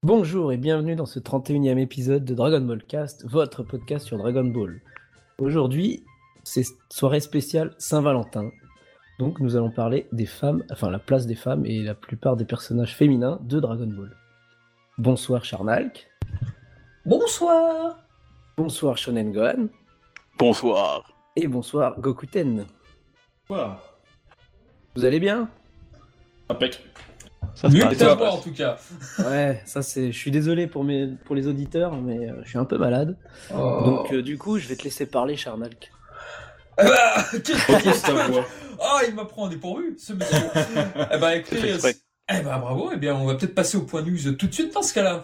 Bonjour et bienvenue dans ce 31e épisode de Dragon Ball Cast, votre podcast sur Dragon Ball. Aujourd'hui, c'est soirée spéciale Saint-Valentin. Donc nous allons parler des femmes, enfin la place des femmes et la plupart des personnages féminins de Dragon Ball. Bonsoir Charnalk. Bonsoir. Bonsoir Shonen Gohan. Bonsoir. Et bonsoir Gokuten. Bonsoir. Vous allez bien ? Impec. Ça se Mieux passe. que ta voix en tout cas. Ouais, ça c'est. Je suis désolé pour les auditeurs, mais je suis un peu malade. Donc du coup, je vais te laisser parler Charnalk. Eh bah, qu'est-ce que ta voix? Ah, il m'apprend en dépourvu, ce monsieur. Eh bah, écoutez, C'est fait exprès. eh bah, bravo. Eh bien, on va peut-être passer au point news tout de suite dans ce cas-là.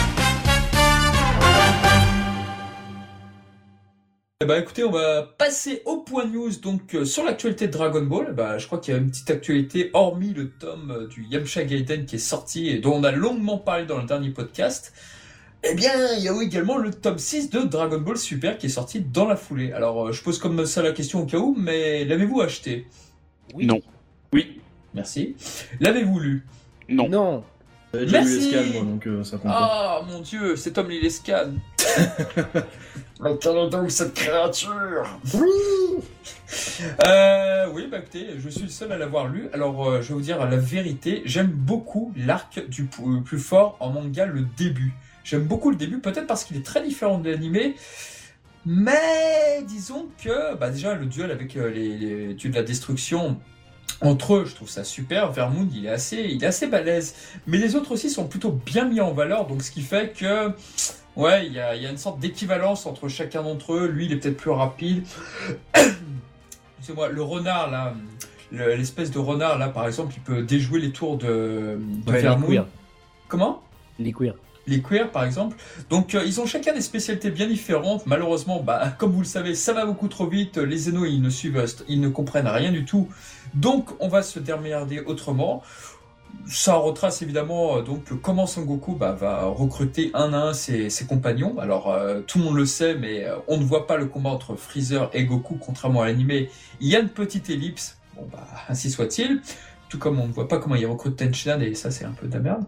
Eh bah, écoutez, on va passer au point news donc sur l'actualité de Dragon Ball. Bah, je crois qu'il y a une petite actualité hormis le tome du Yamcha Gaiden qui est sorti et dont on a longuement parlé dans le dernier podcast. Eh bien, il y a également le tome 6 de Dragon Ball Super qui est sorti dans la foulée. Alors, je pose comme ça la question au cas où, mais l'avez-vous acheté? Oui. Non. Oui. Merci. L'avez-vous lu? Non. Non. J'ai lu Merci. les scans, moi, donc ça compte pas. Ah, mon Dieu, cet homme lit les scans. Mais quelle est donc cette créature? Oui, bah écoutez, je suis le seul à l'avoir lu. Alors, je vais vous dire la vérité, j'aime beaucoup l'arc du plus fort en manga, le début. J'aime beaucoup le début, peut-être parce qu'il est très différent de l'animé. Mais disons que, bah déjà, le duel avec les dieux de la destruction, entre eux, je trouve ça super. Vermoon, il est assez balèze. Mais les autres aussi sont plutôt bien mis en valeur, donc ce qui fait que, ouais, il y a une sorte d'équivalence entre chacun d'entre eux. Lui, il est peut-être plus rapide. Excusez-moi, le renard, là, l'espèce de renard, là, par exemple, il peut déjouer les tours de Ouais, Vermoon. les queers. Comment? Les queers. Les queers, par exemple. Donc, ils ont chacun des spécialités bien différentes. Malheureusement, bah, comme vous le savez, ça va beaucoup trop vite. Les Zeno, ils ne comprennent rien du tout. Donc, on va se démerder autrement. Ça retrace évidemment donc comment Son Goku va recruter un à un ses compagnons. Alors, tout le monde le sait, mais on ne voit pas le combat entre Freezer et Goku, contrairement à l'animé. Il y a une petite ellipse. Bon, bah, ainsi soit-il. Tout comme on ne voit pas comment il recrute Tenshinhan, et ça, c'est un peu de la merde.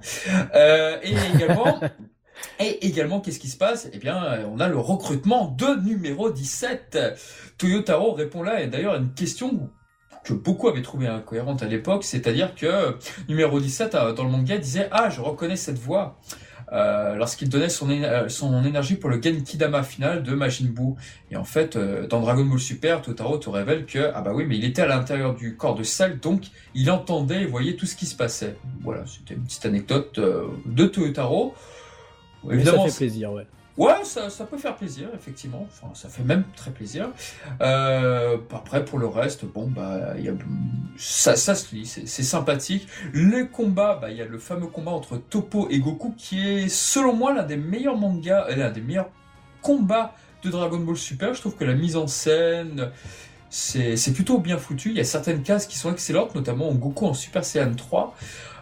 Et également, qu'est-ce qui se passe? Eh bien, on a le recrutement de numéro 17. Toyotaro répond là, et d'ailleurs, à une question que beaucoup avaient trouvé incohérente à l'époque, c'est-à-dire que numéro 17, dans le manga, disait « Ah, je reconnais cette voix ». Lorsqu'il donnait son énergie pour le Genkidama final de Majin Buu. Et en fait, dans Dragon Ball Super, Totaro te révèle que, ah bah oui, mais il était à l'intérieur du corps de Cell, donc il entendait et voyait tout ce qui se passait. Voilà, c'était une petite anecdote de Totaro. Évidemment, ça fait plaisir, ouais. Ouais, ça peut faire plaisir, effectivement. Enfin, ça fait même très plaisir. Après, pour le reste, bon, bah, ça se lit, c'est sympathique. Les combats, bah, il y a le fameux combat entre Toppo et Goku qui est, selon moi, l'un des meilleurs mangas, l'un des meilleurs combats de Dragon Ball Super. Je trouve que la mise en scène, c'est plutôt bien foutu. Il y a certaines cases qui sont excellentes, notamment Goku en Super Saiyan 3.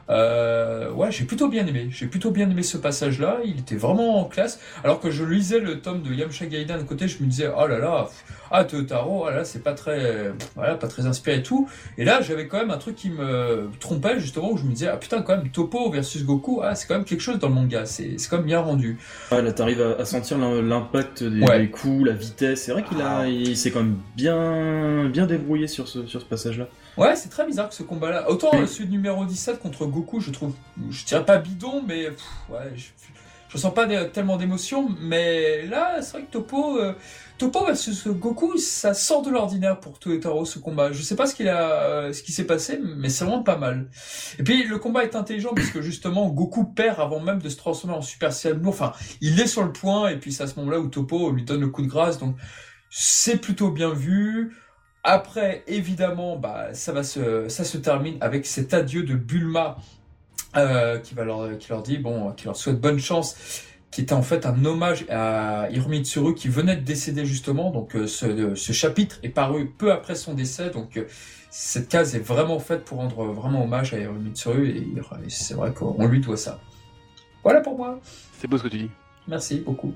Ouais, j'ai plutôt bien aimé ce passage-là, il était vraiment en classe, alors que je lisais le tome de Yamcha Gaiden à côté, je me disais, oh là là, Totaro, oh là, c'est pas très inspiré et tout, et là, j'avais quand même un truc qui me trompait, justement, où je me disais, ah putain, quand même, Toppo versus Goku, c'est quand même quelque chose dans le manga, c'est quand même bien rendu. Ouais, là, t'arrives à sentir l'impact des coups, la vitesse, c'est vrai il s'est quand même bien débrouillé sur ce passage-là. Ouais, c'est très bizarre que ce combat-là. Autant celui de numéro 17 contre Goku, je trouve, je dirais pas bidon, mais ouais, je sens pas tellement d'émotion. Mais là, c'est vrai que Toppo versus Goku, ça sort de l'ordinaire pour Toyotaro, ce combat. Je sais pas ce qui s'est passé, mais c'est vraiment pas mal. Et puis le combat est intelligent parce que justement Goku perd avant même de se transformer en Super Saiyan Blue. Enfin, il est sur le point et puis c'est à ce moment-là où Toppo lui donne le coup de grâce. Donc c'est plutôt bien vu. Après, évidemment, bah, ça se termine avec cet adieu de Bulma qui leur dit, bon, qui leur souhaite bonne chance, qui était en fait un hommage à Hiromi qui venait de décéder justement. Donc ce chapitre est paru peu après son décès. Donc cette case est vraiment faite pour rendre vraiment hommage à Hiromi et c'est vrai qu'on lui doit ça. Voilà pour moi. C'est beau ce que tu dis. Merci beaucoup.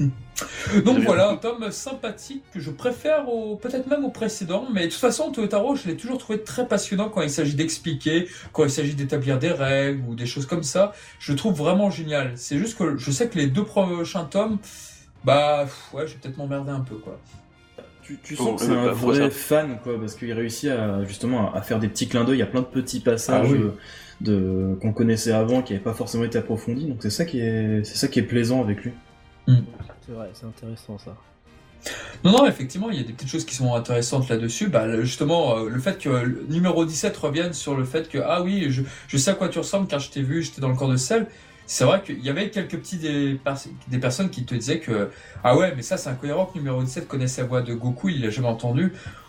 Donc voilà, un tome sympathique que je préfère peut-être même au précédent, mais de toute façon, Toyotaro, je l'ai toujours trouvé très passionnant quand il s'agit d'expliquer, quand il s'agit d'établir des règles ou des choses comme ça. Je le trouve vraiment génial. C'est juste que je sais que les 2 prochains tomes, bah ouais, je vais peut-être m'emmerder un peu, quoi. Tu sens que c'est un vrai fan, quoi, parce qu'il réussit justement à faire des petits clins d'œil. Il y a plein de petits passages qu'on connaissait avant, qui n'avaient pas forcément été approfondis. Donc c'est ça qui est plaisant avec lui. C'est vrai, c'est intéressant ça. Non, effectivement, il y a des petites choses qui sont intéressantes là-dessus. Bah, justement, le fait que le numéro 17 revienne sur le fait que, ah oui, je sais à quoi tu ressembles car je t'ai vu, j'étais dans le corps de sel. C'est vrai qu'il y avait quelques des personnes qui te disaient que, ah ouais, mais ça c'est incohérent que numéro 17 connaisse la voix de Goku, il l'a jamais entendu.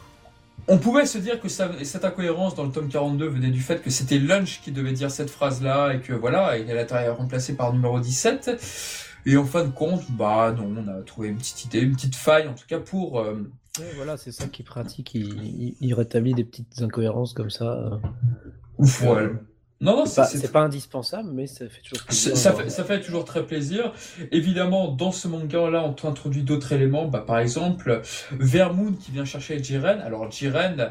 On pouvait se dire que cette incohérence dans le tome 42 venait du fait que c'était Lunch qui devait dire cette phrase-là et que voilà, il a été remplacé par numéro 17. Et en fin de compte, bah non, on a trouvé une petite idée, une petite faille en tout cas pour... Ouais, voilà, c'est ça qui est pratique, il rétablit des petites incohérences comme ça. Ouais. Non, c'est pas indispensable, mais ça fait toujours plaisir. Ça fait toujours très plaisir. Évidemment, dans ce manga-là, on t'introduit d'autres éléments. Bah, par exemple, Vermoon qui vient chercher Jiren. Alors, Jiren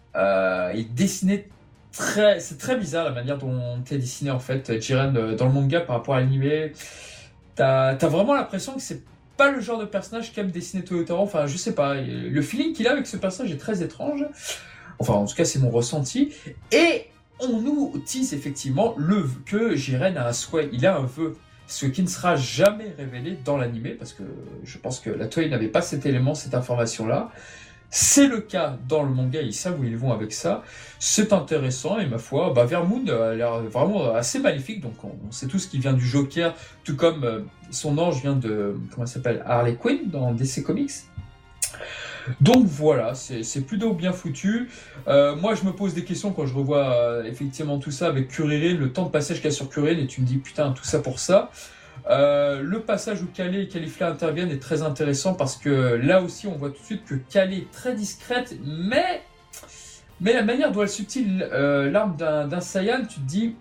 est dessiné c'est très bizarre la manière dont t'es dessiné en fait, Jiren, dans le manga par rapport à l'animé. T'as vraiment l'impression que c'est pas le genre de personnage qu'aime dessiner Toyotaro. Enfin, je sais pas. Le feeling qu'il a avec ce personnage est très étrange. Enfin, en tout cas, c'est mon ressenti. Et on nous tease effectivement que Jiren a un souhait, il a un vœu, ce qui ne sera jamais révélé dans l'animé, parce que je pense que la Toei n'avait pas cet élément, cette information-là. C'est le cas dans le manga, ils savent où ils vont avec ça. C'est intéressant, et ma foi, Vermoon a l'air vraiment assez maléfique, donc on sait tous qu'il vient du Joker, tout comme son ange vient de, comment ça s'appelle, Harley Quinn dans DC Comics. Donc voilà, c'est plutôt bien foutu. Moi, je me pose des questions quand je revois effectivement tout ça avec Kuririn, le temps de passage qu'il y a sur Kuririn, et tu me dis putain, tout ça pour ça. Le passage où Kale et Caulifla interviennent est très intéressant parce que là aussi, on voit tout de suite que Kale est très discrète, mais la manière dont elle subtile l'arme d'un Saiyan, tu te dis,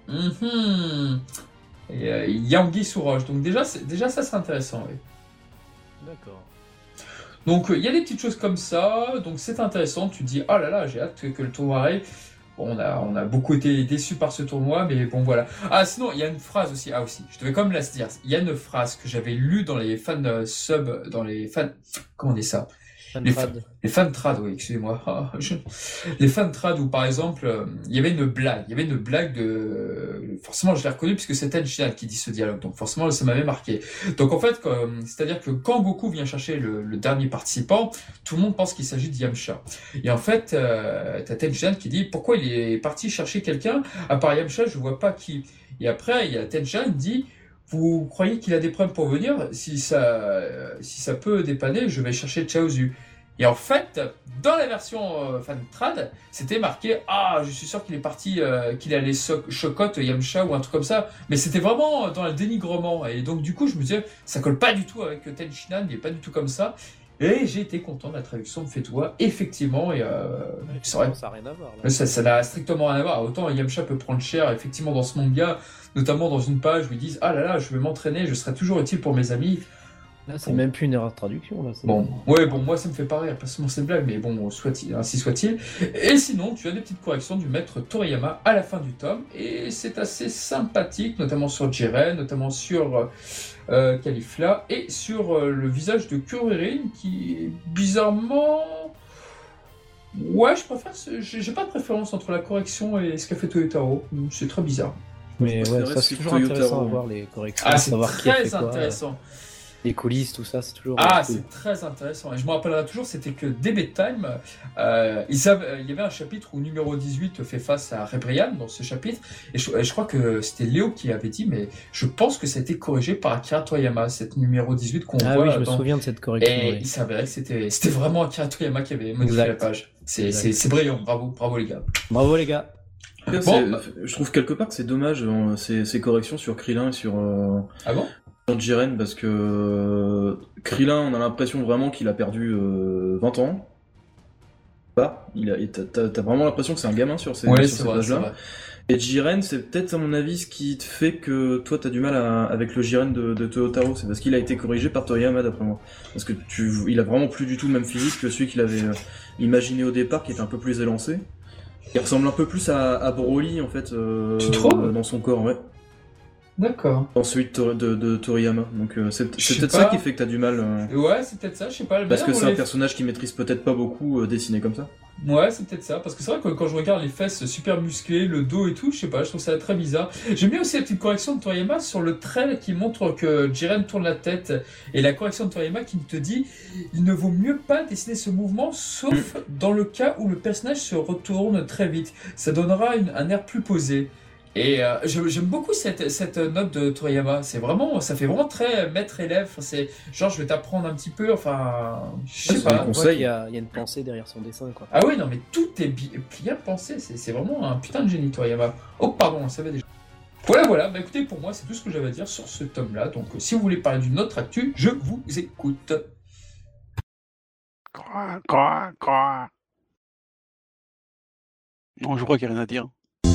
il y a anguille sous roche. Donc déjà ça, c'est intéressant. Oui. D'accord. Donc il y a des petites choses comme ça, donc c'est intéressant, tu te dis, oh là là, j'ai hâte que le tournoi arrive. Bon, on a beaucoup été déçus par ce tournoi, mais bon voilà. Ah sinon, il y a une phrase aussi, je devais quand même la dire, il y a une phrase que j'avais lue dans les fans dans les fans, comment on dit ça ? Les fan trad, oui, excusez-moi. Les fan trad où par exemple, il y avait une blague de, forcément je l'ai reconnu puisque c'est Tenchian qui dit ce dialogue, donc forcément ça m'avait marqué. Donc en fait, c'est-à-dire que quand Goku vient chercher le dernier participant, tout le monde pense qu'il s'agit de Yamcha. Et en fait, t'as Tenchian qui dit pourquoi il est parti chercher quelqu'un, à part Yamcha, je vois pas qui. Et après, il y a Tenchian qui dit vous croyez qu'il a des problèmes pour venir? Si ça peut dépanner, je vais chercher Chaozu. Et en fait, dans la version fan trad, c'était marqué je suis sûr qu'il est parti, qu'il allait chocotte Yamcha ou un truc comme ça. Mais c'était vraiment dans le dénigrement. Et donc du coup, je me disais, ça colle pas du tout avec Tenshinhan, il est pas du tout comme ça. Et j'ai été content de la traduction de Fetoua, effectivement. Et c'est vrai, ça n'a rien à voir. Là. Ça n'a strictement rien à voir. Autant Yamcha peut prendre cher, effectivement, dans ce manga, notamment dans une page où ils disent ah là là, je vais m'entraîner, je serai toujours utile pour mes amis. Là, c'est même plus une erreur de traduction. Là, moi ça me fait pas rire, pas seulement cette blague, mais bon, ainsi soit-il. Et sinon, tu as des petites corrections du maître Toriyama à la fin du tome, et c'est assez sympathique, notamment sur Jiren, notamment sur Caulifla, et sur le visage de Kuririn, qui bizarrement... Ouais, j'ai pas de préférence entre la correction et ce qu'a fait Toyotaro, c'est très bizarre. Mais ouais, ça c'est toujours intéressant à voir les corrections, c'est savoir qui a fait très intéressant. Les coulisses, tout ça, c'est toujours... c'est très intéressant. Et je me rappellerai toujours, c'était que DB Time, il y avait un chapitre où numéro 18 fait face à Rebrian dans ce chapitre, et je crois que c'était Léo qui avait dit, mais je pense que ça a été corrigé par Akira Toriyama, cette numéro 18 qu'on voit. Ah oui, je me souviens de cette correction. Et il s'avérait que c'était vraiment Akira Toriyama qui avait modifié la page. C'est brillant, bravo les gars. Bravo les gars. Je trouve quelque part que c'est dommage ces corrections sur Krillin et sur... Ah bon? Jiren, parce que Krillin, on a l'impression vraiment qu'il a perdu 20 ans. T'as vraiment l'impression que c'est un gamin sur ces pages-là. Et Jiren, c'est peut-être à mon avis ce qui te fait que toi t'as du mal avec le Jiren de Toyotaro, c'est parce qu'il a été corrigé par Toriyama d'après moi. Parce que il a vraiment plus du tout le même physique que celui qu'il avait imaginé au départ, qui était un peu plus élancé. Il ressemble un peu plus à Broly en fait, tu trouves dans son corps, ouais. D'accord. Dans celui de Toriyama, donc c'est peut-être pas. Ça qui fait que t'as du mal. Ouais, c'est peut-être ça, je sais pas. Parce que c'est un personnage qui maîtrise peut-être pas beaucoup dessiné comme ça. Ouais, c'est peut-être ça, parce que c'est vrai que quand je regarde les fesses super musclées, le dos et tout, je sais pas, je trouve ça très bizarre. J'aime bien aussi la petite correction de Toriyama sur le trait qui montre que Jiren tourne la tête, et la correction de Toriyama qui te dit il ne vaut mieux pas dessiner ce mouvement, sauf dans le cas où le personnage se retourne très vite. Ça donnera un air plus posé. Et j'aime beaucoup cette note de Toriyama. C'est vraiment, ça fait vraiment très maître-élève. C'est genre, je vais t'apprendre un petit peu. Enfin, je sais pas. Il y a une pensée derrière son dessin, quoi. Ah oui, non, mais tout est bien pensé. C'est vraiment un putain de génie, Toriyama. Oh, pardon, on le savait déjà. Voilà. Bah écoutez, pour moi, c'est tout ce que j'avais à dire sur ce tome-là. Donc, si vous voulez parler d'une autre actu, je vous écoute. Quoi. Non, je crois qu'il n'y a rien à dire.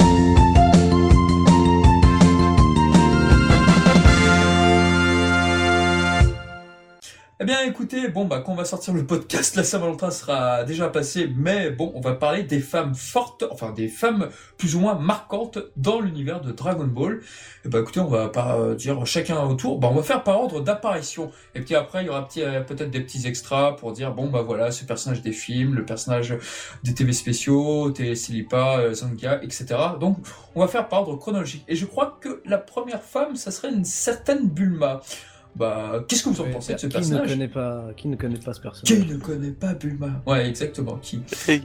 Eh bien, écoutez, quand on va sortir le podcast, la Saint-Valentin sera déjà passée, mais bon, on va parler des femmes fortes, enfin des femmes plus ou moins marquantes dans l'univers de Dragon Ball. Et écoutez, on va pas dire chacun autour, on va faire par ordre d'apparition. Et puis après, il y aura peut-être des petits extras pour dire, voilà, ce personnage des films, le personnage des TV spéciaux, Silipa, Zangia, etc. Donc, on va faire par ordre chronologique. Et je crois que la première femme, ça serait une certaine Bulma. Qu'est-ce que vous en pensez de ce personnage ? Qui ne connaît pas ce personnage ? Qui ne connaît pas Bulma ? Ouais, exactement, qui ? C'est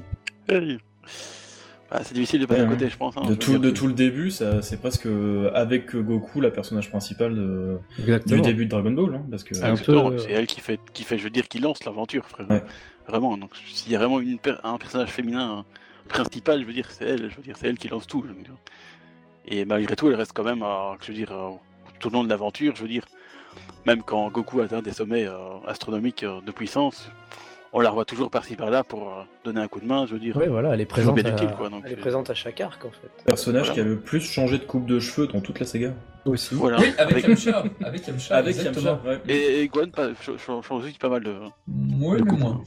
difficile de passer à côté, je pense. Hein, de tout le début, c'est presque avec Goku la personnage principale du début de Dragon Ball, hein, parce que c'est elle qui fait, je veux dire, qui lance l'aventure, frère. Ouais. Vraiment. Donc s'il y a vraiment un personnage féminin principal, je veux dire, c'est elle qui lance tout. Je veux dire. Et malgré tout, elle reste quand même, tout au long de l'aventure, je veux dire. Même quand Goku atteint des sommets astronomiques de puissance, on la revoit toujours par-ci par-là pour donner un coup de main, je veux dire. Oui, voilà, elle est présente, elle est présente à chaque arc, en fait. Personnage qui a le plus changé de coupe de cheveux dans toute la saga. Aussi. Voilà. Oui, avec Yamcha. Avec Yamcha, ouais. Et Gohan change aussi pas mal de... Oui, mais moins.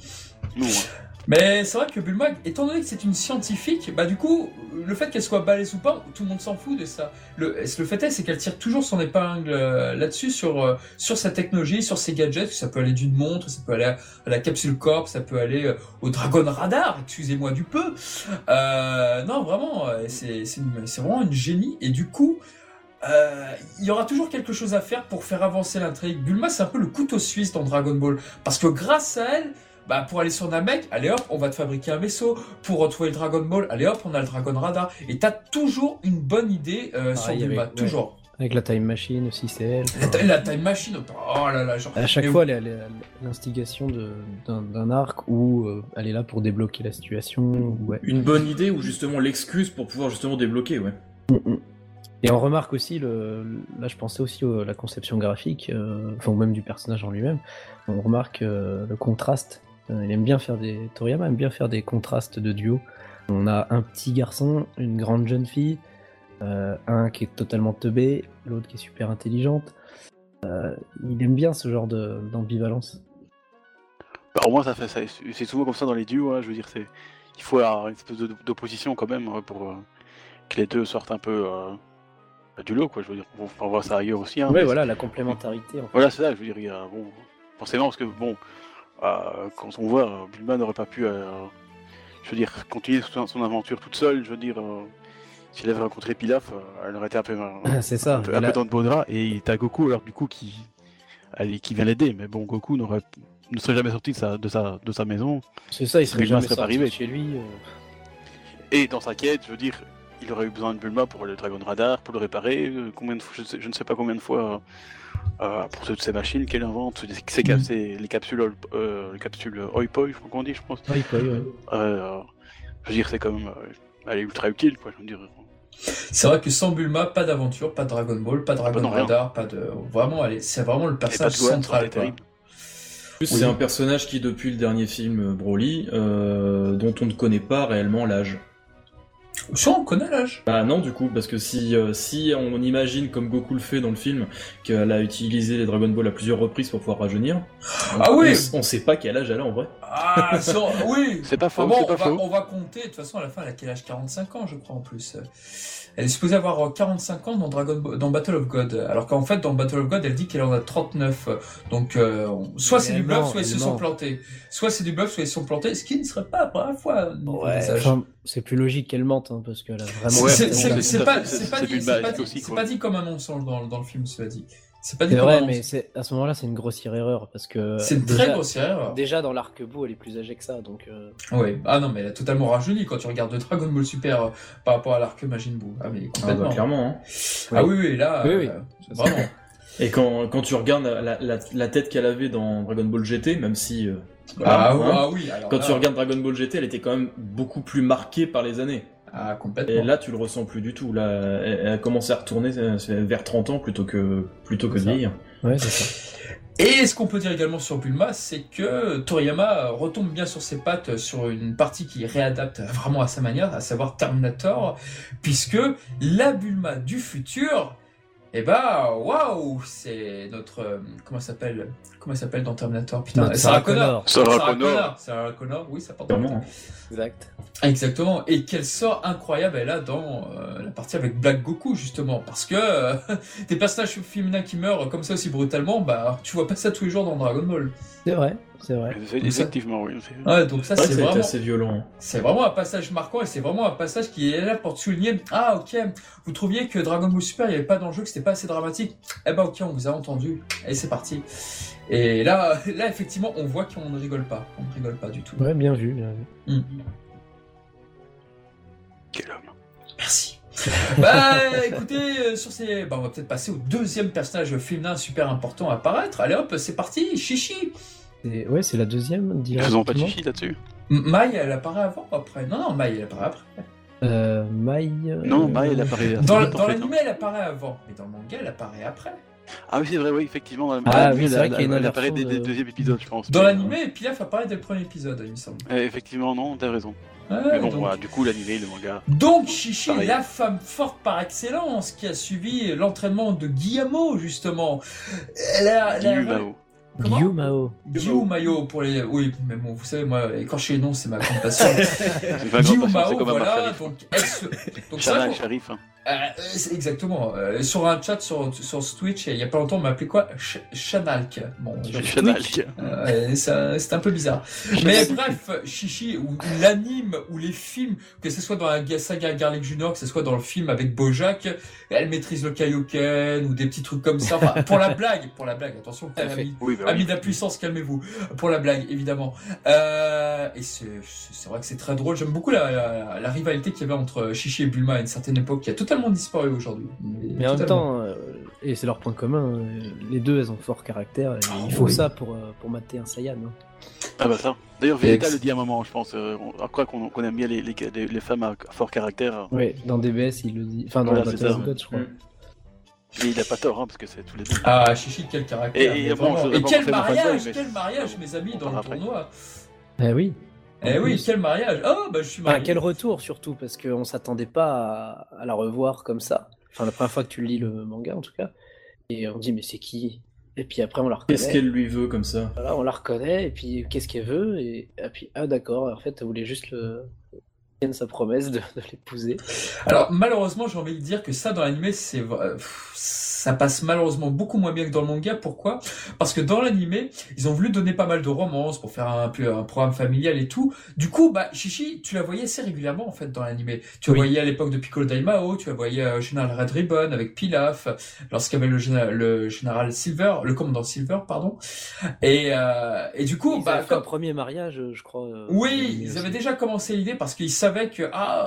Mais c'est vrai que Bulma, étant donné que c'est une scientifique, du coup, le fait qu'elle soit balèze ou pas, tout le monde s'en fout de ça. Le fait c'est qu'elle tire toujours son épingle là-dessus sur sa technologie, sur ses gadgets. Ça peut aller d'une montre, ça peut aller à la capsule Corp, ça peut aller au Dragon Radar, excusez-moi du peu. Non, vraiment, c'est vraiment une génie. Et du coup, il y aura toujours quelque chose à faire pour faire avancer l'intrigue. Bulma, c'est un peu le couteau suisse dans Dragon Ball. Parce que grâce à elle, pour aller sur Namek, allez hop, on va te fabriquer un vaisseau. Pour retrouver le Dragon Ball, allez hop, on a le Dragon Radar. Et t'as toujours une bonne idée sur Bulma, toujours. Avec la Time Machine aussi, c'est elle. La Time Machine, oh là là. À chaque fois, elle est à l'instigation d'un arc où elle est là pour débloquer la situation. Ouais. Une bonne idée ou justement l'excuse pour pouvoir justement débloquer, ouais. Et on remarque aussi, là je pensais aussi à la conception graphique, ou même du personnage en lui-même, on remarque le contraste. Toriyama aime bien faire des contrastes de duo. On a un petit garçon, une grande jeune fille, un qui est totalement teubé, l'autre qui est super intelligente. Il aime bien ce genre d'ambivalence. Au moins c'est souvent comme ça dans les duos, hein, je veux dire, il faut une espèce d'opposition quand même pour que les deux sortent un peu du lot, quoi, je veux dire, on voit ça ailleurs aussi. Hein, ouais, voilà, la complémentarité. En fait. Voilà, c'est ça, je veux dire, forcément, parce que quand on voit, Bulma n'aurait pas pu, je veux dire, continuer son aventure toute seule, je veux dire, si elle avait rencontré Pilaf, elle aurait été un peu, c'est ça, un peu dans de beaux draps, et t'as Goku, alors du coup, qui vient l'aider, mais bon, Goku ne serait jamais sorti de sa maison. C'est ça, il serait jamais sorti chez lui. Et dans sa quête, je veux dire, il aurait eu besoin de Bulma pour le Dragon Radar, pour le réparer, je ne sais pas combien de fois, pour toutes ces machines qu'elle invente, les capsules Oi Poi, je crois qu'on dit, je pense. Oi Poi, ouais. Je veux dire, c'est quand même, elle est ultra utile, quoi, je veux dire. C'est vrai que sans Bulma, pas d'aventure, pas de Dragon Ball, pas de Dragon Radar, pas de... Vraiment, c'est vraiment le personnage central, quoi. Plus, c'est un personnage qui, depuis le dernier film Broly, dont on ne connaît pas réellement l'âge. Ça, on connaît l'âge. Bah non, du coup, parce que si on imagine, comme Goku le fait dans le film, qu'elle a utilisé les Dragon Ball à plusieurs reprises pour pouvoir rajeunir, on sait pas quel âge elle a en vrai. Ah, oui. C'est pas faux, bon, c'est pas faux. On va compter, de toute façon, à la fin, elle a quel âge? 45 ans, je crois, en plus. Elle est supposée avoir 45 ans dans Battle of God, alors qu'en fait, dans Battle of God, elle dit qu'elle en a 39. Donc, soit c'est du bluff, soit ils se sont plantés. Soit c'est du bluff, soit ils se sont plantés, ce qui ne serait pas la première fois. C'est plus logique qu'elle mente, hein, parce qu'elle a vraiment... C'est pas dit comme un mensonge dans le film, cela dit. C'est pas dit vrai, mais à ce moment-là, c'est une grossière erreur, parce que... C'est une très grossière erreur. Déjà, dans l'arc-bout, elle est plus âgée que ça, donc... Ouais. Ah non, mais elle a totalement rajeuni quand tu regardes Dragon Ball Super par rapport à l'arc Majin Buu. Ah, mais complètement. Clairement, hein. Ah oui, là... Oui. Vraiment. Et quand tu regardes la tête qu'elle avait dans Dragon Ball GT, même si... oui. Alors, quand tu regardes Dragon Ball GT, elle était quand même beaucoup plus marquée par les années. Ah, complètement. Et là, tu le ressens plus du tout. Là, elle a commencé à retourner vers 30 ans plutôt que de vieillir. Ouais, c'est ça. Et ce qu'on peut dire également sur Bulma, c'est que Toriyama retombe bien sur ses pattes sur une partie qui réadapte vraiment à sa manière, à savoir Terminator, puisque la Bulma du futur, waouh, c'est notre... Comment elle s'appelle dans Terminator? Putain, Sarah Connor. Sarah Connor, oui, ça porte bien. Exact. Exactement, et quel sort incroyable elle a dans la partie avec Black Goku, justement, parce que des personnages féminins qui meurent comme ça aussi brutalement, tu vois pas ça tous les jours dans Dragon Ball. C'est vrai. Effectivement, oui. Ouais, donc ça, c'est vraiment... assez violent. C'est vraiment un passage marquant, et c'est vraiment un passage qui est là pour te souligner, ah ok, vous trouviez que Dragon Ball Super, il n'y avait pas d'enjeu, que c'était pas assez dramatique, ok, on vous a entendu, et c'est parti. Et là, effectivement, on voit qu'on ne rigole pas. On ne rigole pas du tout. Ouais, bien vu. Quel homme. Merci. Écoutez, sur ces... on va peut-être passer au deuxième personnage féminin super important à apparaître. Allez hop, c'est parti, Chichi. C'est la deuxième. Faisons pas de Chichi là-dessus. Mai, elle apparaît avant ou après? Non, Mai, elle apparaît après. Mai... Non, Mai, elle apparaît... Dans l'anime, elle apparaît avant, mais dans le manga, elle apparaît après. Ah oui, c'est vrai, oui, effectivement. Dans c'est vrai qu'il y a une elle apparaît dès le deuxième épisode, je pense. Dans l'anime, Pilaf apparaît dès le premier épisode, il me semble. Effectivement, non, t'as raison. Mais bon, du coup, l'anime, le manga... Donc, Chichi, la femme forte par excellence, qui a suivi l'entraînement de Guillermo, justement. Guillaume pour les... Oui, mais bon, vous savez, moi, écorcher les noms, c'est ma grande passion. Guillaume, voilà, donc... Sharif. Exactement. Sur un chat sur Twitch, il y a pas longtemps, on m'a appelé quoi? Chanalk. Bon, Chanalk. C'est un peu bizarre. Mais bref, Chichi, ou l'anime, ou les films, que ce soit dans la saga Garlic Junior, que ce soit dans le film avec Bojack, elle maîtrise le Kaioken, ou des petits trucs comme ça. Enfin, pour la blague, attention, amis de la puissance, calmez-vous. Pour la blague, évidemment. Et c'est vrai que c'est très drôle. J'aime beaucoup la rivalité qu'il y avait entre Chichi et Bulma à une certaine époque, qui a totalement disparu aujourd'hui. Mais en même temps, et c'est leur point commun, les deux, elles ont fort caractère, et il faut ça pour mater un Saiyan. Hein. Ah bah ça. D'ailleurs, Vegeta le dit à un moment, je pense. Après qu'on aime bien les femmes à fort caractère. Oui, dans DBS, il le dit. Enfin, dans Battle of God, je crois. Et il a pas tort, hein, parce que c'est tous les deux. Ah, Chichi, quel caractère. Et quel mariage, mes amis, dans le tournoi. Oui. Oui, quel mariage. Oh, je suis marié. Quel retour, surtout, parce qu'on s'attendait pas à la revoir comme ça. Enfin, la première fois que tu lis le manga, en tout cas. Et on dit, mais c'est qui? Et puis après, on la reconnaît. Qu'est-ce qu'elle lui veut, comme ça? Voilà, on la reconnaît, et puis qu'est-ce qu'elle veut? Et puis, d'accord, en fait, elle voulait juste sa promesse de l'épouser. Alors malheureusement, j'ai envie de dire que ça dans l'anime, ça passe malheureusement beaucoup moins bien que dans le manga. Pourquoi? Parce que dans l'anime, ils ont voulu donner pas mal de romances pour faire un programme familial et tout. Du coup, Chichi, tu la voyais assez régulièrement en fait dans l'anime. Tu la voyais à l'époque de Piccolo Daimao, tu la voyais Général Red Ribbon avec Pilaf, lorsqu'il y avait le général Silver, le commandant Silver, pardon. Et du coup, ils avaient fait un premier mariage, je crois. Oui, ils avaient déjà commencé l'idée parce qu'ils savaient que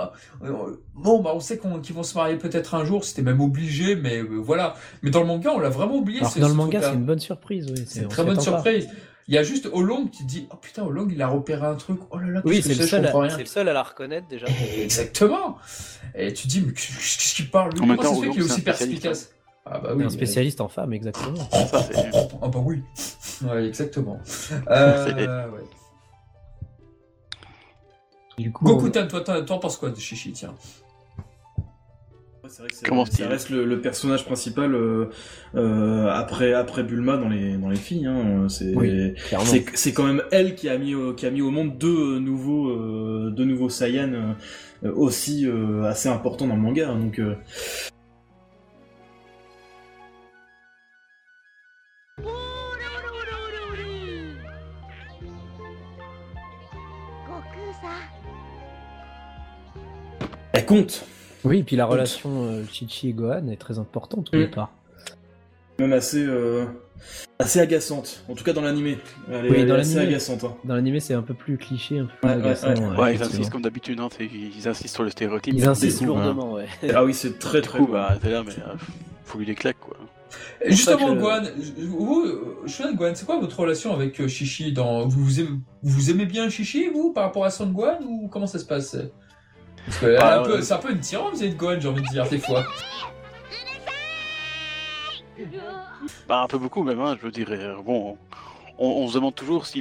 on sait qu'ils vont se marier peut-être un jour, c'était même obligé, mais voilà. Mais dans le manga, on l'a vraiment oublié. Alors dans le manga, c'est une bonne surprise. Oui, c'est une très bonne surprise. Il y a juste Olong qui dit oh putain, Olong il a repéré un truc. Oh là là, oui, c'est le seul à la reconnaître déjà. Exactement. Et tu dis mais qu'est-ce qu'il parle? Comment ça se fait qu'il est aussi perspicace? Ah bah oui, un spécialiste en femmes, exactement. Ah bah oui. Ouais, exactement. Ouais. Du coup, Goku, toi, t'en penses quoi de Chichi, tiens? C'est vrai que ça reste le personnage principal après Bulma dans les filles. Hein. C'est quand même elle qui a mis au monde deux nouveaux Saiyans aussi assez importants dans le manga. Donc elle compte. Oui, et puis la relation Chi-Chi et Gohan est très importante au départ. Même assez agaçante, en tout cas dans l'animé. Elle est assez agaçante. Hein. Dans l'animé, c'est un peu plus cliché, un peu plus agaçant. Ouais, ils insistent comme d'habitude, hein, ils insistent sur le stéréotype. Ils insistent lourdement, ouais. Ah oui, c'est très très cool. Bah, t'es là, mais faut lui des claques, quoi. Justement, Gohan, Gohan, c'est quoi votre relation avec Chi-Chi vous aimez bien Chi-Chi, vous, par rapport à Son Gohan, ou comment ça se passe? Parce que c'est un peu une tyran, vous êtes Gohan, j'ai envie de dire, des fois. Bah, un peu beaucoup même, hein, je veux dire. Bon, on se demande toujours si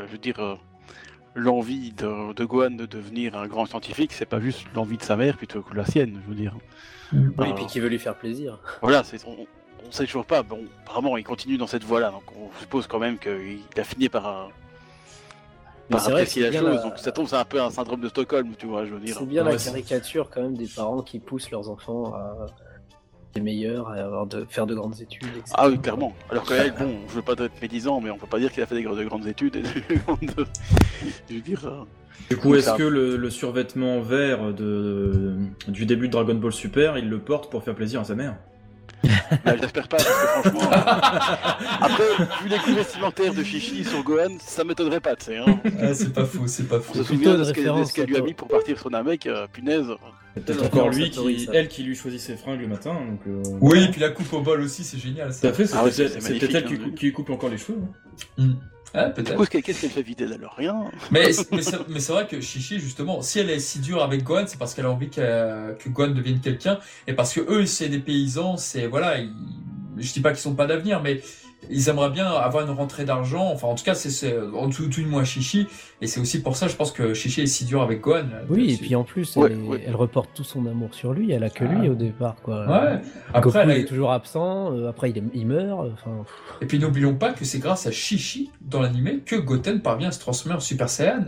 l'envie de Gohan de devenir un grand scientifique, c'est pas juste l'envie de sa mère plutôt que la sienne, je veux dire. Oui, et puis qui veut lui faire plaisir. Voilà, on sait toujours pas. Bon, vraiment, il continue dans cette voie-là, donc on suppose quand même qu'il a fini par apprécier la chose. Donc ça tombe, c'est un peu un syndrome de Stockholm, tu vois, je veux dire. C'est bien la caricature quand même des parents qui poussent leurs enfants à être meilleurs, à faire de grandes études, etc. Ah oui, clairement. Alors qu'elle, bon, je veux pas être médisant, mais on peut pas dire qu'il a fait de grandes études. Je veux dire. Du coup, est-ce que le survêtement vert du début de Dragon Ball Super, il le porte pour faire plaisir à sa mère? Bah, j'espère pas, parce que franchement, après, vu les coups vestimentaires de Chi-Chi sur Gohan, ça m'étonnerait pas, tu sais. Hein. Ah, c'est pas faux. On se souvient de ce qu'elle lui a mis pour partir sur Namek, punaise. C'est peut-être encore elle qui lui choisit ses fringues le matin. Donc, oui, et puis la coupe au bol aussi, c'est génial. Tout à fait, c'est peut-être elle qui lui coupe encore les cheveux. Hein. Ah, peut-être. Qu'est-ce qu'elle fait vider alors? Rien. Mais c'est vrai que Chi-Chi, justement, si elle est si dure avec Gohan, c'est parce qu'elle a envie que Gohan devienne quelqu'un, et parce que eux, c'est des paysans, je dis pas qu'ils sont pas d'avenir, mais ils aimeraient bien avoir une rentrée d'argent, enfin en tout cas c'est en tout du moins Chi-Chi, et c'est aussi pour ça je pense que Chi-Chi est si dur avec Gohan. Oui, et puis en plus elle reporte tout son amour sur lui, elle a que lui au départ, quoi. Ouais. Après Goku, il est toujours absent, après il meurt, enfin. Et puis n'oublions pas que c'est grâce à Chi-Chi dans l'animé que Goten parvient à se transformer en Super Saiyan.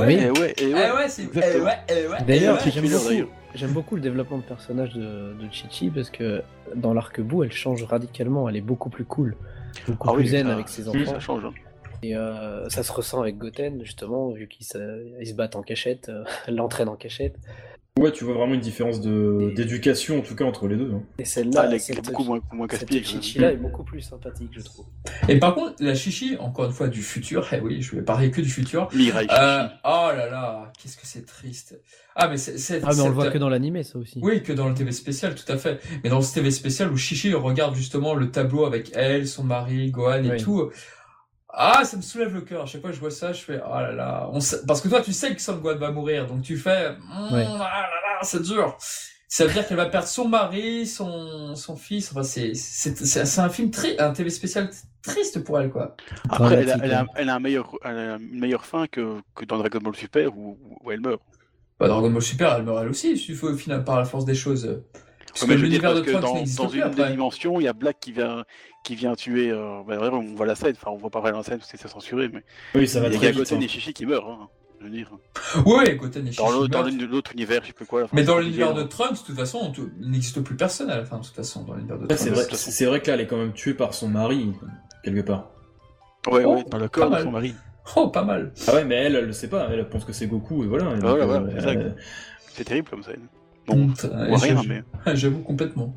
D'ailleurs, j'aime beaucoup le développement de personnage de Chi-Chi parce que dans l'arc Buu, elle change radicalement, elle est beaucoup plus cool, beaucoup plus zen avec ses enfants. Ça change. Et ça se ressent avec Goten, justement, vu qu'ils se battent en cachette, elle l'entraîne en cachette. Ouais, tu vois vraiment une différence d'éducation, en tout cas, entre les deux. Hein. Et celle-là, est beaucoup moins casse-pied. Cette Chi-Chi-là est beaucoup plus sympathique, je trouve. Et par contre, la Chi-Chi, encore une fois, du futur, oui, je vais parler que du futur. Mirai Chi-Chi. Oh là là, qu'est-ce que c'est triste. Mais on le voit que dans l'animé, ça aussi. Oui, que dans le TV spécial, tout à fait. Mais dans ce TV spécial où Chi-Chi regarde justement le tableau avec elle, son mari, Gohan et tout... ça me soulève le cœur. À chaque fois que je vois ça, je fais oh là là. Parce que toi, tu sais que Son Gohan va mourir, donc tu fais ah là là, c'est dur. Ça veut dire qu'elle va perdre son mari, son fils. Enfin, c'est un film un TV spécial triste pour elle, quoi. Après, elle a une meilleure fin que dans Dragon Ball Super où elle meurt. Dragon Ball Super, elle meurt elle aussi. Il faut au final par la force des choses. Parce que l'univers de Trunks n'existe plus dans une dimension, il y a Black qui vient tuer. On voit la scène, enfin on voit pas vraiment la scène parce que c'est censuré, mais oui, ça va il y a Goten et Chi-Chi qui meurent, hein, je veux dire. Oui, Goten et Chi-Chi. Dans l'autre univers, je sais plus quoi. Mais dans l'univers de Trunks, de toute façon, il n'existe plus personne à la fin, de toute façon, dans l'univers de Trunks. C'est vrai que là, elle est quand même tuée par son mari, quelque part. Ouais, dans le corps de son mari. Oh, pas mal. Ah ouais, mais elle le sait pas, elle pense que c'est Goku, et voilà. C'est terrible comme ça. Bon, on voit rien, mais... J'avoue complètement.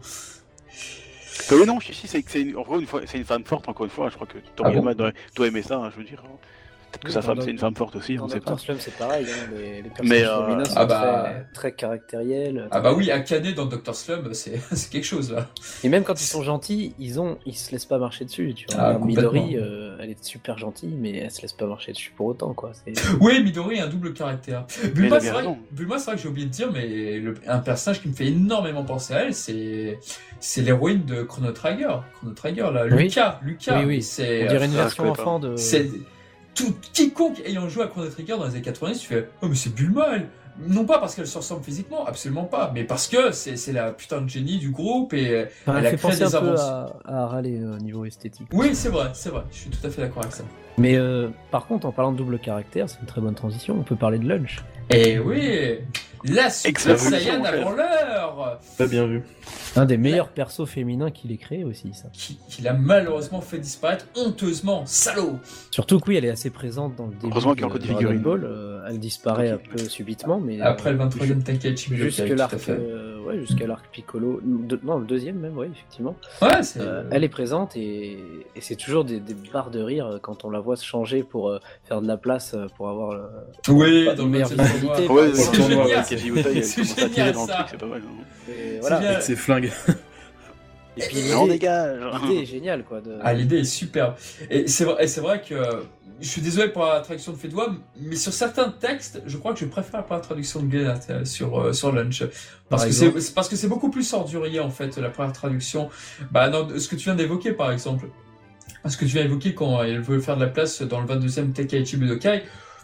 Oui, non, Chi-Chi, c'est une femme forte, encore une fois. Je crois que Toriyama doit aimer ça, hein, je veux dire. Peut-être que sa femme, c'est une femme forte aussi, on sait pas. Dans Slum, c'est pareil, hein, les personnages féminins sont très caractériels. Oui, Akane dans Dr. Slum, c'est quelque chose, là. Et même quand ils sont gentils, ils se laissent pas marcher dessus, tu vois. Midori, elle est super gentille, mais elle se laisse pas marcher dessus pour autant, quoi. Oui, Midori a un double caractère. Bulma, c'est vrai que j'ai oublié de dire, mais un personnage qui me fait énormément penser à elle, c'est l'héroïne de Chrono Trigger. Chrono Trigger, là. Lucas. Oui. On dirait une version enfant de... quiconque ayant joué à Chrono Trigger dans les années 90, tu fais « Oh mais c'est Bulma elle !» Non pas parce qu'elle se ressemble physiquement, absolument pas, mais parce que c'est la putain de génie du groupe et elle a créé des inventions. À râler au niveau esthétique. Oui, c'est vrai, je suis tout à fait d'accord avec ça. Mais par contre, en parlant de double caractère, c'est une très bonne transition, on peut parler de Lunch. Eh oui, la Super Saiyan avant l'heure. Pas bien vu. Un des meilleurs persos féminins qu'il ait créé aussi, ça. Qu'il a malheureusement fait disparaître honteusement, salaud. Surtout que oui, elle est assez présente dans le début de Dragon Ball. Elle disparaît un peu subitement, mais après le 23e Tenkaichi jusqu'à l'arc Piccolo, non le deuxième même, oui effectivement. Ouais, elle est présente et c'est toujours des barres de rire quand on la voit se changer pour faire de la place pour avoir dans une meilleure visibilité. Ouais, c'est génial ça. C'est pas mal. Voilà. Avec ses flingues. Et puis l'idée est géniale quoi. L'idée est superbe. Et c'est vrai que je suis désolé pour la traduction de Fedwa, mais sur certains textes, je crois que je préfère pas la traduction de Glenat sur Lunch, parce que c'est beaucoup plus ordurier en fait la première traduction. Non, ce que tu viens d'évoquer par exemple, ce que tu viens d'évoquer quand elle veut faire de la place dans le 22e Tenkaichi Budokai.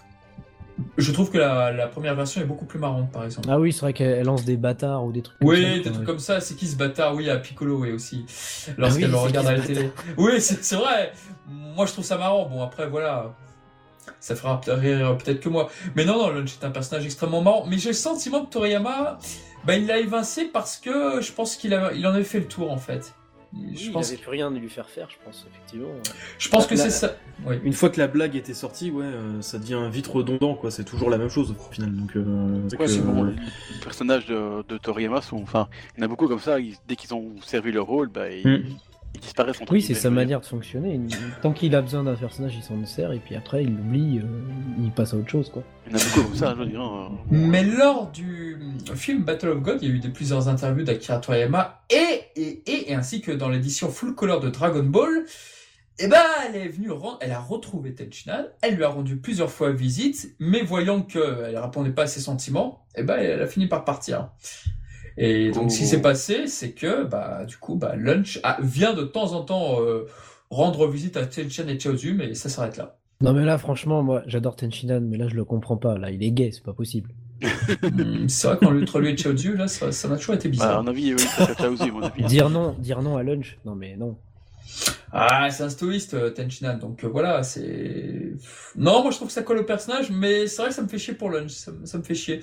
Je trouve que la première version est beaucoup plus marrante, par exemple. Ah oui, c'est vrai qu'elle lance des bâtards ou des trucs comme ça. Oui, des trucs comme ça. C'est qui ce bâtard ? Oui, à Piccolo, oui, aussi. Lorsqu'elle le regarde à la télé. Oui, c'est vrai. Moi, je trouve ça marrant. Bon, après, voilà. Ça fera rire peut-être que moi. Mais non, Lunch est un personnage extrêmement marrant. Mais j'ai le sentiment que Toriyama, il l'a évincé parce que je pense qu'il en avait fait le tour, en fait. Il n'avait plus rien à lui faire faire, je pense, effectivement. Je pense que c'est ça. Oui. Une fois que la blague était sortie, ça devient vite redondant, quoi. C'est toujours la même chose au final. Donc, c'est bon. Les personnages de Toriyama il y en a beaucoup comme ça. Dès qu'ils ont servi leur rôle, ils disparaissent. Oui, c'est sa manière de fonctionner. Tant qu'il a besoin d'un personnage, il s'en sert, et puis après, il l'oublie, il passe à autre chose, quoi. Il y en a beaucoup comme ça, je veux dire. Mais lors du film Battle of God, il y a eu plusieurs interviews d'Akira Toriyama et ainsi que dans l'édition full color de Dragon Ball. Elle est venue elle a retrouvé Tenshinhan, elle lui a rendu plusieurs fois visite, mais voyant qu'elle répondait pas à ses sentiments, elle a fini par partir. Et donc, ce qui s'est passé, c'est que, Lunch vient de temps en temps rendre visite à Tenshinhan et Chaozu, mais ça s'arrête là. Non, mais là, franchement, moi, j'adore Tenshinhan, mais là, je le comprends pas. Là, il est gay, c'est pas possible. C'est vrai qu'entre lui et Chaozu, là, ça m'a toujours été bizarre. À mon avis, oui, c'est Chaozu, mon avis. Dire non à Lunch, non, mais non. C'est un stoïste, Tenshinhan, donc voilà, c'est... Non, moi, je trouve que ça colle au personnage, mais c'est vrai que ça me fait chier pour Lunch, ça me fait chier.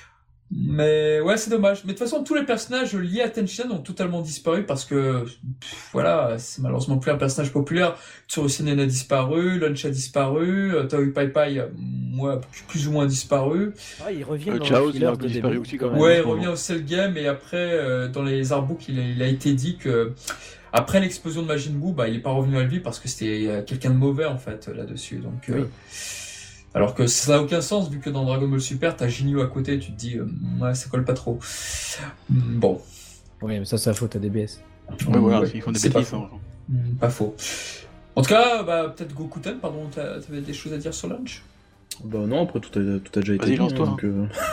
Mais ouais, c'est dommage. Mais de toute façon, tous les personnages liés à Tenshinhan ont totalement disparu parce que, c'est malheureusement plus un personnage populaire. Tsurushinen a disparu, Lunch a disparu, Taoi Pai Pai, plus ou moins disparu. Il revient dans Chaos, le filler il a disparu aussi quand même. Ouais, il revient au Cell Game et après, dans les artbooks, il a été dit que après l'explosion de Majin Buu, il est pas revenu à la vie parce que c'était quelqu'un de mauvais en fait là-dessus. Donc. Oui. Alors que ça n'a aucun sens, vu que dans Dragon Ball Super, t'as Ginyu à côté, tu te dis, ça colle pas trop. Bon. Oui, mais ça, c'est la faute à DBS. Voilà, ils font des bêtises. Pas faux. En tout cas, peut-être Gokuten, pardon, t'avais des choses à dire sur Lunch ? Non, après tout a déjà été dit. Lance-toi. Donc,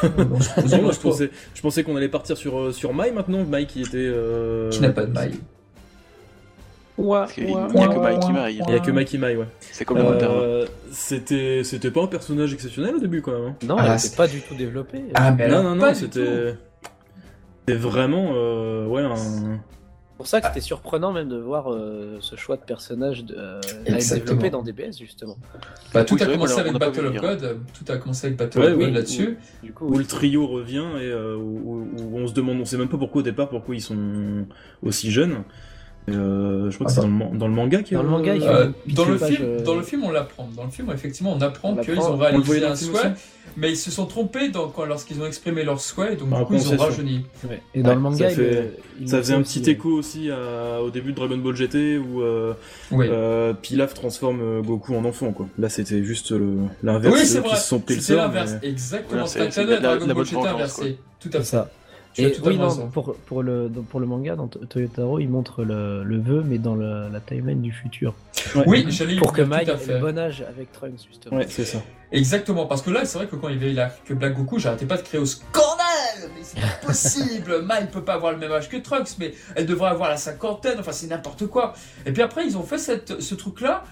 je pensais qu'on allait partir sur Mai maintenant, Mai qui était... Qui n'a pas de Mai. Il n'y a que Mai qui Mai. Il n'y a que Mai qui Mai, ouais. C'est complémentaire. C'était pas un personnage exceptionnel au début, quand même. Non, c'était pas du tout développé. Mais non, c'était vraiment, C'est pour ça que c'était surprenant même de voir ce choix de personnage être développé dans DBS, justement. Tout a commencé avec Battle of God, là-dessus. Du coup, où le trio revient et où on se demande, on sait même pas pourquoi au départ, pourquoi ils sont aussi jeunes. Je crois que c'est dans le manga dans le manga, dans le film on l'apprend. Dans le film effectivement on apprend qu'ils ont réalisé un souhait, mais ils se sont trompés lorsqu'ils ont exprimé leur souhait, donc du coup ils ont rajeuni. Ouais. Et dans le manga, ça faisait un petit écho aussi au début de Dragon Ball GT où Pilaf transforme Goku en enfant, quoi. Là c'était juste l'inverse, oui, c'est vrai. Qui se sont pris le sort. C'est l'inverse, exactement. C'est Dragon Ball GT inversé. Tout à fait. Ça. Et oui, non, pour le manga, dans Toyotaro, il montre le vœu, mais dans la timeline du futur. Oui, j'allais pour que Mai ait le bon âge avec Trunks, justement. Ouais, c'est ça. Exactement, parce que là, c'est vrai que quand il y avait que Black Goku, j'arrêtais pas de crier au scandale, mais c'est pas possible. Mai peut pas avoir le même âge que Trunks, mais elle devrait avoir la cinquantaine, enfin c'est n'importe quoi. Et puis après, ils ont fait ce truc-là.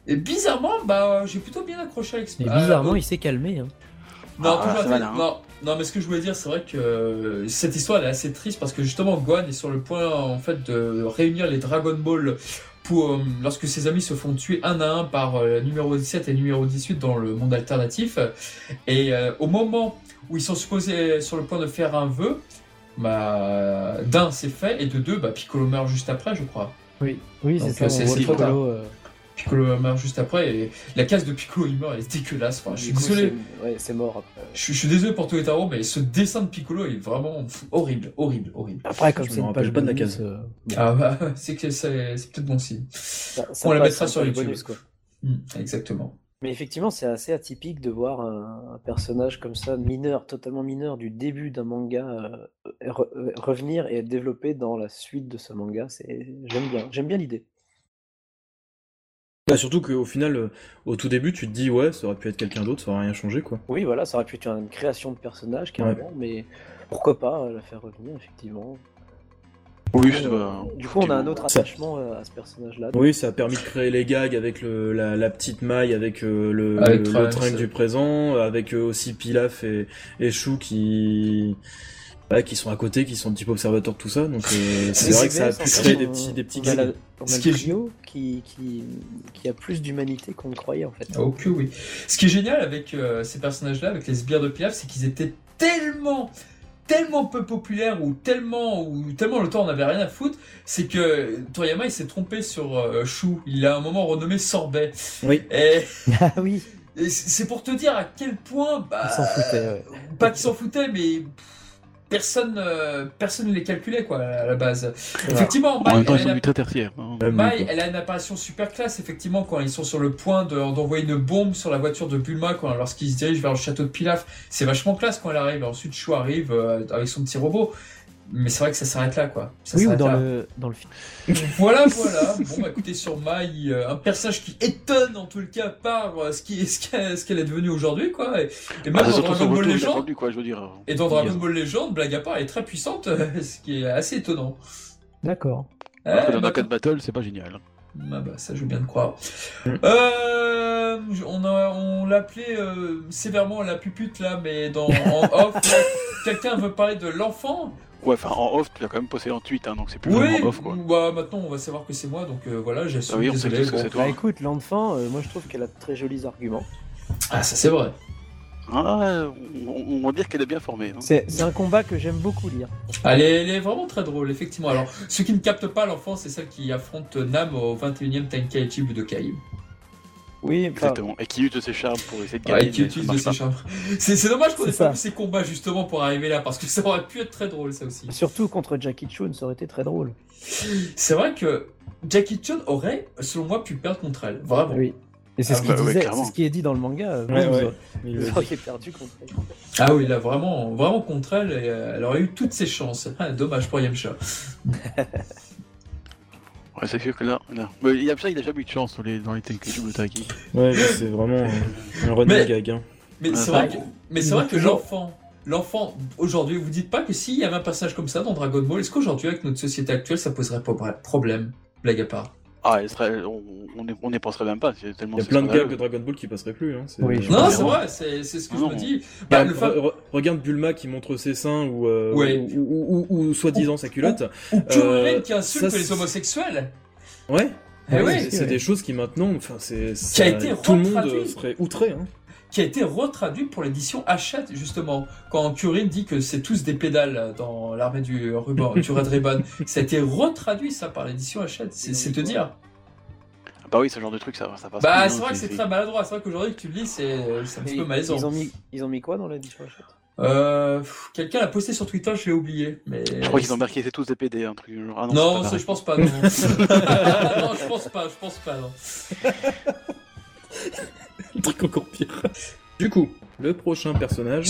Et bizarrement, j'ai plutôt bien accroché à Et bizarrement, il s'est calmé. Hein. Non, non, mais ce que je voulais dire, c'est vrai que cette histoire elle est assez triste parce que justement Gohan est sur le point en fait de réunir les Dragon Ball pour lorsque ses amis se font tuer un à un par numéro 17 et numéro 18 dans le monde alternatif. Et au moment où ils sont supposés sur le point de faire un vœu, d'un c'est fait et de deux, Piccolo meurt juste après, je crois. Oui, c'est ça. C'est trop tard. Piccolo meurt juste après et la case de Piccolo il meurt, elle est dégueulasse. Enfin, je suis désolé. C'est mort après. Je suis désolé pour tous les tarots, mais ce dessin de Piccolo est vraiment horrible. Après, comme c'est une page pas de la case. C'est peut-être bon signe. On la mettra sur YouTube. Bonus, quoi. Exactement. Mais effectivement, c'est assez atypique de voir un personnage comme ça, mineur, totalement mineur, du début d'un manga revenir et être développé dans la suite de ce manga. J'aime bien l'idée. Surtout qu'au final, au tout début, tu te dis ça aurait pu être quelqu'un d'autre, ça aurait rien changé quoi. Oui, voilà, ça aurait pu être une création de personnage carrément, mais pourquoi pas la faire revenir effectivement. Oui, du coup, on a un autre attachement à ce personnage-là. Oui, ça a permis de créer les gags avec la petite maille, avec le Trunks du présent, avec aussi Pilaf et Chou qui sont à côté, qui sont un petit peu observateurs de tout ça, donc c'est vrai que ça a pu créer des petits gags. On a le trio qui a plus d'humanité qu'on ne croyait en fait. Oh que oui. Ce qui est génial avec ces personnages-là, avec les sbires de Pilaf, c'est qu'ils étaient tellement peu populaires ou tellement le temps on n'avait rien à foutre, c'est que Toriyama il s'est trompé sur Chou. Il a à un moment renommé Sorbet. Oui. Ah oui. Et c'est pour te dire à quel point il s'en foutait. Ouais. Pas qu'il s'en foutait, mais personne ne les calculait quoi à la base. Effectivement, en même temps, ils sont du très tertiaire. Mai, elle a une apparition super classe effectivement quand ils sont sur le point d'envoyer une bombe sur la voiture de Bulma lorsqu'ils se dirigent vers le château de Pilaf. C'est vachement classe quand elle arrive. Ensuite, Chou arrive avec son petit robot. Mais c'est vrai que ça s'arrête là quoi. Ou dans le film. Voilà. Bon écoutez, sur Mai, un personnage qui étonne en tout le cas par ce qu'elle est devenue aujourd'hui quoi. Et même dans Dragon Ball Legend, quoi, je veux dire. Et dans Dragon Ball Legend, blague à part, elle est très puissante, ce qui est assez étonnant. D'accord. Alors que dans Naked Battle, c'est pas génial. Ça je veux bien te croire. On l'appelait sévèrement la pupute là, mais en off, quelqu'un veut parler de l'enfant. Ouais, enfin en off, tu l'as quand même posté en tweet, donc c'est plus vraiment off quoi. Maintenant on va savoir que c'est moi, donc voilà, j'assume. Ah oui, on sait tous que c'est toi. Écoute, l'enfant, moi je trouve qu'elle a de très jolis arguments. Ah, ça c'est vrai. On va dire qu'elle est bien formée. Hein. C'est un combat que j'aime beaucoup lire. Elle est vraiment très drôle, effectivement. Alors, ceux qui ne captent pas l'enfant, c'est celle qui affronte Nam au 21e Tenkaichi Budokai. Oui, exactement. Et qui utilise ses charmes pour essayer de gagner. Et qui utilise ses charmes. C'est dommage qu'on ait pas vu ces combats justement pour arriver là, parce que ça aurait pu être très drôle, ça aussi. Surtout contre Jackie Chun, ça aurait été très drôle. C'est vrai que Jackie Chun aurait, selon moi, pu perdre contre elle. Vraiment. Oui. Et c'est ce qu'il disait, c'est ce qui est dit dans le manga. Vous auriez perdu contre elle. Ah oui, là, vraiment contre elle, et elle aurait eu toutes ses chances. Dommage pour Yamcha. Ouais, c'est sûr que là. Mais Yamcha, il a jamais eu de chance dans les Tenkaichi Budokai. Ouais, c'est vraiment un running gag. Hein. Mais c'est vrai que l'enfant, aujourd'hui, vous dites pas que s'il y avait un personnage comme ça dans Dragon Ball, est-ce qu'aujourd'hui, avec notre société actuelle, ça poserait pas problème, blague à part? Ah, on n'y penserait même pas. Il y a plein de gags de Dragon Ball qui passeraient plus. Hein. Non, c'est vrai, c'est ce que je me dis. Regarde Bulma qui montre ses seins ou soi-disant sa culotte. Ou Kuririn qui insulte les homosexuels. Ouais. Ouais, c'est des choses qui maintenant, qui a été tout le monde serait outré. Hein. Qui a été retraduit pour l'édition Hachette, justement. Quand Kuririn dit que c'est tous des pédales dans l'armée du Red Ribbon, ça a été retraduit, ça, par l'édition Hachette. C'est te dire. Bah oui, ce genre de truc, ça passe. C'est vrai que c'est très maladroit. C'est vrai qu'aujourd'hui, que tu le lis, c'est un petit peu malaisant. Ils ont mis quoi dans l'édition Hachette? Quelqu'un l'a posté sur Twitter, je l'ai oublié. Mais... Je crois qu'ils ont marqué c'est tous des PD, un truc genre. Non, je pense pas, non. Non, je pense pas, non. Un truc encore pire. Du coup, le prochain personnage...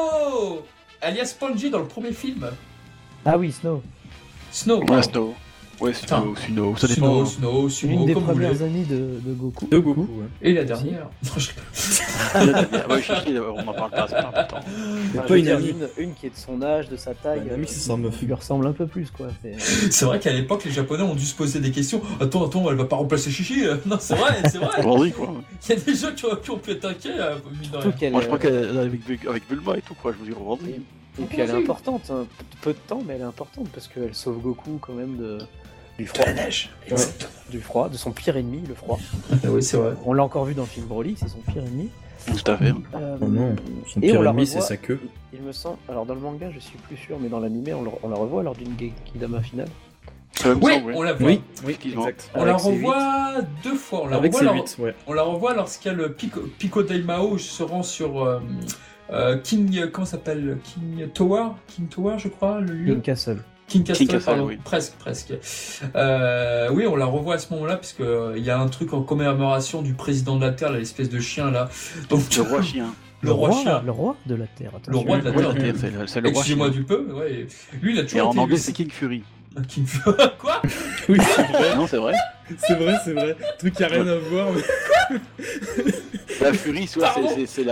Suno, alias Spongy dans le premier film. Ah oui, Snow. Snow. Ouais, Snow. Ouais, Suno, ça dépend. Suno, Une des comme vous voulez. premières amies de Goku. De Goku, ouais. Et la dernière. Ouais, Chichi, on en parle pas, c'est pas important. Enfin, pas je veux une dire, amie. une qui est de son âge, de sa taille. Une amie, c'est sa meuf. Qui lui ressemble un peu plus, quoi. C'est vrai qu'à l'époque, les Japonais ont dû se poser des questions. Attends, elle va pas remplacer Chichi. Non, c'est vrai. Vendry, quoi. Il y a des gens qui ont pu être inquiets, mine de rien. Surtout qu'elle, Moi, je crois qu'elle est avec Bulma et tout, quoi. Je me dis, Vendry. Et puis elle est importante, hein. Peu de temps, mais elle est importante parce qu'elle sauve Goku quand même du froid. De la neige. Ouais, du froid, de son pire ennemi, le froid. Oui, c'est vrai. On l'a encore vu dans le film Broly, c'est son pire ennemi. Tout à fait. Oh non, son et pire on la ennemi, revoit- c'est sa queue. Il me semble. Alors dans le manga, je suis plus sûr, mais dans l'animé, on la revoit lors d'une Genkidama finale. Oui, on la voit. Oui, Effectivement. exact. On la Avec ses revoit deux fois. Avec ses 8, ouais. On la revoit lorsqu'il y a le Pico Daimao se rend sur King. Comment ça s'appelle King Tower, je crois, le lieu. King Castle. King Castle, King Castle, pardon. oui. Presque. Oui, on la revoit à ce moment-là, parce que il y a un truc en commémoration du président de la Terre, là, l'espèce de chien là. Donc Le roi chien. le roi chien. Le roi de la Terre. Le roi de la Terre. C'est le roi Excusez-moi chien. du peu, ouais. Lui, il a Et toujours en été. anglais, c'est King Fury. King Quoi Oui, c'est vrai. Non, c'est vrai. C'est vrai. Truc qui a rien à voir, mais... La Fury, c'est Pardon c'est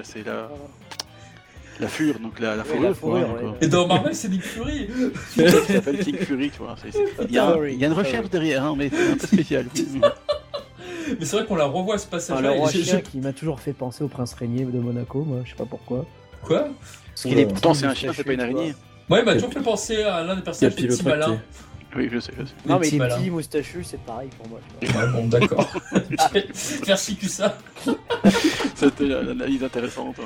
la fure, donc la la fourrure. fourrure, quoi, ouais. donc, Et dans Marvel, c'est Nick Fury. ça s'appelle King Fury, tu vois. Il y a une recherche derrière, hein, mais c'est un peu spécial. Mais c'est vrai qu'on la revoit ce Enfin, passage-là. le roi et chien qui m'a toujours fait penser au prince régnier de Monaco, moi, je sais pas pourquoi. Quoi Parce qu'il est Pourtant, petit, c'est un chien, c'est pas une moustachu, tu araignée. Ouais, il m'a toujours fait penser à l'un des personnages de Petit Malin. Oui, je sais. vois. Non, mais petits il est malins. petit, moustachu, c'est pareil pour moi. tu vois. Ouais, bon, d'accord. Merci que ça. C'était l'analyse intéressante.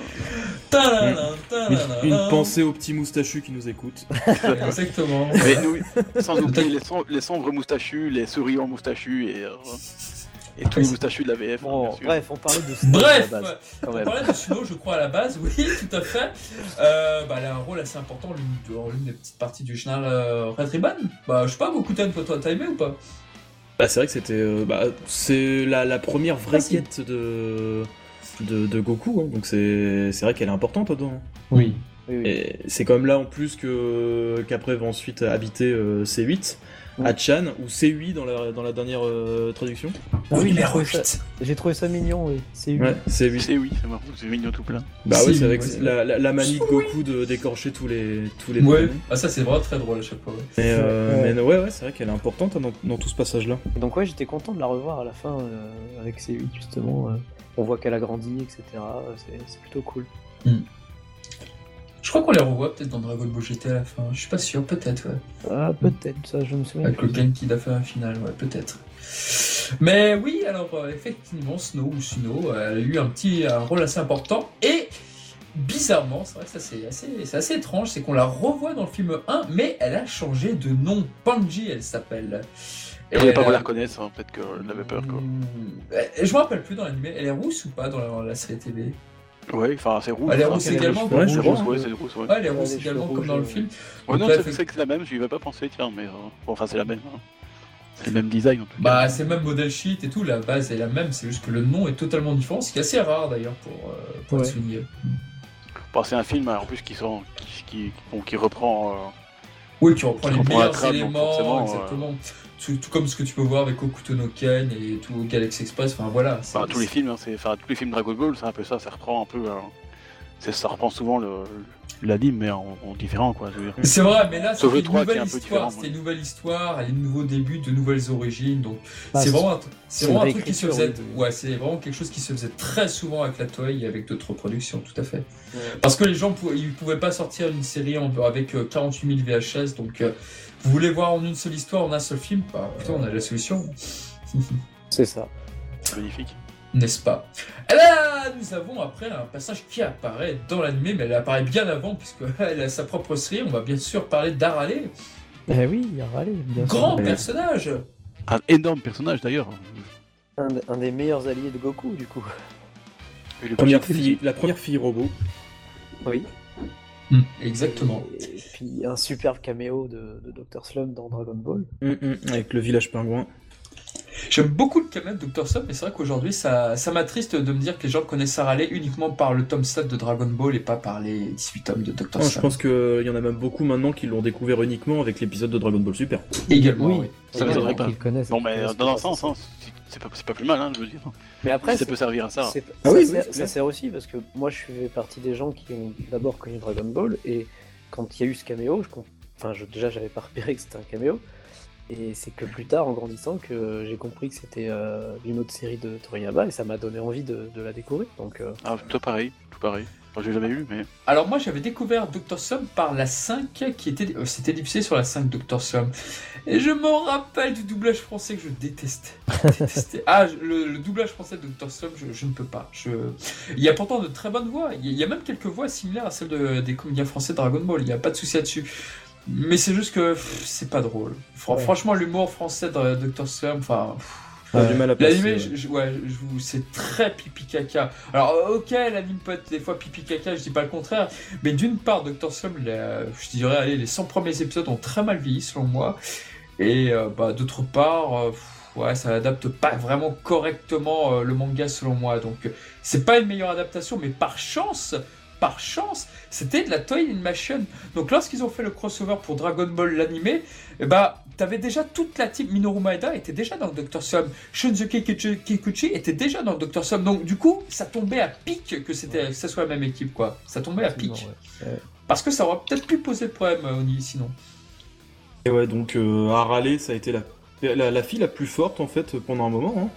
Une pensée aux petits moustachus qui nous écoutent. Exactement. Mais nous, sans oublier les sombres moustachus, les souriants moustachus et tous les moustachus de la VF. Bon, bien sûr. bref, on parlait de Snow Bref, à la base, quand on même. parlait de Suno, je crois, à la base, oui, tout à fait. Elle a un rôle assez important, l'une des petites parties du final Red Ribbon. Bah, je sais pas, Goku, toi, t'as aimé ou pas? Bah, c'est vrai que c'était... c'est la première vraie Ah, si. quête de Goku, hein, donc c'est vrai qu'elle est importante dedans. Oui. Oui. Et c'est comme là en plus qu'après va ensuite habiter C8 à Chan ou C8 dans la dernière traduction. Ah oui, numéro j'ai trouvé ça mignon, oui. C'est Ouais, C8. C'est oui, c'est marrant, c'est mignon tout plein. Bah ouais, Si, c'est avec ouais, c'est- la manie de Goku d'écorcher tous les Ouais, prénoms. ah, ça c'est vraiment très drôle à chaque fois. Ouais. Mais ouais, c'est vrai qu'elle est importante hein, dans tout ce passage-là. Et donc ouais, j'étais content de la revoir à la fin avec C8 justement. On voit qu'elle a grandi, etc. C'est plutôt cool. Je crois qu'on les revoit peut-être dans Dragon Ball GT à la fin. Je suis pas sûr, peut-être, ouais. Ah peut-être, ça je me souviens Avec le plus. Genki a fait un final, ouais, peut-être. Mais oui, alors effectivement, Snow ou Suno, elle a eu un rôle assez important. Et bizarrement, c'est vrai que ça c'est assez étrange, c'est qu'on la revoit dans le film 1, mais elle a changé de nom. Panji, elle s'appelle. Elle voulait pas elle qu'on la a- reconnaisse, hein, peut-être qu'elle avait peur. Quoi. Je me rappelle plus dans l'animé. Elle est rousse ou pas dans la série TV? Ouais, enfin c'est rouge. Elle est enfin, rousse c'est- également. Ouais, C'est je rouge, crois. ouais, c'est rouge, ouais. Ouais, elle est rousse les cheveux également comme rouges, dans le ouais. film. Ouais, non, Donc là, c'est que c'est la même, je n'y avais pas pensé, tiens, mais bon, enfin c'est la même. Hein. C'est le même design en tout cas. Bah, c'est le même modèle sheet et tout, la base est la même, c'est juste que le nom est totalement différent, ce qui est assez rare d'ailleurs pour Ouais. le souligner. Bon, c'est un film en plus qui reprend. Oui, qui reprend Qui les reprend la meilleurs trame, donc éléments, forcément, exactement. Tout comme ce que tu peux voir avec Okuto no Ken et tout Galaxy Express, enfin voilà. Enfin, tous les films, hein, tous les films Dragon Ball, c'est un peu ça, ça reprend un peu. Ça reprend souvent l'anime, mais en différent quoi. Je veux dire. C'est vrai, mais là, Sauf c'était le une 3 qui est nouvelle un peu histoire, différent, c'était ouais. une nouvelle histoire, un nouveau début, de nouvelles origines, donc Bah, c'est vraiment c'est un une truc qui se réécriture, faisait, oui. ouais, c'est vraiment quelque chose qui se faisait très souvent avec la Toei et avec d'autres productions, tout à fait. Parce que les gens ils pouvaient pas sortir une série avec 48 000 VHS, donc vous voulez voir en une seule histoire, en un seul film, bah putain, on a la solution, C'est ça. C'est magnifique. n'est-ce pas? Et là, nous avons après un passage qui apparaît dans l'animé, mais elle apparaît bien avant, puisqu'elle a sa propre série, on va bien sûr parler d'Arale, Eh oui, il y a Raleigh, bien sûr. grand personnage. Un énorme personnage d'ailleurs. Un des meilleurs alliés de Goku, du coup. Et le La première fille robot. Oui. Exactement. Et puis un superbe caméo de Dr. Slump dans Dragon Ball. Avec le village pingouin. J'aime beaucoup le cameo de Dr. Slump, mais c'est vrai qu'aujourd'hui, ça m'attriste de me dire que les gens connaissent Sarah Lee uniquement par le tome 7 de Dragon Ball et pas par les 18 tomes de Dr. Slump. Je pense qu'il y en a même beaucoup maintenant qui l'ont découvert uniquement avec l'épisode de Dragon Ball Super. Également, oui. Ça me donnerait pas. Bon, mais dans un sens, hein, c'est pas plus mal, hein, je veux dire. Mais après, ça peut servir à ça. Ça sert aussi, parce que moi, je fais partie des gens qui ont d'abord connu Dragon Ball, et quand il y a eu ce caméo, déjà, j'avais pas repéré que c'était un caméo. Et c'est que plus tard, en grandissant, que j'ai compris que c'était une autre série de Toriyama, et ça m'a donné envie de la découvrir. Donc, tout pareil. Enfin, j'ai jamais vu, mais... Alors moi, j'avais découvert Dr. Slump par la 5, c'était diffusé sur la 5 Dr. Slump. Et je m'en rappelle du doublage français que je détestais. Le doublage français de Dr. Slump, je ne peux pas. Il y a pourtant de très bonnes voix. Il y a même quelques voix similaires à celles des comédiens français de Dragon Ball. Il n'y a pas de souci là-dessus. Mais c'est juste que c'est pas drôle. Franchement, l'humour français de Dr. Slump, enfin... du mal à passer. L'anime, c'est très pipi caca. Alors, ok, l'anime peut être des fois pipi caca, je dis pas le contraire, mais d'une part, Dr. Slump, je dirais, les 100 premiers épisodes ont très mal vieilli, selon moi, et d'autre part, ça adapte pas vraiment correctement le manga, selon moi, donc c'est pas une meilleure adaptation, mais par chance, c'était de la Toei Animation. Donc lorsqu'ils ont fait le crossover pour Dragon Ball l'animé, t'avais déjà toute la team. Minoru Maeda était déjà dans Dr. Slump, Shunsuke Kikuchi était déjà dans Dr. Slump. Donc du coup, ça tombait à pic que ça soit la même équipe, quoi. Ça tombait à pic. Parce que ça aurait peut-être pu poser le problème sinon. Et ouais, donc Harale, ça a été la fille la plus forte en fait pendant un moment. Hein.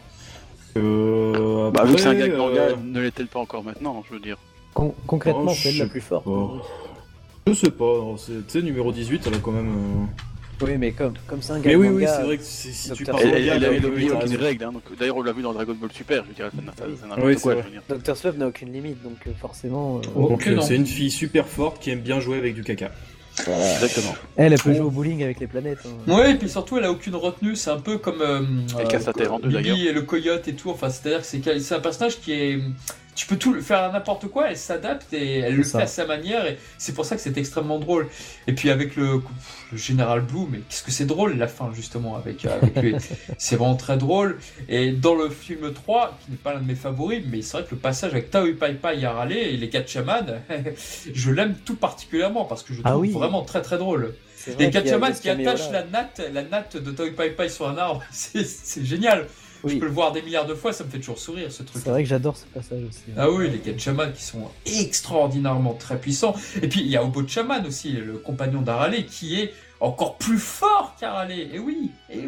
Vu que c'est un gag manga, ne l'est-elle pas encore maintenant, je veux dire. Concrètement, c'est elle la plus forte. Je sais pas, tu sais, numéro 18, elle a quand même... Oui, mais comme c'est un gars manga... Mais oui, c'est vrai que si tu parles elle avait aucune règle, hein, donc, d'ailleurs on l'a vu dans Dragon Ball Super, je veux dire, ça n'a rien quoi, je veux dire. Dr. Slump n'a aucune limite, donc forcément... Donc c'est une fille super forte qui aime bien jouer avec du caca. Voilà. Exactement. Elle peut jouer au bowling avec les planètes. Hein. Ouais, et puis surtout, elle a aucune retenue. C'est un peu comme elle casse la terre en deux, d'ailleurs. Bibi et le coyote et tout. Enfin, c'est-à-dire que c'est un personnage qui est. Tu peux tout faire n'importe quoi, elle s'adapte et elle le fait à sa manière. Et c'est pour ça que c'est extrêmement drôle. Et puis avec le Général Blue, mais qu'est-ce que c'est drôle la fin justement avec lui. C'est vraiment très drôle. Et dans le film 3, qui n'est pas l'un de mes favoris, mais c'est vrai que le passage avec Tao Pai Pai et Harale et les 4 chamans, je l'aime tout particulièrement parce que je trouve vraiment très très drôle. Les 4 chamans qui attachent la natte de Tao Pai Pai sur un arbre, c'est génial. Je peux le voir des milliards de fois, ça me fait toujours sourire ce truc. C'est vrai que j'adore ce passage aussi. Ah oui, les 4 chamans qui sont extraordinairement très puissants. Et puis il y a Obo Chaman aussi, le compagnon d'Harale, qui est encore plus fort qu'Harale. Et oui.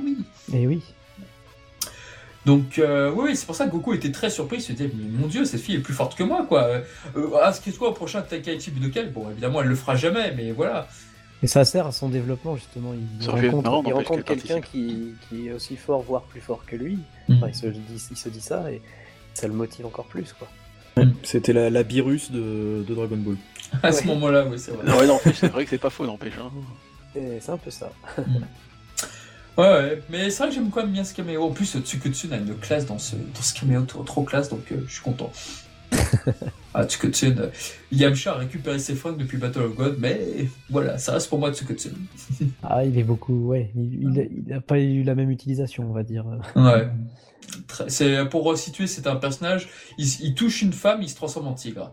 Donc oui, c'est pour ça que Goku était très surpris, il se disait, mais mon Dieu, cette fille est plus forte que moi, quoi. Inscris-toi au prochain Tenkaichi Budokai. Bon, évidemment, elle le fera jamais, mais voilà. Et ça sert à son développement, justement. Il rencontre quelqu'un qui est aussi fort, voire plus fort que lui. Enfin, il se dit ça, et ça le motive encore plus, quoi. C'était la Beerus de Dragon Ball. À ce moment-là, oui, c'est vrai. Non, n'empêche, c'est vrai que c'est pas faux, n'empêche. Hein. C'est un peu ça. Ouais, mais c'est vrai que j'aime quand même bien ce caméo. En plus, Tsukutsun a une classe dans ce caméo, trop classe, donc je suis content. Tsukutsun, Yamcha a récupéré ses fringues depuis Battle of God, mais voilà, ça reste pour moi Tsukutsun. Il est beaucoup, il n'a pas eu la même utilisation, on va dire. Ouais. Pour resituer, c'est un personnage, il touche une femme, il se transforme en tigre.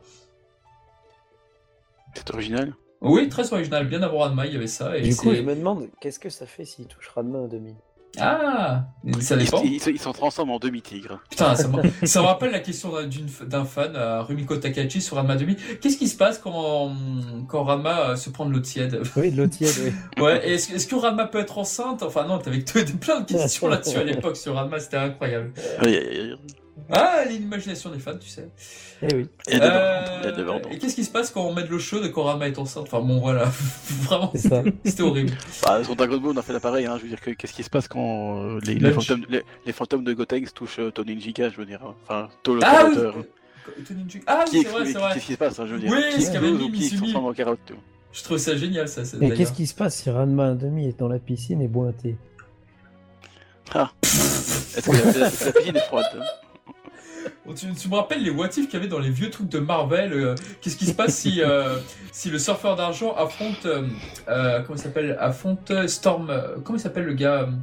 C'est original. Oui, très original, bien avant Ranma, il y avait ça. Et du coup, je me demande, qu'est-ce que ça fait s'il touche Ranma en demi? Ah, ça dépend. Il s'en transforme en demi-tigre. Putain, ça me rappelle la question d'un fan, Rumiko Takahashi, sur Ranma 2000. Qu'est-ce qui se passe quand Ranma se prend de l'eau tiède? Oui, de l'eau tiède, oui. Ouais, est-ce que Ranma peut être enceinte? Enfin non, t'avais plein de questions là-dessus à l'époque sur Ranma, c'était incroyable. Ah, l'imagination des fans, tu sais. Eh oui. Et qu'est-ce qui se passe quand on met de l'eau chaude et quand Ranma est enceinte? Enfin bon, voilà. Vraiment, c'était horrible. Sur Dragon Ball, on a fait l'appareil, hein. Je veux dire, qu'est-ce qui se passe quand les fantômes de Gotenks touchent Toninjika, je veux dire. Enfin, Tolo. Ah oui, c'est vrai. Qu'est-ce qui se passe, hein, je veux dire. Oui, ce qu'avait dit qui se transforme en carotte. Je trouve ça génial, ça. Et qu'est-ce qui se passe si Ranma 1/2 est dans la piscine et boit un thé? Est-ce que la piscine est froide? Tu me rappelles les what if qu'il y avait dans les vieux trucs de Marvel. Qu'est-ce qui se passe si le surfeur d'argent affronte comment il s'appelle Storm, comment il s'appelle le gars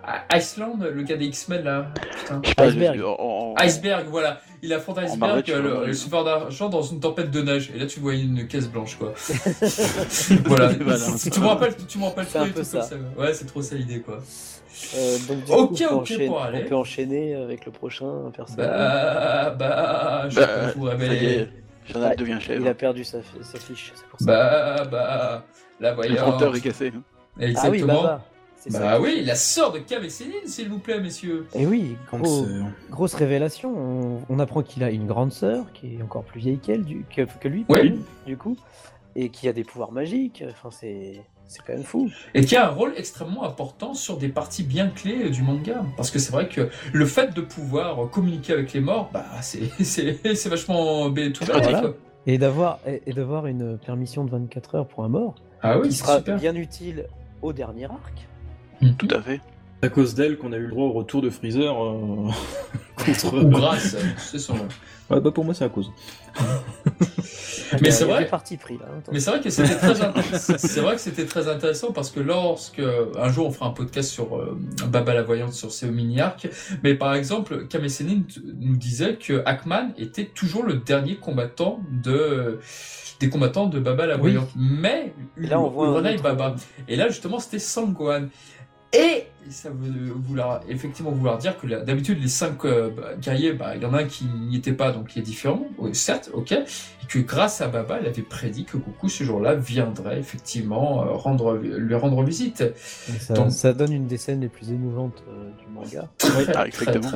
Iceland, le gars des X-Men là. Putain. Iceberg. Iceberg, voilà. Il affronte Iceberg, le super d'argent dans une tempête de neige. Et là, tu vois une caisse blanche, quoi. Voilà. Tu me rappelles c'est un peu ça. Ouais, c'est trop ça l'idée, quoi. Donc, du Ok, coup, pour aller. On peut enchaîner avec le prochain personnage. Je vous révéler. Jonathan devient chef. Il a perdu sa fiche, c'est pour ça. La Le voyante. compteur est cassé. Exactement. Ah oui, Baba. C'est ça. Oui, la sœur de Cam et Céline, s'il vous plaît, messieurs. Et oui, grosse révélation. On apprend qu'il a une grande sœur qui est encore plus vieille que lui, Oui. du coup, et qui a des pouvoirs magiques. Enfin, c'est quand même fou. Et qui a un rôle extrêmement important sur des parties bien clés du manga. Parce que c'est vrai que le fait de pouvoir communiquer avec les morts, bah, c'est vachement tout voilà. Et d'avoir une permission de 24 heures pour un mort, qui sera super. bien utile au dernier arc. Tout à fait. À cause d'elle qu'on a eu le droit au retour de Freezer contre... Ou grâce, c'est son nom. Ouais, bah pour moi c'est à cause. Mais c'est vrai. Parti pris là. Mais c'est vrai que c'était très intéressant. C'est vrai que c'était très intéressant parce que lorsque un jour on fera un podcast sur Baba la voyante sur ces mini arcs, mais par exemple Kame Sennin nous disait que Hackman était toujours le dernier combattant des combattants de Baba la voyante. Mais là on voit Baba. Et là justement c'était Sangohan. Et ça veut effectivement vouloir dire que d'habitude les 5 guerriers, il y en a un qui n'y était pas, donc qui est différent, certes, ok, et que grâce à Baba, elle avait prédit que Goku ce jour-là viendrait effectivement lui rendre visite. Ça donne une des scènes les plus émouvantes du manga. Exactement.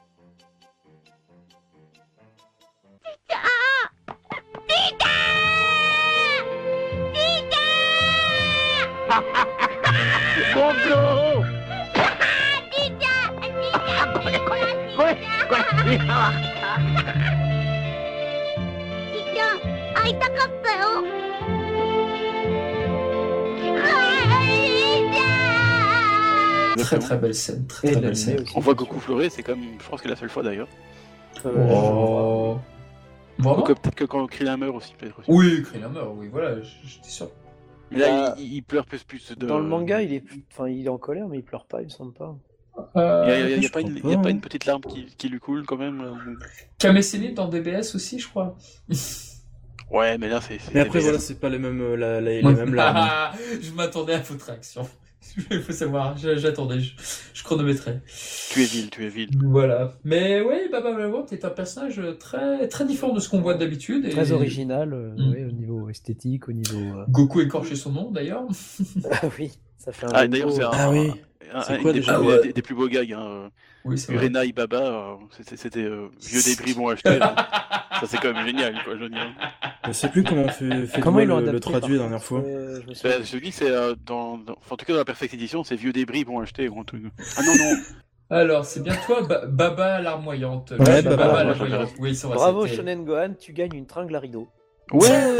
Très belle scène, très belle scène. On voit Goku pleurer, c'est comme, je pense que la seule fois d'ailleurs. Vraiment peut-être que quand Krillin meurt aussi, peut-être aussi. Oui, Krillin meurt, oui, voilà, j'étais sûr. Mais là, il pleure plus de... Dans le manga, il est en colère, mais il pleure pas, il me semble pas. Il n'y a pas une petite larme qui lui coule quand même. Kame Sennin dans DBS aussi, je crois. Ouais, mais là, Mais après, voilà, c'est pas les mêmes larmes. Je m'attendais à votre réaction. Il faut savoir, j'attendais, je chronométrais. Tu es vil. Voilà. Mais oui, Baba la voyante est un personnage très, très différent de ce qu'on voit d'habitude. Très original, au niveau esthétique, au niveau... Goku écorché son nom, d'ailleurs. Oui, ça fait un d'ailleurs, c'est des plus beaux gags. Oui, c'est Urena et Baba, c'était vieux débris bon acheté. Ça, c'est quand même génial, quoi, je veux dire. Je sais plus comment comment ils l'ont le traduit la dernière fois. Je dis, c'est en tout cas dans la Perfect Edition, c'est vieux débris bon acheté, gros truc. Ah non. Alors, c'est bien toi, Baba larmoyante. Ouais, Baba larmoyante. Oui, c'est vrai. Bravo Shonen Gohan, tu gagnes une tringle à rideau. Ouais.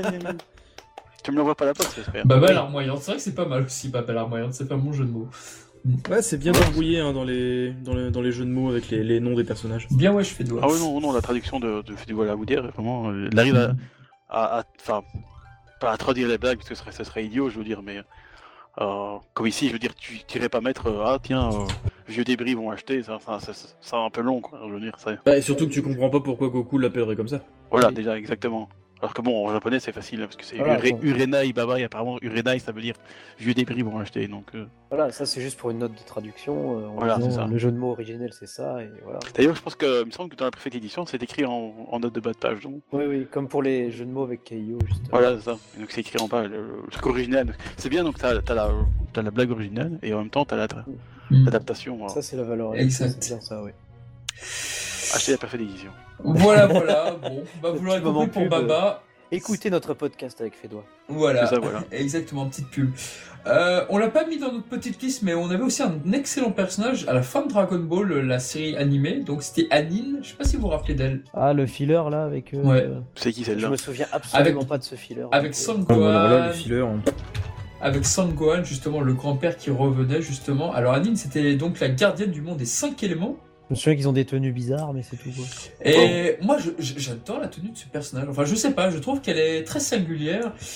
Tu me l'envoies pas la poste, j'espère. Baba larmoyante, c'est vrai que c'est pas mal aussi, Baba larmoyante, c'est pas mon jeu de mots. Ouais, c'est bien débrouillé dans les jeux de mots avec les noms des personnages. Bien, ouais, je fais doigt. Ah oui, non, la traduction de Fedouala Woudier, vraiment, elle arrive enfin, pas à traduire les blagues, parce que ce serait idiot, je veux dire, mais comme ici, je veux dire, tu irais pas mettre, vieux débris vont acheter, ça un peu long, quoi, je veux dire. Et surtout que tu comprends pas pourquoi Goku l'appellerait comme ça. Voilà, déjà, exactement. Alors que bon, en japonais c'est facile, parce que c'est Urenai Baba, et apparemment Urenai ça veut dire vieux débris vont acheter, donc... Voilà, ça c'est juste pour une note de traduction, voilà, c'est ça. Le jeu de mots originel c'est ça, et voilà. D'ailleurs, je pense il me semble que dans la Perfect Edition, c'est écrit en note de bas de page, donc... Oui, comme pour les jeux de mots avec Keiyo, justement. Voilà, c'est ça, donc c'est écrit en bas, le truc original. C'est bien, donc t'as la blague originale, et en même temps t'as l'adaptation. Voilà. Ça c'est la valeur, exact. C'est bien ça, oui. Acheter la Perfect Edition. Voilà, bon, vous l'aurez compris pour Baba. Écoutez notre podcast avec Fédois. Voilà, c'est ça, voilà. Exactement, petite pub. On l'a pas mis dans notre petite liste, mais on avait aussi un excellent personnage à la fin de Dragon Ball, la série animée. Donc c'était Anine, je sais pas si vous vous rappelez d'elle. Ah, le filler là avec... Ouais. C'est qui celle-là? Je me souviens absolument pas de ce filler. Avec Sangohan. Voilà, les fillers. Avec Sangohan, justement, le grand-père qui revenait, justement. Alors Anine, c'était donc la gardienne du monde des 5 éléments. Je me souviens qu'ils ont des tenues bizarres, mais c'est tout. Et moi, j'adore la tenue de ce personnage. Enfin, je sais pas, je trouve qu'elle est très singulière.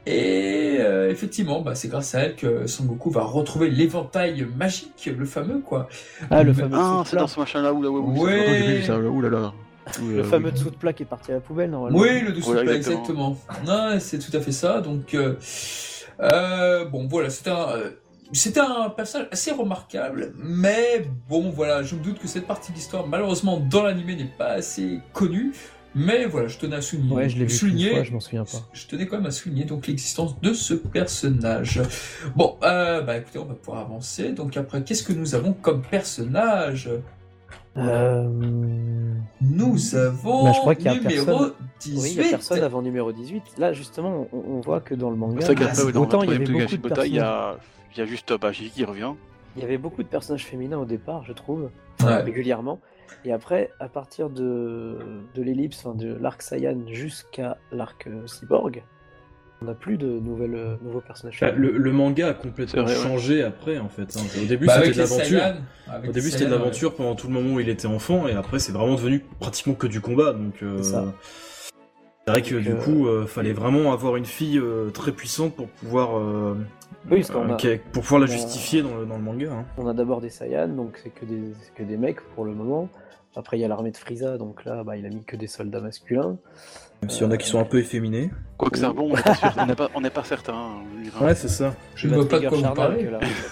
Et effectivement, c'est grâce à elle que Son Goku va retrouver l'éventail magique, le fameux quoi. Le fameux c'est dans ce machin-là, ouais. J'ai vu ça, oulala. Le fameux dessous de plat qui est parti à la poubelle, normalement. Oui, le dessous de plat, exactement. Non, c'est tout à fait ça. Donc, voilà, c'était un personnage assez remarquable, mais bon, voilà, je me doute que cette partie de l'histoire, malheureusement, dans l'animé, n'est pas assez connue. Mais voilà, je tenais à souligner. Ouais, je l'ai vu une fois, je m'en souviens pas. Je tenais quand même à souligner donc l'existence de ce personnage. Bon, écoutez, on va pouvoir avancer. Donc après, qu'est-ce que nous avons comme personnage ? Nous avons je crois qu'il y a numéro 18. Oui, il n'y a personne avant numéro 18. Là, justement, on voit que dans le manga, autant il y avait beaucoup de personnages. Il y a juste Gigi qui revient. Il y avait beaucoup de personnages féminins au départ, je trouve, ouais. Régulièrement. Et après, à partir de l'ellipse, de l'arc Saiyan jusqu'à l'arc Cyborg, on n'a plus de nouveaux personnages féminins. Le manga a complètement changé après, en fait. Au début, c'était de l'aventure. Au début, c'était de l'aventure pendant tout le moment où il était enfant, et après, c'est vraiment devenu pratiquement que du combat. Donc, c'est vrai que du coup, fallait vraiment avoir une fille très puissante pour pouvoir. Pour pouvoir la justifier dans le manga. Hein. On a d'abord des Saiyans, donc c'est que des mecs pour le moment. Après, il y a l'armée de Frieza, donc là, il a mis que des soldats masculins. Même s'il y en a qui sont un peu efféminés. Quoique c'est bon, on n'est pas sûr, on n'est pas certain. Ouais, c'est ça. Je ne vois pas de quoi vous parlez.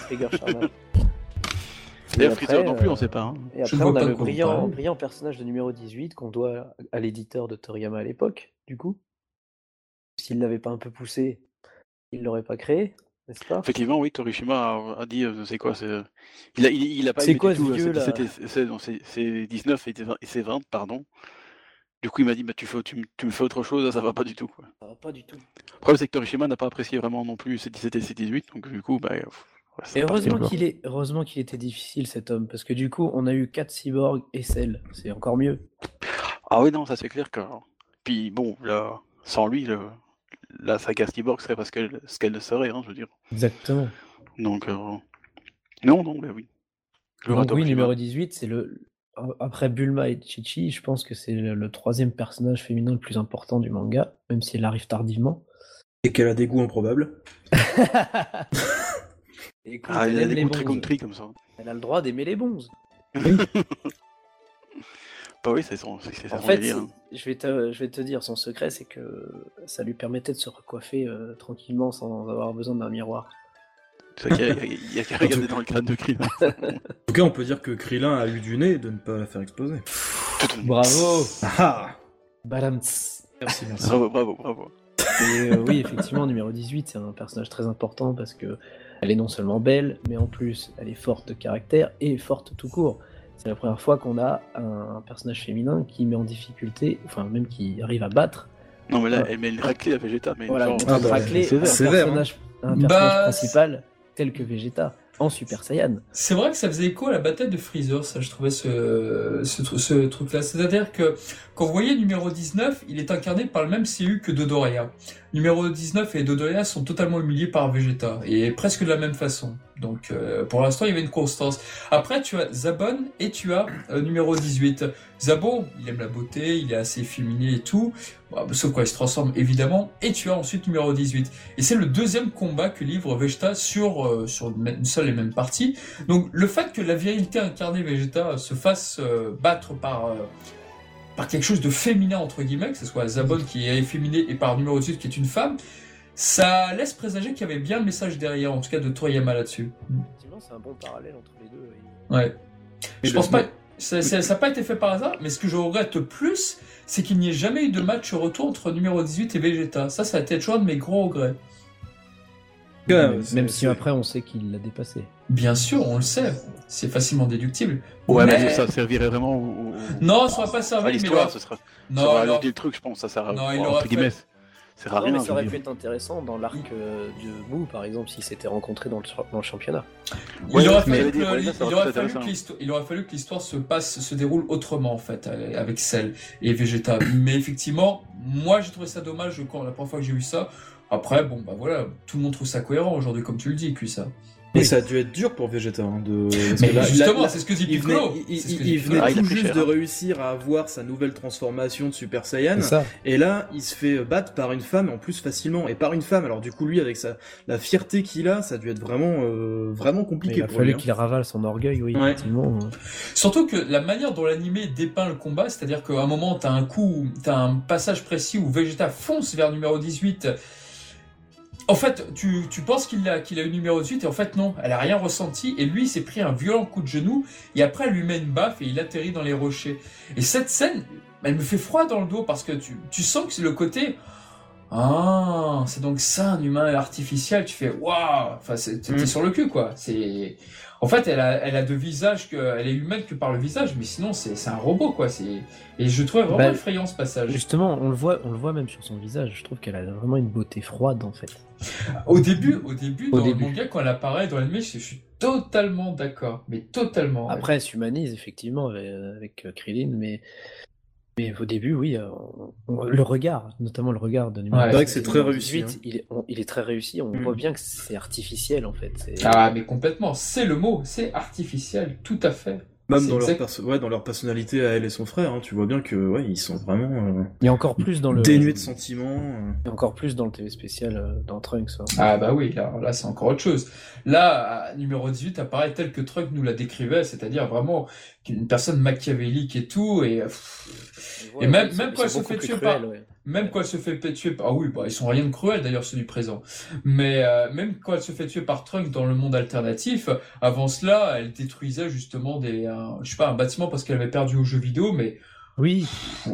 D'ailleurs, Frieza non plus, on ne sait pas. Hein. Et après, on a le brillant personnage de numéro 18 qu'on doit à l'éditeur de Toriyama à l'époque, du coup. S'il ne l'avait pas un peu poussé, il ne l'aurait pas créé. N'est-ce pas ? Effectivement, oui, Torishima a dit c'est quoi, il a pas c'est aimé quoi du tout, ce vieux là ? c'est 19 et c'est 20, pardon. Du coup, il m'a dit tu me fais autre chose, ça va pas du tout. Quoi. Ça va pas du tout. Le problème, c'est que Torishima n'a pas apprécié vraiment non plus ces 17 et ces 18, donc du coup, et heureusement qu'il était difficile cet homme, parce que du coup, on a eu 4 cyborgs et Cell, c'est encore mieux. Ah oui, non, ça c'est clair que. Puis bon, là, sans lui, la saga Cyborg serait parce ce qu'elle serait, je veux dire. Exactement. Donc, non, mais oui. Donc oui, numéro 18, c'est après Bulma et Chi-Chi, je pense que c'est le troisième personnage féminin le plus important du manga, même si elle arrive tardivement. Et qu'elle a des goûts improbables. Écoute, elle a des goûts très country comme ça. Elle a le droit d'aimer les bonzes. Oui, c'est son délire. Je vais te dire, son secret, c'est que ça lui permettait de se recoiffer tranquillement sans avoir besoin d'un miroir. C'est vrai qu'il y a qu'à regarder dans le crâne de Krillin. En tout cas, on peut dire que Krillin a eu du nez de ne pas la faire exploser. Bravo. Balance. Merci. Bravo. Et oui, effectivement, numéro 18, c'est un personnage très important parce que elle est non seulement belle, mais en plus, elle est forte de caractère et forte tout court. C'est la première fois qu'on a un personnage féminin qui met en difficulté, enfin même qui arrive à battre. Non mais là, elle met une raclée à Vegeta, mais voilà, raclée un personnage principal tel que Vegeta en Super Saiyan. C'est vrai que ça faisait écho à la bataille de Freezer, ça je trouvais ce truc-là. C'est-à-dire que quand vous voyez numéro 19, il est incarné par le même CU que Dodoria. Numéro 19 et Dodoria sont totalement humiliés par Vegeta, et presque de la même façon. Donc pour l'instant, il y avait une constance. Après, tu as Zabon et tu as numéro 18. Zabon, il aime la beauté, il est assez féminin et tout, sauf quand il se transforme évidemment. Et tu as ensuite numéro 18. Et c'est le deuxième combat que livre Vegeta sur une seule et même partie. Donc le fait que la virilité incarnée Vegeta se fasse battre par quelque chose de féminin entre guillemets, que ce soit Zabon qui est efféminé et par numéro 18 qui est une femme, ça laisse présager qu'il y avait bien le message derrière, en tout cas de Toriyama là-dessus. Effectivement, c'est un bon parallèle entre les deux. Ouais. Je pense pas. Ça n'a pas été fait par hasard, mais ce que je regrette plus, c'est qu'il n'y ait jamais eu de match retour entre numéro 18 et Vegeta. Ça a été toujours un de mes gros regrets. Même si après on sait qu'il l'a dépassé. Bien sûr, on le sait. C'est facilement déductible. Ouais, mais ça servirait vraiment Non, ça ne va pas servir. À l'histoire, ce sera... Non, ça va rajouter le truc, je pense. Ça sert à... entre guillemets. C'est rare, mais ça aurait pu être intéressant dans l'arc de Boo, par exemple, s'ils s'étaient rencontrés dans le championnat. Il aurait fallu que l'histoire se déroule autrement, en fait, avec Cell et Vegeta. Mais effectivement, moi, j'ai trouvé ça dommage la première fois que j'ai vu ça. Après, voilà, tout le monde trouve ça cohérent aujourd'hui, comme tu le dis, puis ça. Et ça a dû être dur pour Vegeta. Mais justement, c'est ce que dit Piccolo. Il venait tout juste de réussir à avoir sa nouvelle transformation de Super Saiyan. Et là, il se fait battre par une femme, en plus facilement. Et par une femme. Alors du coup, lui, avec la fierté qu'il a, ça a dû être vraiment compliqué pour lui. Il a fallu qu'il ravale son orgueil, oui, effectivement. Surtout que la manière dont l'animé dépeint le combat, c'est-à-dire qu'à un moment, t'as un passage précis où Vegeta fonce vers numéro 18. En fait, tu penses qu'il a eu numéro 18 et en fait non, elle a rien ressenti et lui il s'est pris un violent coup de genou et après elle lui met une baffe et il atterrit dans les rochers. Et cette scène, elle me fait froid dans le dos parce que tu sens que c'est le côté c'est donc ça un humain artificiel, tu fais waouh, enfin t'es sur le cul quoi. En fait, elle a de visage elle est humaine que par le visage, mais sinon c'est un robot quoi. Et je trouvais vraiment effrayant ce passage. Justement, on le voit même sur son visage. Je trouve qu'elle a vraiment une beauté froide en fait. Au début, dans le manga, quand elle apparaît dans l'anime, je suis totalement d'accord, mais totalement. Après, elle s'humanise effectivement avec Krillin, mais au début, oui, le regard, notamment le regard de numéro 18. C'est vrai que c'est très réussi. Il est très réussi. On voit bien que c'est artificiel en fait. Mais complètement. C'est le mot. C'est artificiel, tout à fait. Même dans leur personnalité à elle et son frère, tu vois bien que ils sont vraiment il y a encore plus dans le dénués de sentiments. Il y a encore plus dans le TV spécial dans Trunks. Oui, là c'est encore autre chose. Là, numéro 18 apparaît tel que Trunks nous la décrivait, c'est-à-dire vraiment une personne machiavélique et tout, et même quand elle se fait tuer par... Même quand elle se fait tuer par... ils sont rien de cruels d'ailleurs ceux du présent. Mais même quand elle se fait tuer par Trunks dans le monde alternatif, avant cela, elle détruisait justement un bâtiment parce qu'elle avait perdu au jeu vidéo, mais... Oui.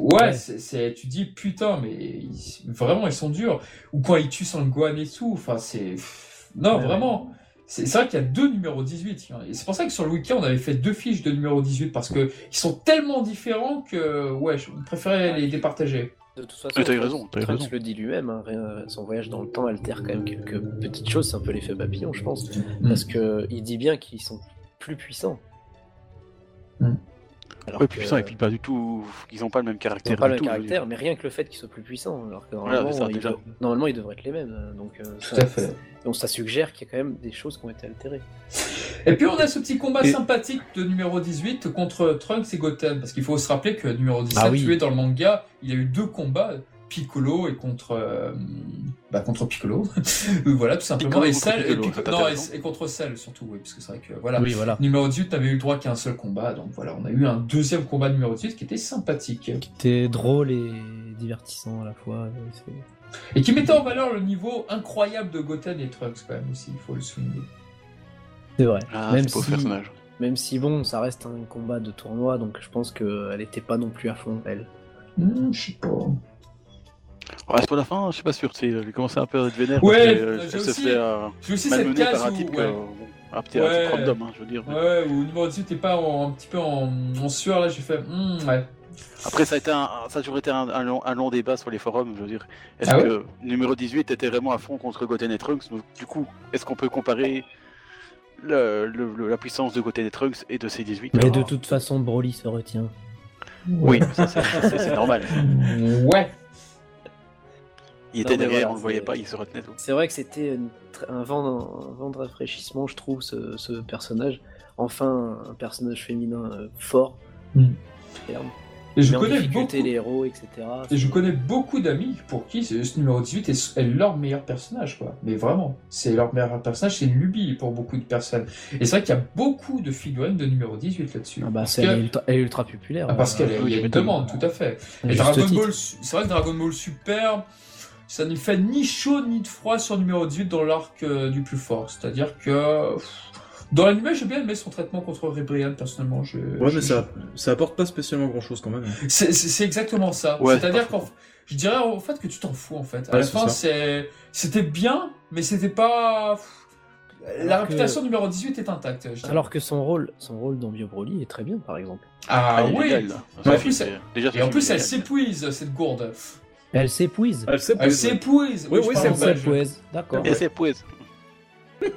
Tu dis putain, mais vraiment ils sont durs. Ou quand ils tuent Sangohan et tout, enfin c'est... Non, vraiment... C'est vrai qu'il y a 2 numéros 18. Et c'est pour ça que sur le wiki, on avait fait 2 fiches de numéro 18 parce que ils sont tellement différents que je préférais les départager. De toute façon, t'as eu raison. Trunks le dit lui-même, son voyage dans le temps altère quand même quelques petites choses, c'est un peu l'effet papillon, je pense. Parce que il dit bien qu'ils sont plus puissants. Plus puissants et puis pas du tout, ils n'ont pas le même caractère. Ils n'ont pas le même caractère, mais rien que le fait qu'ils soient plus puissants, alors que normalement ils devraient être les mêmes. Donc, tout à fait. Donc ça suggère qu'il y a quand même des choses qui ont été altérées. Et puis on a ce petit combat sympathique de numéro 18 contre Trunks et Goten, parce qu'il faut se rappeler que numéro 17, tué dans le manga, il y a eu 2 combats, Piccolo et contre Piccolo. Voilà, tout simplement. Et Cell et contre Cell surtout, parce que c'est vrai que voilà. Numéro 18 n'avait eu le droit qu'à un seul combat, donc voilà, on a eu un deuxième combat de numéro 18 qui était sympathique. Qui était drôle et divertissant à la fois. Et qui mettait en valeur le niveau incroyable de Goten et Trunks quand même aussi, il faut le souligner. C'est vrai. Même si ça reste un combat de tournoi, donc je pense qu'elle était pas non plus à fond, elle. Je sais pas. Pour la fin, je suis pas sûr. Elle commençait un peu à être vénère. J'ai aussi cette case par un type un petit random, je veux dire. Ouais, où numéro 18 t'es pas un petit peu en sueur, là, j'ai fait ouais. Après, ça a toujours été un long débat sur les forums, je veux dire. Est-ce que numéro 18 était vraiment à fond contre Goten et Trunks? Donc, du coup, est-ce qu'on peut comparer la puissance de Goten et Trunks et de ces 18? Mais de toute façon, Broly se retient. Oui, ça c'est normal. Ouais. Il était derrière, on le voyait pas, il se retenait tout. C'est vrai que c'était un vent de rafraîchissement, je trouve, ce personnage. Enfin, un personnage féminin fort. Et je connais beaucoup les héros, etc. Et je connais beaucoup d'amis pour qui ce numéro 18 est leur meilleur personnage, quoi. Mais vraiment, c'est leur meilleur personnage, c'est une lubie pour beaucoup de personnes. Et c'est vrai qu'il y a beaucoup de figurines de numéro 18 là-dessus. Elle est ultra populaire. Parce qu'il y a une demande, tout à fait. Et Dragon Ball, c'est vrai que Dragon Ball Super, ça ne fait ni chaud ni de froid sur numéro 18 dans l'arc du plus fort. C'est-à-dire que... Dans l'anime, j'ai bien aimé son traitement contre Rebrian, personnellement. Mais ça apporte pas spécialement grand-chose quand même. C'est exactement ça. C'est-à-dire je dirais en fait que tu t'en fous en fait. À la fin, c'était bien, mais c'était pas... La réputation numéro 18 est intacte. Alors que son rôle dans Bio Broly est très bien, par exemple. Oui. Et en plus, elle s'épuise, cette gourde. Elle s'épuise. Elle s'épuise. Oui, c'est s'épuise. D'accord. Elle s'épuise.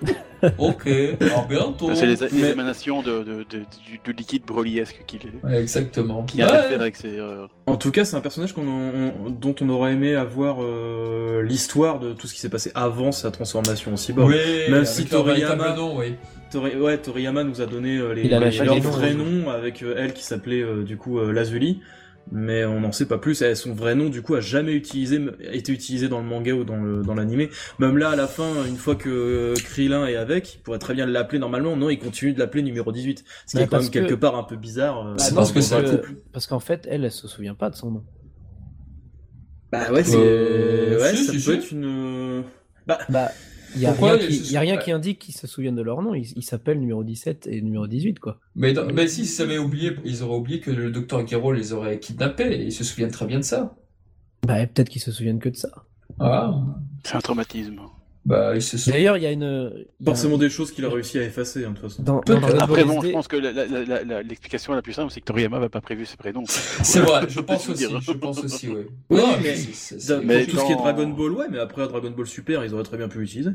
Ok, alors bientôt. C'est les émanations du liquide broliesque qu'il est. Ouais, exactement. Qui interfère avec ses. En tout cas, c'est un personnage dont on aurait aimé avoir l'histoire de tout ce qui s'est passé avant sa transformation en cyborg. Oui, même si Toriyama, nom, oui. Toriyama nous a donné leurs vrais noms avec elle qui s'appelait du coup Lazuli. Mais on n'en sait pas plus. Son vrai nom, du coup, a jamais été utilisé dans le manga ou dans l'animé. Même là, à la fin, une fois que Krillin est avec, il pourrait très bien l'appeler normalement. Non, il continue de l'appeler numéro 18. Ce qui est quand même quelque part un peu bizarre. Parce qu'en fait, elle se souvient pas de son nom. Bah ouais, ça peut être une... Il y a rien qui indique qu'ils se souviennent de leur nom. Ils s'appellent numéro 17 et numéro 18, quoi. Mais s'ils avaient oublié, ils auraient oublié que le docteur Gero les aurait kidnappés, et ils se souviennent très bien de ça. Bah, peut-être qu'ils se souviennent que de ça. Ah. C'est un traumatisme. Bah, ils se souviennent. D'ailleurs, il y a une... Forcément des choses qu'il a réussi à effacer, de toute façon. Après, bon, je pense que l'explication la plus simple, c'est que Toriyama n'avait pas prévu ses prénoms. C'est vrai, je pense aussi, oui. Oui, mais tout ce qui est Dragon Ball, ouais, mais après Dragon Ball Super, ils auraient très bien pu l'utiliser.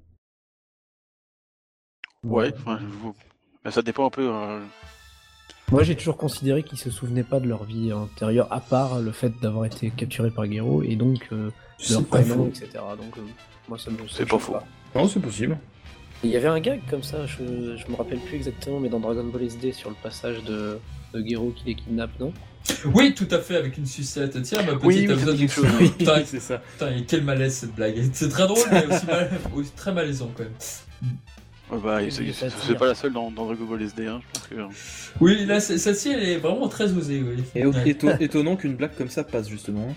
Ouais, mais ça dépend un peu. Moi, j'ai toujours considéré qu'ils se souvenaient pas de leur vie antérieure, à part le fait d'avoir été capturés par Gero, et donc de leur prénom, etc. Donc, moi, ça me... C'est pas faux. Non, c'est possible. Il y avait un gag comme ça, je me rappelle plus exactement, mais dans Dragon Ball SD, sur le passage de Gero qui les kidnappe, non? Oui, tout à fait, avec une sucette. Tiens, ma petite, besoin d'une chose. Putain, c'est ça. Putain, quel malaise cette blague. C'est très drôle, mais aussi très malaisant, quand même. Ouais, bah, c'est pas la seule dans Dragon Ball SD, hein, je pense que... Oui, là, celle-ci, elle est vraiment très osée, oui. Et étonnant qu'une blague comme ça passe, justement.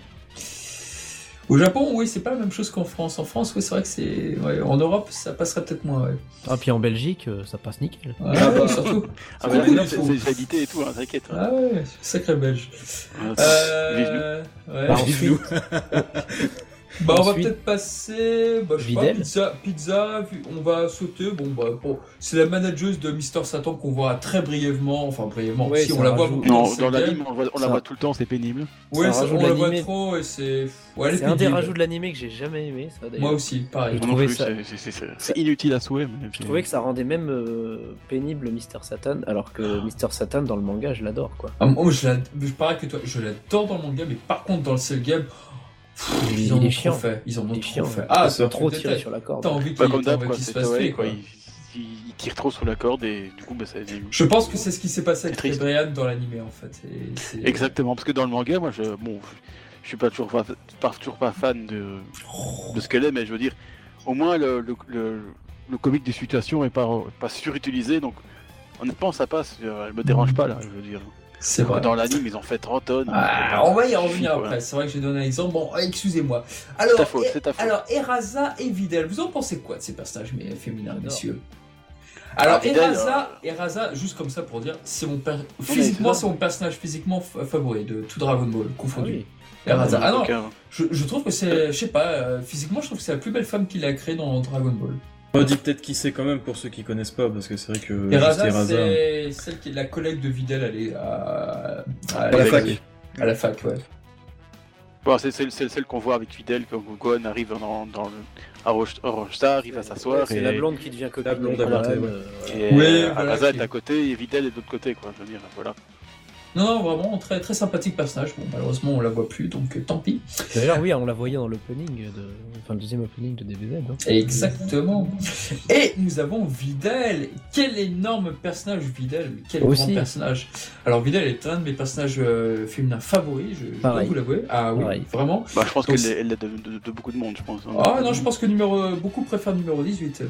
Au Japon, oui, c'est pas la même chose qu'en France. En France, oui, c'est vrai que c'est... Ouais, en Europe, ça passerait peut-être moins, ouais. Ah, puis en Belgique, ça passe nickel. Ouais, surtout. Ah, mais là, c'est édité et tout, hein, t'inquiète. Ah ouais, sacré belge. Ouais. Ensuite... Bah, on va peut-être passer, je sais pas, pizza, on va sauter, c'est la manageuse de Mister Satan qu'on voit très brièvement, ouais, si on la voit beaucoup. Non, dans l'anime, on la voit tout le temps, c'est pénible. Ouais, on la voit trop et c'est... Ouais, c'est un des rajouts de l'animé que j'ai jamais aimé, ça, d'ailleurs. Moi aussi, pareil. C'est inutile à souhait. Je trouvais que ça rendait même pénible Mister Satan, alors que Mister Satan, dans le manga, je l'adore, quoi. Moi, pareil que toi, je l'adore dans le manga, mais par contre, dans le Cell Game... Ils en ont trop fait. Ah, c'est trop tiré sur la corde. T'as envie qu'il se fasse tuer, quoi. Il tire trop sur la corde et du coup, ça... Je pense que c'est ce qui s'est passé avec Brian dans l'animé, en fait. Exactement, parce que dans le manga, moi, je suis toujours pas fan de ce qu'elle est, mais je veux dire, au moins le comique des situations est pas surutilisé, donc honnêtement, ça passe. Elle me dérange pas là, je veux dire. C'est vrai. Dans l'anime, ils ont fait 30 tonnes. On va y revenir après. C'est vrai que j'ai donné un exemple. Bon, excusez-moi. Alors, c'est ta faute. Alors, Eraza et Videl, vous en pensez quoi de ces personnages féminins, messieurs? Alors, Eraza, juste comme ça pour dire, c'est mon physiquement, c'est mon personnage physiquement favori de tout Dragon Ball confondu. Eraza. Ah non, je trouve que c'est, je sais pas, physiquement, je trouve que c'est la plus belle femme qu'il a créée dans Dragon Ball. On dit peut-être qui c'est quand même pour ceux qui connaissent pas, parce que c'est vrai que... Eraza, c'est celle qui est la collègue de Videl, elle est à la fac. À la fac, ouais. Bon, c'est celle qu'on voit avec Videl, quand Gohan arrive à Rockstar, il va s'asseoir. C'est la blonde qui devient copine. La blonde à côté, ouais. Eraza est à côté et Videl est de l'autre côté, quoi, je veux dire, voilà. Non, vraiment, très, très sympathique personnage. Bon, malheureusement, on la voit plus, donc tant pis. D'ailleurs, oui, on la voyait dans l'opening, le deuxième opening de DBZ. Hein. Exactement. Et nous avons Videl. Quel énorme personnage, Videl. Quel grand personnage. Alors, Videl est un de mes personnages féminins favoris, je dois vous l'avouer. Ah oui, vraiment. Bah, je pense qu'elle est de beaucoup de monde, je pense. Ah non, je pense que beaucoup préfèrent numéro 18.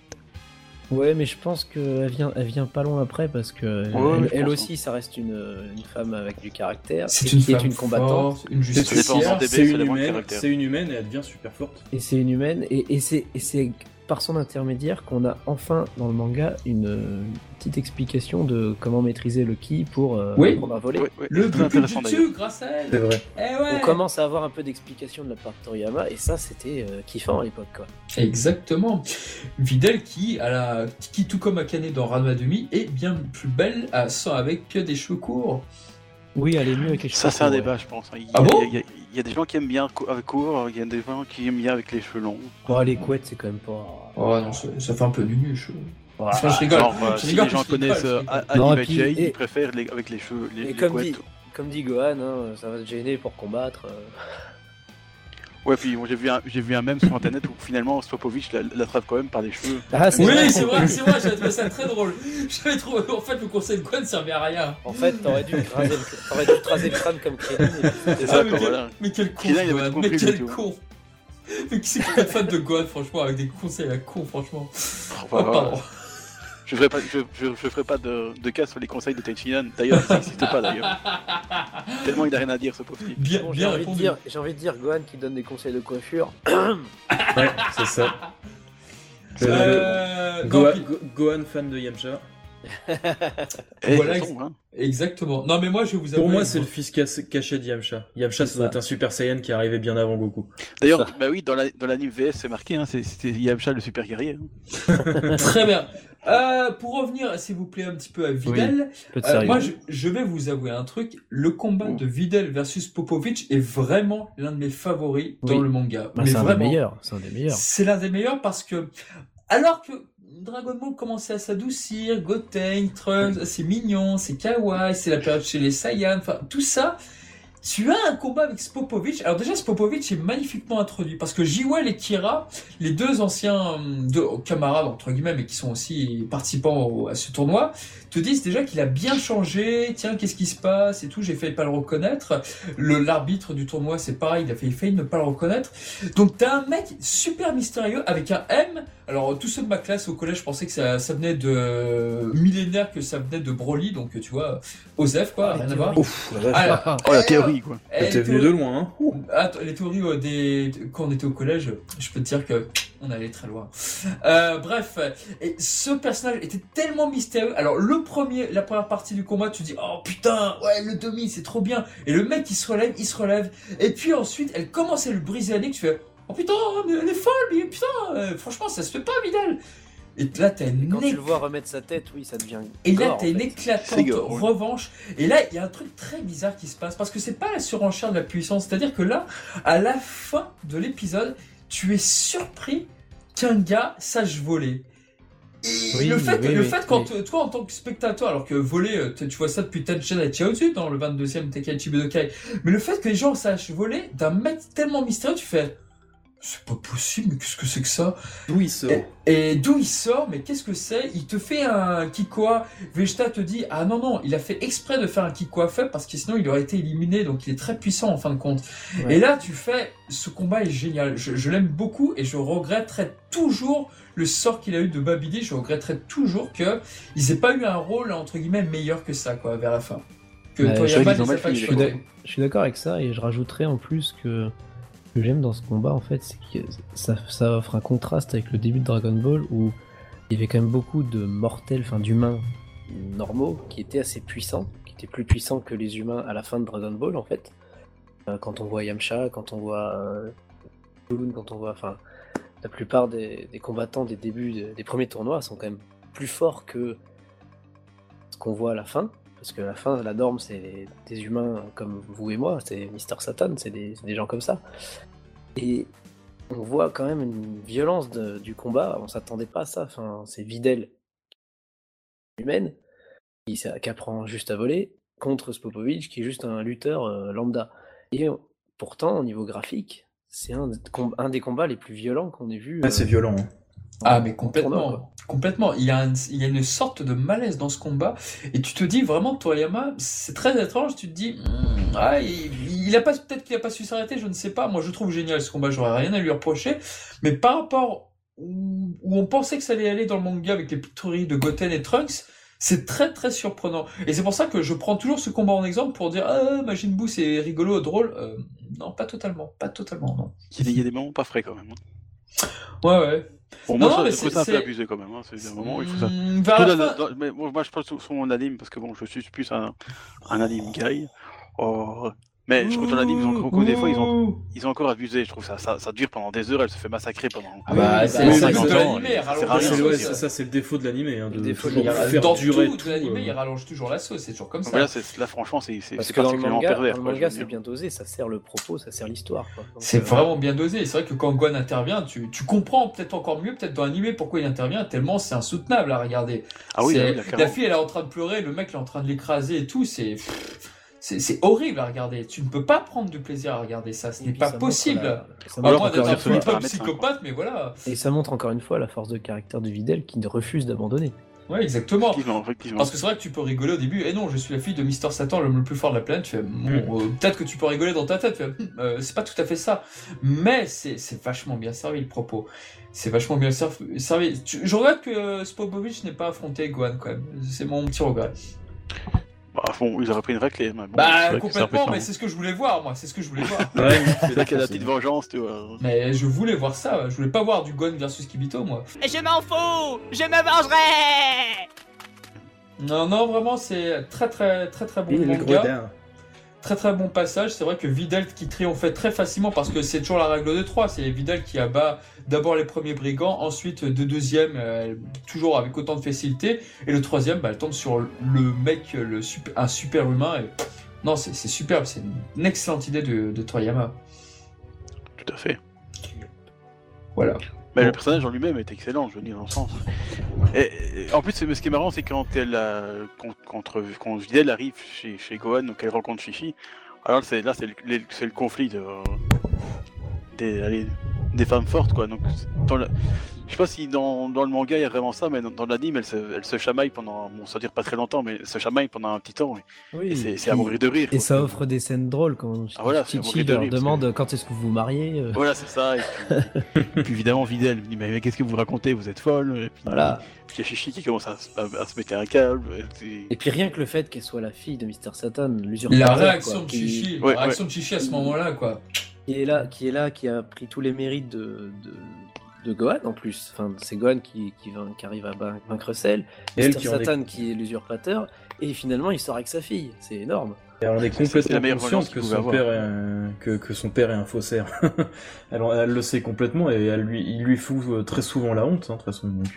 Ouais, mais je pense qu'elle vient pas loin après parce que elle aussi, ça reste une femme avec du caractère. C'est une combattante, une justicière. C'est une humaine et elle devient super forte. Et c'est une humaine et c'est par son intermédiaire qu'on a enfin dans le manga une petite explication de comment maîtriser le ki pour apprendre à voler. Oui. Le Bukujutsu grâce à elle. C'est vrai. On commence à avoir un peu d'explication de la part de Toriyama et ça c'était kiffant à l'époque, quoi. Exactement. Videl qui tout comme Akane dans Ranma Demi est bien plus belle avec des cheveux courts. Oui, elle est mieux avec les cheveux. Ça, c'est un courts, débat, je pense. Il y a des gens qui aiment bien avec court, il y a des gens qui aiment bien avec les cheveux longs. Ouais. Les couettes, c'est quand même pas. Oh non, ça fait un peu nu, je Ouais. Enfin, je rigole. Si les gens connaissent Non, Annie et puis- Jay, et- ils préfèrent avec les cheveux, les comme couettes. comme dit Gohan, hein, ça va te gêner pour combattre. Ouais, puis bon, j'ai vu un mème sur internet où finalement Spopovich l'attrape quand même par les cheveux. Ah, c'est Oui, vrai. c'est vrai, j'avais trouvé ça très drôle. J'avais trouvé, en fait, le conseil de Gohan ne servait à rien. En fait, t'aurais dû te raser le crâne comme Krillin. C'est ça, mais, quoi, voilà. mais quel con, Krillin, il avait Gohan, tout mais compris, quel tu vois. con. Mais qui c'est qui est fan de Gohan, franchement, avec des conseils à con, franchement. Enfin, Oh, pardon. Je ferai pas de cas sur les conseils de Tenshinhan. D'ailleurs, ça n'existe pas d'ailleurs. Tellement il a rien à dire ce pauvre type. Bien, Bon, bien répondu. j'ai envie de dire Gohan qui donne des conseils de coiffure. Ouais, c'est ça. Non, puis- Gohan fan de Yamcha. Voilà, de toute façon, hein. Exactement. Non, mais moi, je vais vous avouer. Pour moi, c'est le fils caché de Yamcha. Yamcha, ça doit être un Super Saiyan qui est arrivé bien avant Goku. D'ailleurs, bah oui, dans l'anime VS, c'est marqué, hein, c'était Yamcha le super guerrier. Hein. Très bien. Pour revenir, s'il vous plaît, un petit peu à Videl, Peu de sérieux. moi, je vais vous avouer un truc. Le combat de Videl versus Popovich est vraiment l'un de mes favoris dans Oui. le manga. Bah, mais c'est un des vraiment, meilleurs. C'est un des meilleurs. c'est l'un des meilleurs parce que, alors que Dragon Ball commençait à s'adoucir, Goten, Trunks, c'est mignon, c'est kawaii, c'est la période chez les Saiyans, enfin, tout ça. Tu as un combat avec Spopovich. Alors déjà, Spopovich est magnifiquement introduit parce que Jewel et Kira, les deux anciens camarades entre guillemets, mais qui sont aussi participants à ce tournoi, te disent déjà qu'il a bien changé. Tiens, qu'est-ce qui se passe et tout. J'ai failli pas le reconnaître. L'arbitre du tournoi, c'est pareil, il a failli ne pas le reconnaître. Donc t'as un mec super mystérieux avec un M. Alors tous ceux de ma classe au collège pensaient que ça venait de millénaire, que ça venait de Broly. Donc tu vois, Osef quoi, rien à voir. Ouf, la vache. Alors, Oh, la théorie, quoi. T'es venu de loin, hein. Attends, les théories quand on était au collège, je peux te dire que on allait très loin. Bref, et ce personnage était tellement mystérieux. Alors la première partie du combat, tu dis oh putain, ouais le demi c'est trop bien. Et le mec il se relève. Et puis ensuite, elle commence à lui briser la nuque. Tu fais oh putain, mais elle est folle, mais putain, franchement ça se fait pas Vidal. Et là t'as une Quand tu le vois remettre sa tête, oui, ça devient. et là, gore, t'as en une fait. éclatante C'est gore, ouais. revanche. Et là, il y a un truc très bizarre qui se passe parce que c'est pas la surenchère de la puissance. C'est-à-dire que là, à la fin de l'épisode, tu es surpris qu'un gars sache voler. Et Oui, le fait oui, quand toi, en tant que spectateur, alors que voler, tu vois ça depuis Tengen et Chaozu dans le 22e Tenkaichi Budokai, mais le fait que les gens sachent voler d'un mec tellement mystérieux, tu fais c'est pas possible, mais qu'est-ce que c'est que ça? D'où il sort? Et d'où il sort, mais qu'est-ce que c'est? Il te fait un Kikoa. Vegeta te dit, ah non, il a fait exprès de faire un Kikoa faible parce que sinon il aurait été éliminé, donc il est très puissant en fin de compte. Ouais. Et là, tu fais, ce combat est génial. Je l'aime beaucoup et je regretterai toujours le sort qu'il a eu de Babidi. Je regretterai toujours qu'ils n'aient pas eu un rôle, entre guillemets, meilleur que ça, quoi, vers la fin. Que Bah, Toyama ils ont les a mal pas fini, exploités. Je suis d'accord avec ça et je rajouterais en plus que ce que j'aime dans ce combat en fait, c'est que ça offre un contraste avec le début de Dragon Ball où il y avait quand même beaucoup de mortels, enfin d'humains normaux qui étaient assez puissants, qui étaient plus puissants que les humains à la fin de Dragon Ball en fait. Quand on voit Yamcha, quand on voit Kulun, quand on voit, enfin, la plupart des combattants des débuts des premiers tournois sont quand même plus forts que ce qu'on voit à la fin. Parce que à la fin, la norme, c'est des humains comme vous et moi, c'est Mister Satan, c'est des gens comme ça. Et on voit quand même une violence du combat, on s'attendait pas à ça. Enfin, c'est Videl, humaine, qui apprend juste à voler, contre Spopovich, qui est juste un lutteur lambda. Et pourtant, au niveau graphique, c'est un des combats les plus violents qu'on ait vu. Ah, c'est violent, hein. Ah mais tournoi, complètement, quoi. complètement. Il y a une sorte de malaise dans ce combat et tu te dis vraiment Toriyama, c'est très étrange. Tu te dis, il a pas peut-être qu'il a pas su s'arrêter, je ne sais pas. Moi je trouve génial ce combat, j'aurais rien à lui reprocher. Mais par rapport où on pensait que ça allait aller dans le manga avec les pictories de Goten et Trunks, c'est très très surprenant. Et c'est pour ça que je prends toujours ce combat en exemple pour dire Majin Buu c'est rigolo, drôle. Non, pas totalement, non. Il y a des moments pas frais quand même. Hein. Ouais. Bon, Non, moi, mais c'est un c'est- peu abusé quand même. Hein. C'est un moment où il faut ça. Vers la Surtout fin- mais moi, je parle sur mon anime parce que bon, je suis plus un anime guy. Oh, Mais je trouve dans l'anime, des fois, ils ont encore abusé. Je trouve ça dure pendant des heures, elle se fait massacrer pendant. C'est le but de l'animé, ça c'est le défaut de l'animé. Dans tout de l'animé, il rallonge toujours la sauce, c'est toujours comme ça. Là, franchement, c'est particulièrement pervers. Dans le manga, c'est bien dosé, ça sert le propos, ça sert l'histoire. C'est vraiment bien dosé. C'est vrai que quand Gon intervient, tu comprends peut-être encore mieux, peut-être dans l'animé, pourquoi il intervient, tellement c'est insoutenable à regarder. Ah oui, la fille, elle est en train de pleurer, le mec, il est en train de l'écraser et tout, c'est horrible à regarder. Tu ne peux pas prendre du plaisir à regarder ça. Ce n'est pas possible. À moins d'être un peu psychopathe, mais voilà. Et ça montre encore une fois la force de caractère de Videl qui refuse d'abandonner. Ouais, exactement. Effectivement. Parce que c'est vrai que tu peux rigoler au début. Et non, je suis la fille de Mr. Satan, l'homme le plus fort de la planète. Tu fais, peut-être que tu peux rigoler dans ta tête. C'est pas tout à fait ça. Mais c'est vachement bien servi le propos. C'est vachement bien servi. Je regrette que Spopovich n'ait pas affronté Gohan quand même. C'est mon petit regret. Bah, bon, ils auraient pris une raclée. Bon, complètement, mais c'est ce que je voulais voir, moi. C'est ce que je voulais voir. Ouais, c'est là qu'il y a la petite vengeance, tu vois. Mais je voulais voir ça. Je voulais pas voir du Gon versus Kibito, moi. Je m'en fous. Je me vengerai. Non, vraiment, c'est très bon manga. Très bon passage. C'est vrai que Videl qui triomphait très facilement parce que c'est toujours la règle de 3. C'est Videl qui abat d'abord les premiers brigands, ensuite le deuxième, toujours avec autant de facilité, et le troisième, elle tombe sur le mec, un super humain. Et... Non, c'est superbe. C'est une excellente idée de Toriyama. Tout à fait. Voilà. Mais le personnage en lui-même est excellent, je veux dire, dans le sens. Et en plus, ce qui est marrant, c'est quand Videl arrive chez Gohan, donc elle rencontre Chi-Chi, alors c'est le conflit des femmes fortes, quoi. Donc, je sais pas si dans le manga il y a vraiment ça, mais dans l'anime, elle se chamaille pendant, bon, ça dure pas très longtemps, mais elle se chamaille pendant un petit temps. Et c'est à mourir de rire. Et quoi. Ça offre des scènes drôles quand Chi-Chi leur demande quand est-ce que vous vous mariez. Voilà, c'est ça. Et puis évidemment, Videl me dit mais qu'est-ce que vous racontez, vous êtes folle. Et puis, voilà. Puis il y a Chi-Chi qui commence à se mettre un câble. Et puis rien que le fait qu'elle soit la fille de Mr. Satan, l'usurpateur. La réaction de Chi-Chi, de Chi-Chi à ce moment-là, quoi. Qui est là, qui a pris tous les mérites de Gohan en plus. Enfin, c'est Gohan qui arrive à vaincre Cell, Mr. Satan qui est l'usurpateur, et finalement il sort avec sa fille. C'est énorme. Et on est complètement conscient que son père est un faussaire. elle le sait complètement et il lui fout très souvent la honte, de toute façon. Donc,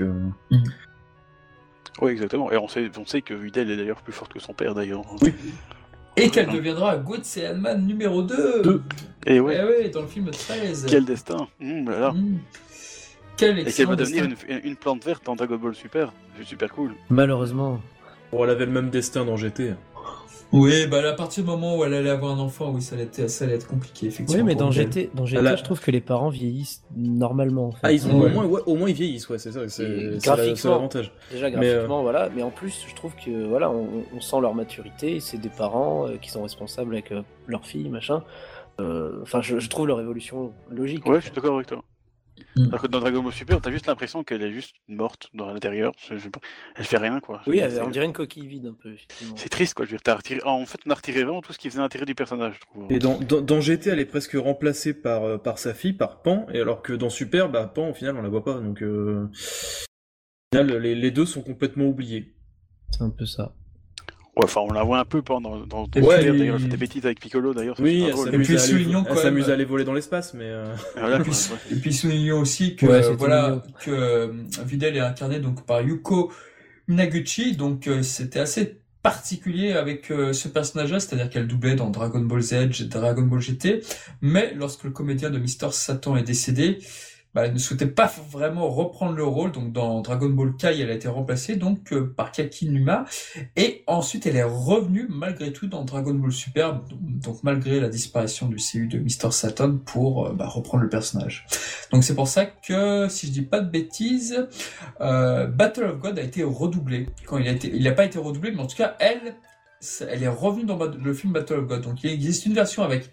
Oui, exactement. Et on sait que Videl est d'ailleurs plus forte que son père, d'ailleurs. Oui. Et qu'elle deviendra Gohan numéro 2. Et ouais, dans le film 13. Quel destin. Voilà. Quel et qu'elle va devenir une plante verte dans Dragon Ball Super. C'est super cool. Malheureusement. Bon, elle avait le même destin dans GT. Oui, à partir du moment où elle allait avoir un enfant, oui, ça allait être compliqué, effectivement. Oui, mais dans GT, je trouve que les parents vieillissent normalement. En fait. Ah, ils ont au moins ils vieillissent, ouais, c'est ça. C'est l'avantage. Déjà graphiquement, voilà. Mais en plus, je trouve que voilà, on sent leur maturité. C'est des parents qui sont responsables avec leur fille, machin. Enfin, je trouve leur évolution logique. Ouais, je suis d'accord avec toi. Alors que dans Dragon Ball Super, t'as juste l'impression qu'elle est juste morte dans l'intérieur. Elle fait rien, quoi. Oui, on dirait une coquille vide un peu. Effectivement. C'est triste, quoi. En fait, on a retiré vraiment tout ce qui faisait l'intérêt du personnage, je trouve. Et dans GT, elle est presque remplacée par sa fille, par Pan, et alors que dans Super, Pan, au final, on la voit pas. Donc, au final, les deux sont complètement oubliés. C'est un peu ça. Ouais, enfin, on la voit un peu dans d'ailleurs, c'était bêtise avec Piccolo, d'ailleurs. Oui, elle s'amuse à aller voler dans l'espace, mais... Voilà, et puis soulignons aussi que, que Videl est incarné donc par Yuko Minaguchi, donc c'était assez particulier avec ce personnage-là, c'est-à-dire qu'elle doublait dans Dragon Ball Z, Dragon Ball GT, mais lorsque le comédien de Mr. Satan est décédé, elle ne souhaitait pas vraiment reprendre le rôle, donc dans Dragon Ball Kai, elle a été remplacée donc par Kakinuma, et ensuite elle est revenue malgré tout dans Dragon Ball Super, donc malgré la disparition du CU de Mr. Satan pour reprendre le personnage. Donc c'est pour ça que, si je dis pas de bêtises, Battle of God a été redoublé. Il n'a pas été redoublé, mais en tout cas elle est revenue dans le film Battle of God. Donc il existe une version avec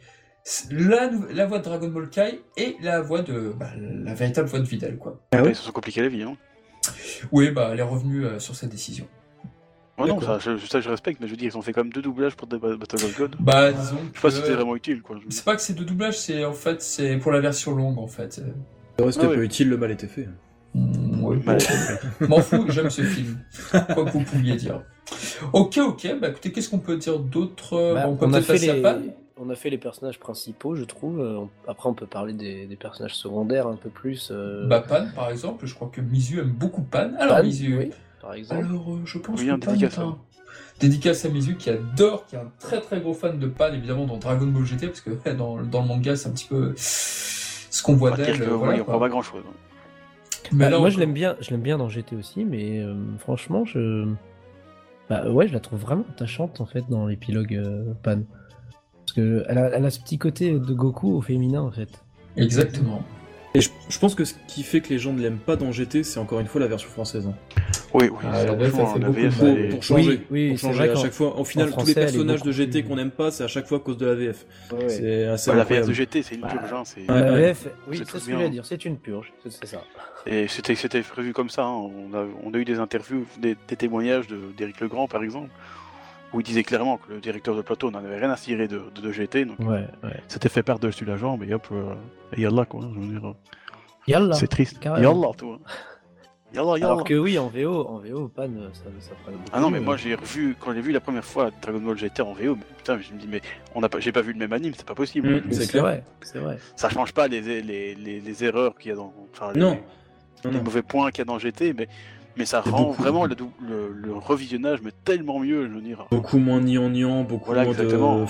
la voix de Dragon Ball Kai et la voix de la véritable voix de Videl, quoi. Ah ouais, ils se sont compliqués la vie, hein. Oui, elle est revenue sur cette décision. Oh non, ça je respecte, mais je veux dire, ils ont fait quand même 2 doublages pour Battle of God. Disons. Je sais pas si c'était vraiment utile, quoi. C'est pas que c'est 2 doublages, c'est pour la version longue, en fait. C'était pas utile, le mal était fait. Oui, m'en fous, j'aime ce film. Quoi que vous pouviez dire. Ok, écoutez, qu'est-ce qu'on peut dire d'autre? On peut peut-être passer à Pan. on a fait les personnages principaux, je trouve. Après, on peut parler des personnages secondaires un peu plus. Pan, par exemple, je crois que Mizu aime beaucoup Pan. Alors, Pan, Mizu, oui, par exemple. alors je pense Oui, que un Pan dédicace, est un... Dédicace à Mizu, qui est un très très gros fan de Pan, évidemment, dans Dragon Ball GT, parce que dans le manga, c'est un petit peu ce qu'on voit d'elle. Voilà, on voit pas grand-chose. Mais là, moi, je l'aime bien dans GT aussi, mais franchement, je la trouve vraiment attachante en fait dans l'épilogue Pan. Parce que elle a ce petit côté de Goku au féminin en fait. Exactement. Et je pense que ce qui fait que les gens ne l'aiment pas dans GT, c'est encore une fois la version française. Oui, la VF, elle fait la beaucoup VF, de elle est- Pour changer, Oui, pour c'est changer vrai à qu'en- chaque fois. Au final, tous français, les elle est personnages de beaucoup GT plus- qu'on n'aime pas, c'est à chaque fois à cause de la VF. Ouais. C'est assez la VF incroyable. de GT, c'est une purge. Hein, c'est- Ouais. La VF, oui, c'est c'est tout ce que je bien. voulais dire, c'est une purge, c'est ça. Et c'était prévu comme ça. Hein. On a eu des interviews, des témoignages d'Éric Legrand, par exemple, où il disait clairement que le directeur de plateau n'en avait rien à cirer de GT. Donc Ouais. c'était fait par-dessus la jambe et hop, et yallah quoi. Je veux dire, Yallah. c'est triste. carrément. Yallah, toi. Yallah. Alors que oui, en VO, Pan, ça ferait beaucoup. Ah non, mais mieux. moi quand j'ai vu la première fois Dragon Ball GT en VO, mais putain, je me dis, mais j'ai pas vu le même anime, c'est pas possible. C'est C'est clair. vrai. Ça change pas les erreurs qu'il y a dans. Enfin, Non. les mauvais points qu'il y a dans GT, mais ça C'est rend beaucoup. vraiment le revisionnage mais tellement mieux, je veux dire. Beaucoup moins gnangnan, beaucoup Voilà, moins exactement.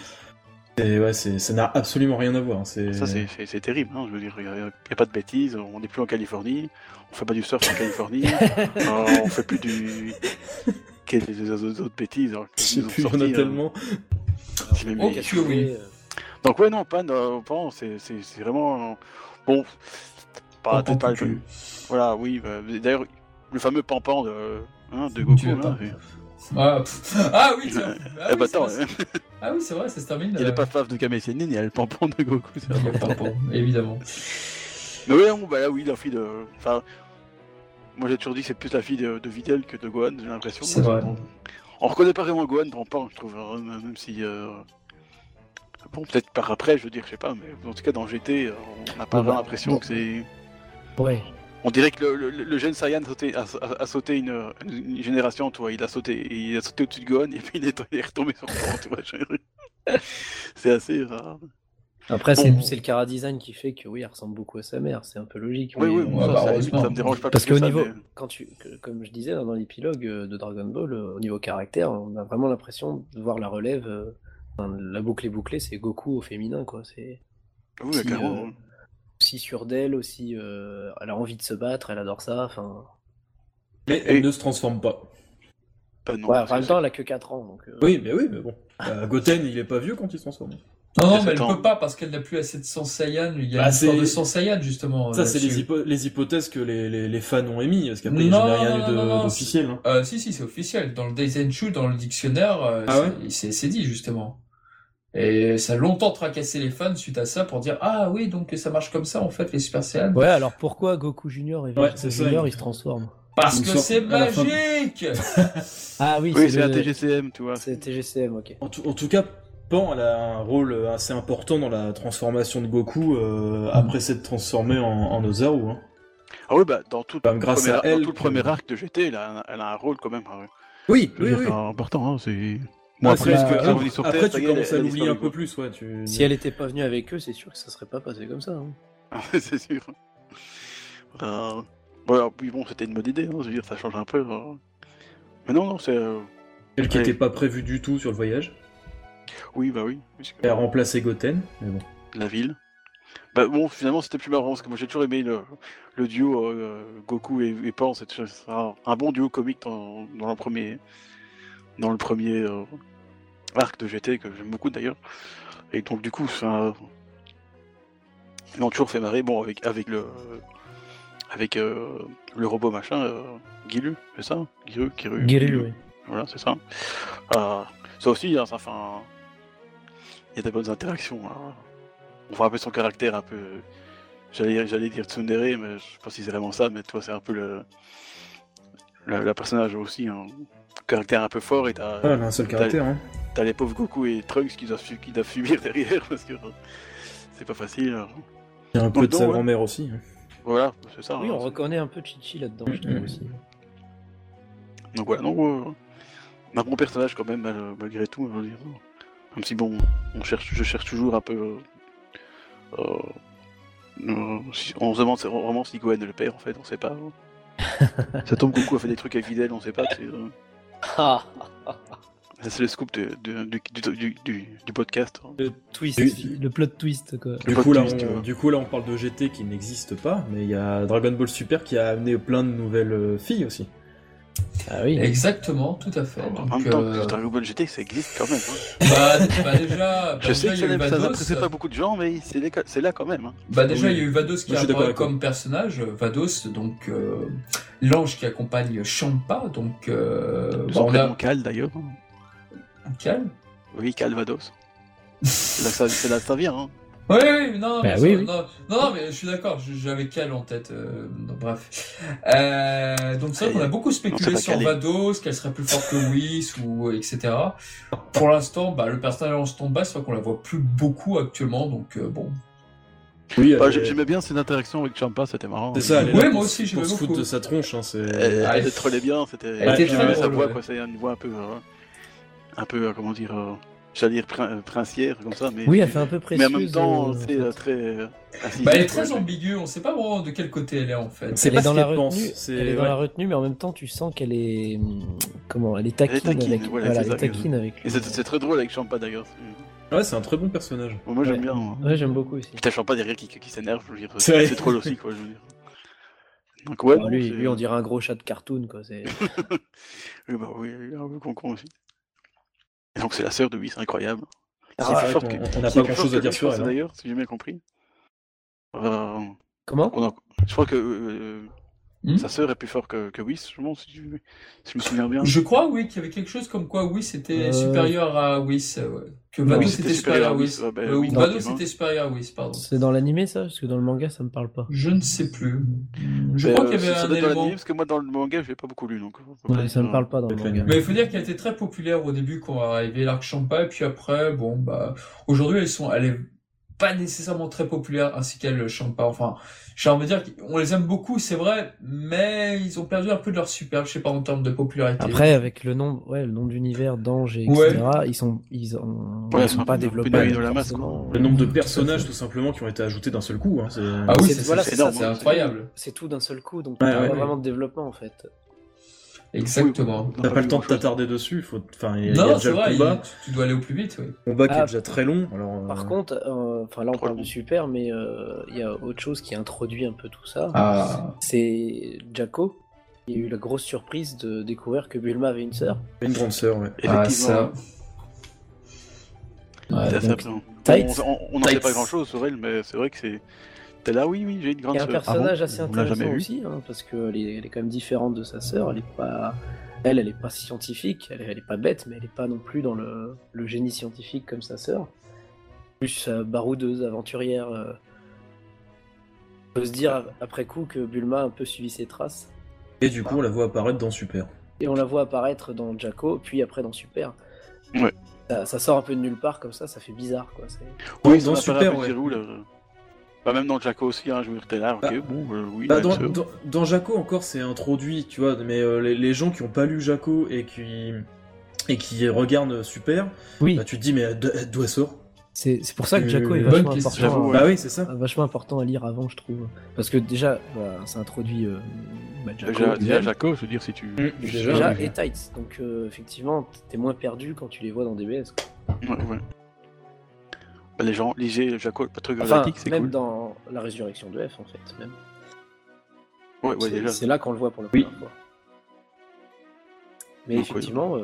ça n'a absolument rien à voir. Ça, c'est terrible, hein, je veux dire, il n'y a pas de bêtises, on n'est plus en Californie, on fait pas du surf en Californie, on fait plus du... Quelles les autres bêtises hein, Je qui sais nous ont plus, il y en sorties, a hein. tellement. J'ai même Oh, mis- que oui. Donc ouais, non, Pan, c'est vraiment... Bon, peut-être pas... plus. Voilà, oui, d'ailleurs, le fameux pampan de Goku, Tu veux pas. hein, Ah oui, tiens. eh bah attends, Ah oui, c'est vrai, ça se termine. il y a le paf-paf de Kame Sennin, il y a le pampan de Goku, c'est Il y a le tampon, évidemment. Mais ouais, bon, bah là, oui, la fille de... Enfin, moi j'ai toujours dit que c'est plus la fille de Videl que de Gohan, j'ai l'impression. C'est vrai. On reconnaît pas vraiment Gohan dans Pan, je trouve, hein, même si... Bon, peut-être par après, je veux dire, je sais pas, mais en tout cas dans GT, on n'a pas vraiment l'impression que c'est... Ouais. On dirait que le jeune Saiyan a sauté une génération, tu vois, il a sauté au-dessus de Gohan et puis il est retombé sur le front, tu vois. C'est assez rare. Après, Bon. c'est le Cara Design qui fait que oui, elle ressemble beaucoup à sa mère, c'est un peu logique. Oui, mais, oui, ouais, bon, bah, ça, à la limite, heureusement. ça me dérange pas Parce plus qu'au que ça, niveau, mais- comme je disais dans l'épilogue de Dragon Ball, au niveau caractère, on a vraiment l'impression de voir la relève. La boucle est bouclée, c'est Goku au féminin, quoi. C'est Oui, aussi, carrément. aussi sûre d'elle, aussi, elle a envie de se battre, elle adore ça. Enfin, Mais elle ne se transforme pas. Pas non. ouais, en même temps, elle a que 4 ans, donc. Oui, mais bon. Goten, il est pas vieux quand il se transforme. Non, mais elle 17 ans. peut pas parce qu'elle n'a plus assez de sang Saiyan. Il y a Bah, une histoire c'est- de sang Saiyan, justement. Ça, c'est là-dessus. les hypothèses que les fans ont émis, parce qu'après, il n'y a Non, jamais rien non, non, d'officiel. Hein. Si, c'est officiel. Dans le Daizenshuu, dans le dictionnaire, Ah ouais c'est dit, justement. Et ça a longtemps tracassé les fans suite à ça pour dire ah oui, donc ça marche comme ça, en fait, les Super Saiyan. Ouais, alors pourquoi Goku Junior et Ouais, Vegeta c'est ça, Junior il- ils se transforment? Parce Une que sorte- c'est à la fin- magique. Ah oui, Oui, c'est le- un TGCM, tu vois. C'est TGCM, ok. En tout cas, Pan, elle a un rôle assez important dans la transformation de Goku après s'être transformé en Ozaru. Hein. Ah oui, bah, dans tout, Bah, grâce à elle dans tout le que- premier arc de GT, elle a un rôle quand même. Oui, Je veux dire, c'est important, hein, c'est... Bon, Ah, après, c'est est-ce que bah, elle revenait sur après, Terre, tu ça y est, commences à elle a l'oublier un disparu, peu plus, ouais. Si elle était pas venue avec eux, c'est sûr que ça serait pas passé comme ça. Hein. quoi. C'est sûr. Voilà, puis bon, c'était une bonne idée, hein, je veux dire, ça change un peu. Mais non, c'est... Elle qui Ouais. n'était pas prévue du tout sur le voyage. Oui, bah oui. puisque- Elle a remplacé Goten, mais bon. La ville. Bah bon, finalement, c'était plus marrant, parce que moi, j'ai toujours aimé le duo Goku et Pan, c'est un bon duo comique dans le premier arc de GT, que j'aime beaucoup d'ailleurs. Et donc, du coup, ils m'ont toujours fait marrer, bon, avec le robot machin, Gilu, c'est ça Giru, Giru, oui. Voilà, c'est ça. Ça aussi, hein, ça fait il y a des bonnes interactions. Hein. On voit un peu son caractère un peu... J'allais dire tsundere, mais je sais pas si c'est vraiment ça, mais toi, c'est un peu le personnage aussi, un caractère un peu fort, et Ah, elle a un seul caractère, hein. t'as les pauvres Goku et Trunks qui doivent subir derrière, parce que c'est pas facile. Alors. Il y a un peu Donc, de sa ouais. grand-mère aussi. hein. Voilà, c'est ça. Oui, hein, on reconnaît un peu Chichi là-dedans, je trouve aussi. Donc voilà, donc un bon personnage quand même, malgré tout, je veux dire. Même si bon, je cherche toujours un peu. On se demande vraiment si Gwen est le père en fait, on sait pas. Ça tombe Goku a fait des trucs avec Videl, on sait pas. Ça, c'est le scoop du podcast. Le twist, le plot twist quoi. Du coup là on parle de GT qui n'existe pas, mais il y a Dragon Ball Super qui a amené plein de nouvelles filles aussi. Ah oui. Exactement, tout à fait. En même temps, Dragon Ball GT ça existe quand même. Hein. Déjà, je sais que ça n'intéressait pas beaucoup de gens, mais c'est là quand même. Hein. Déjà il y a eu Vados qui apparaît comme personnage. Vados, donc l'ange qui accompagne Champa, donc. On a Cal d'ailleurs. Cal ? Oui, Cal Vados. C'est là que ça vient. Hein. Oui, non, bah, mais mais je suis d'accord, j'avais Cal en tête. Bref. Donc c'est vrai qu'on a beaucoup spéculé sur Vados, qu'elle serait plus forte que Whis, ou etc. Pour l'instant, le personnage en stand-by, c'est vrai qu'on la voit plus beaucoup actuellement, donc bon. Oui, j'aimais bien cette interaction avec Champa, c'était marrant. C'est ça, oui, moi aussi j'aimais beaucoup. Pour se foutre de sa tronche, elle trollait bien, c'était. J'aimais sa voix, quoi, c'est une voix un peu, comment dire. J'allais dire princière comme ça, mais. Oui, elle fait un peu précieuse. Mais en même temps, c'est très. Elle est très ambiguë, on sait pas vraiment de quel côté elle est en fait. Elle est dans la retenue. Elle est dans la retenue, mais en même temps, tu sens qu'elle est. Comment ? Elle est taquine avec. Voilà, elle est taquine avec lui. Et c'est très drôle avec Champa d'ailleurs. Ouais, c'est un très bon personnage. Bon, moi j'aime bien. Ouais, j'aime beaucoup aussi. Putain, Champa derrière qui s'énerve, je veux dire. C'est drôle aussi, quoi, je veux dire. Donc, ouais. Lui, on dirait un gros chat de cartoon, quoi. Oui, il est un peu con aussi. Et donc c'est la sœur de Whis, incroyable. On n'a pas grand chose à dire sur elle. D'ailleurs, si j'ai bien compris. Comment ? Je crois que sa sœur est plus forte que Whis, je pense, si je me souviens bien. Je crois, oui, qu'il y avait quelque chose comme quoi Whis était supérieur à Whis. Que Vados était supérieur à Whis. Vados était supérieur à Whis, pardon. C'est dans l'animé ça ? Parce que dans le manga, ça me parle pas. Je ne sais plus. Je crois qu'il y avait un élément. Parce que moi, dans le manga, je l'ai pas beaucoup lu. Donc, ouais, ça me parle pas dans le manga. Mais il faut dire qu'elle était très populaire au début quand arrivait l'arc Champa, et puis après, aujourd'hui, elle est pas nécessairement très populaire, ainsi qu'elle Champa. Enfin, j'ai envie de dire qu'on les aime beaucoup, c'est vrai, mais ils ont perdu un peu de leur super, je sais pas, en termes de popularité. Après, avec le nom d'univers, d'anges, etc., ils sont pas développés. Le nombre de personnages, tout simplement, qui ont été ajoutés d'un seul coup. Hein, c'est énorme, c'est incroyable. C'est tout d'un seul coup, donc pas vraiment de développement, en fait. Exactement. T'as pas le temps de t'attarder dessus, il y a non, déjà le combat. Tu dois aller au plus vite, oui. Le combat qui est déjà très long. Alors, Par contre, là on parle de Super, mais il y a autre chose qui introduit un peu tout ça. C'est Jaco. Il y a eu la grosse surprise de découvrir que Bulma avait une sœur. Une grande sœur, ouais. Effectivement. On n'en sait pas grand chose sur elle, mais c'est vrai que c'est. T'es là, oui, j'ai une grande sœur. Il y a un personnage assez intéressant aussi, parce qu'elle est quand même différente de sa sœur. Elle est pas scientifique, elle est pas bête, mais elle est pas non plus dans le génie scientifique comme sa sœur. Plus baroudeuse, aventurière. On peut se dire après coup que Bulma a un peu suivi ses traces. Et du coup, on la voit apparaître dans Super. Et on la voit apparaître dans Jaco, puis après dans Super. Ouais. Ça sort un peu de nulle part comme ça fait bizarre, quoi. Oui, dans Super, ouais. Même dans Jaco aussi, je veux dire, t'es là, oui. Dans Jaco encore, c'est introduit, tu vois, mais les gens qui ont pas lu Jaco et qui regardent Super, tu te dis, mais d'où elle sort ? C'est pour ça que Jaco est vachement important. Bah oui, c'est ça. Vachement important à lire avant, je trouve. Parce que déjà, ça introduit Jaco. Déjà Jaco, je veux dire, si tu. Déjà, et Tights. Donc, effectivement, t'es moins perdu quand tu les vois dans DBS. Ouais. Les gens lisaient Jaco, pas truc galactique, c'est cool. Même dans la résurrection de F, en fait. Même. Ouais, déjà. C'est là qu'on le voit pour la première fois. Mais donc, effectivement,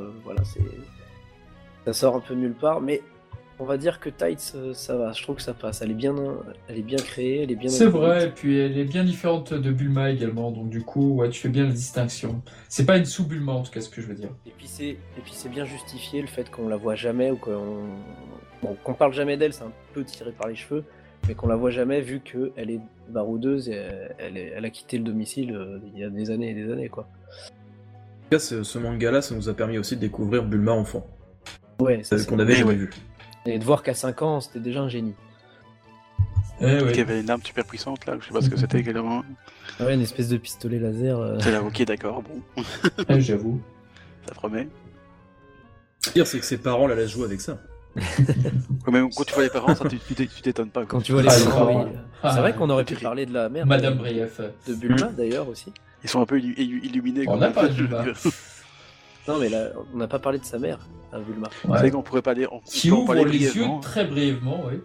ça sort un peu nulle part, mais. On va dire que Tights, ça va, je trouve que ça passe. Elle est bien créée, elle est bien. C'est vrai, et puis elle est bien différente de Bulma également, donc du coup, tu fais bien la distinction. C'est pas une sous-Bulma en tout cas, ce que je veux dire. Et puis c'est bien justifié le fait qu'on la voit jamais ou qu'on parle jamais d'elle, c'est un peu tiré par les cheveux, mais qu'on la voit jamais vu qu'elle est baroudeuse et elle a quitté le domicile il y a des années et des années, quoi. En tout cas, ce manga-là, ça nous a permis aussi de découvrir Bulma enfant. Ouais, c'est qu'on avait jamais vu. Et de voir qu'à 5 ans, c'était déjà un génie. Il y avait une arme super puissante là, je sais pas ce que c'était également. Ouais, une espèce de pistolet laser. C'est là, ok, d'accord, bon. J'avoue. Ça promet. Le pire, c'est que ses parents la laissent jouer avec ça. Même quand tu vois les parents, ça, tu t'étonnes pas. Quand tu vois les parents, oui. C'est vrai qu'on aurait pu parler de la mère. Madame Brief. De Bulma d'ailleurs aussi. Ils sont un peu illuminés. On a parlé de Bulma. Non, mais là, on n'a pas parlé de sa mère, à Bulma. C'est vrai qu'on pourrait parler. Qui ouvre les yeux très brièvement, oui.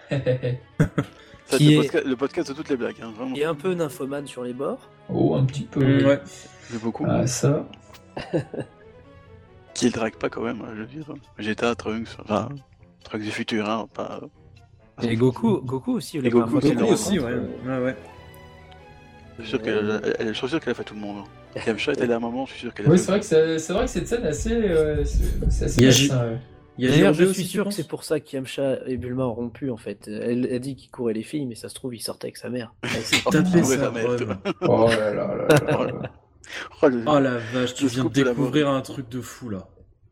Le podcast de toutes les blagues, hein, vraiment. Qui est un peu nymphomane sur les bords. Oh, un petit peu. Ouais. J'aime beaucoup. Ah, ça. Qui le drague pas quand même, je veux dire. Vegeta, Trunks, enfin. Trunks du futur, hein, pas. Et Goku aussi. Et Goku aussi, ouais. Je suis sûr qu'elle a fait tout le monde. Yamcha était là à un moment, je suis sûr qu'elle a Oui, fait. c'est vrai que cette scène est assez. D'ailleurs, je suis sûr que c'est pour ça qu'Yamcha et Bulma ont rompu en fait. Elle a dit qu'il courait les filles, mais ça se trouve, il sortait avec sa mère. Tapé sa preuve. Oh là là là là. Oh la vache, tu viens de découvrir un truc de fou là.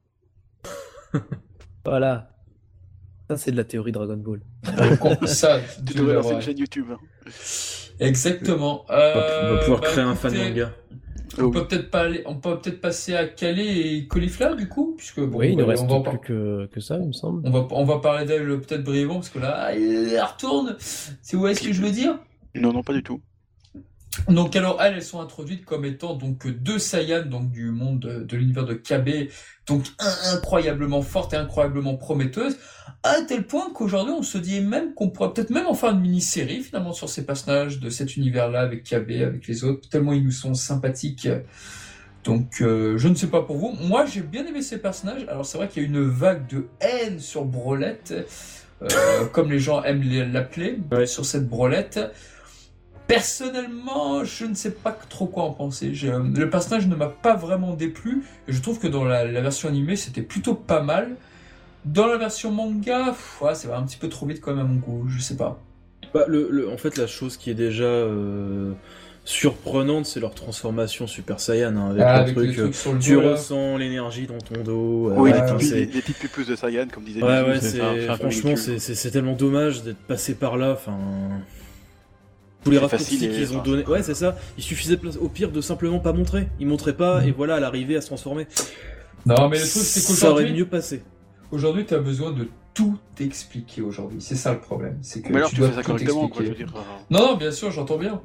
Voilà. Ça, c'est de la théorie Dragon Ball. Ça, tu devrais lancer une chaîne YouTube. Exactement. On va pouvoir créer un fan manga. On peut peut-être passer à Calais et Caulifla du coup, puisque bon, oui, il ne reste plus que ça, il me semble. On va parler d'elle peut-être brièvement parce que là, elle retourne. C'est où est-ce que je veux dire? Non, pas du tout. Donc alors elles sont introduites comme étant donc deux Saiyans donc du monde de l'univers de KB, donc incroyablement fortes et incroyablement prometteuses, à tel point qu'aujourd'hui on se dit même qu'on pourrait peut-être même en faire une mini-série finalement sur ces personnages de cet univers-là avec KB, avec les autres, tellement ils nous sont sympathiques. Donc je ne sais pas pour vous, moi j'ai bien aimé ces personnages. Alors c'est vrai qu'il y a une vague de haine sur Brolette, comme les gens aiment l'appeler, sur cette Brolette. Personnellement, je ne sais pas trop quoi en penser. Le personnage ne m'a pas vraiment déplu. Et je trouve que dans la version animée, c'était plutôt pas mal. Dans la version manga, ça va un petit peu trop vite quand même à mon goût. Je sais pas. Bah, en fait, la chose qui est déjà surprenante, c'est leur transformation Super Saiyan. Hein, avec le truc sur le tu dos, ressens l'énergie dans ton dos. Oui, les petites pupus de Saiyan, comme disait franchement, c'est tellement dommage d'être passé par là. Enfin... Tous les raccourcis qu'ils ont donné. Ouais, c'est ça. Il suffisait au pire de simplement pas montrer. Ils montraient pas et voilà, elle arrivait à se transformer. Non, mais le truc, c'est qu'aujourd'hui. Ça aurait mieux passé. Aujourd'hui, t'as besoin de tout expliquer aujourd'hui. C'est ça le problème. C'est que mais alors, tu dois fais ça tout correctement, expliquer. Quoi, je veux dire. Non, bien sûr, j'entends bien.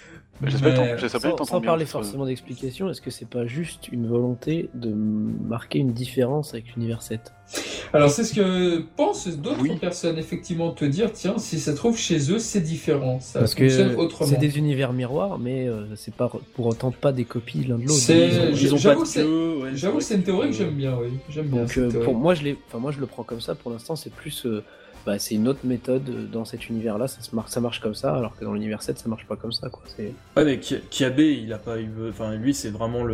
Sans parler forcément d'explication, est-ce que c'est pas juste une volonté de marquer une différence avec l'univers 7? Alors c'est ce que pensent d'autres personnes, effectivement, te dire, tiens, si ça se trouve chez eux, c'est différent, ça parce fonctionne que autrement. C'est des univers miroirs, mais c'est pas pour autant pas des copies l'un de l'autre. J'avoue, c'est une théorie que j'aime bien, oui. J'aime bien. Donc pour moi, je le prends comme ça. Pour l'instant, c'est plus c'est une autre méthode dans cet univers-là, ça marche comme ça, alors que dans l'univers 7, ça marche pas comme ça, quoi. Ouais, mais Kiabe, il a pas eu... Enfin, lui, c'est vraiment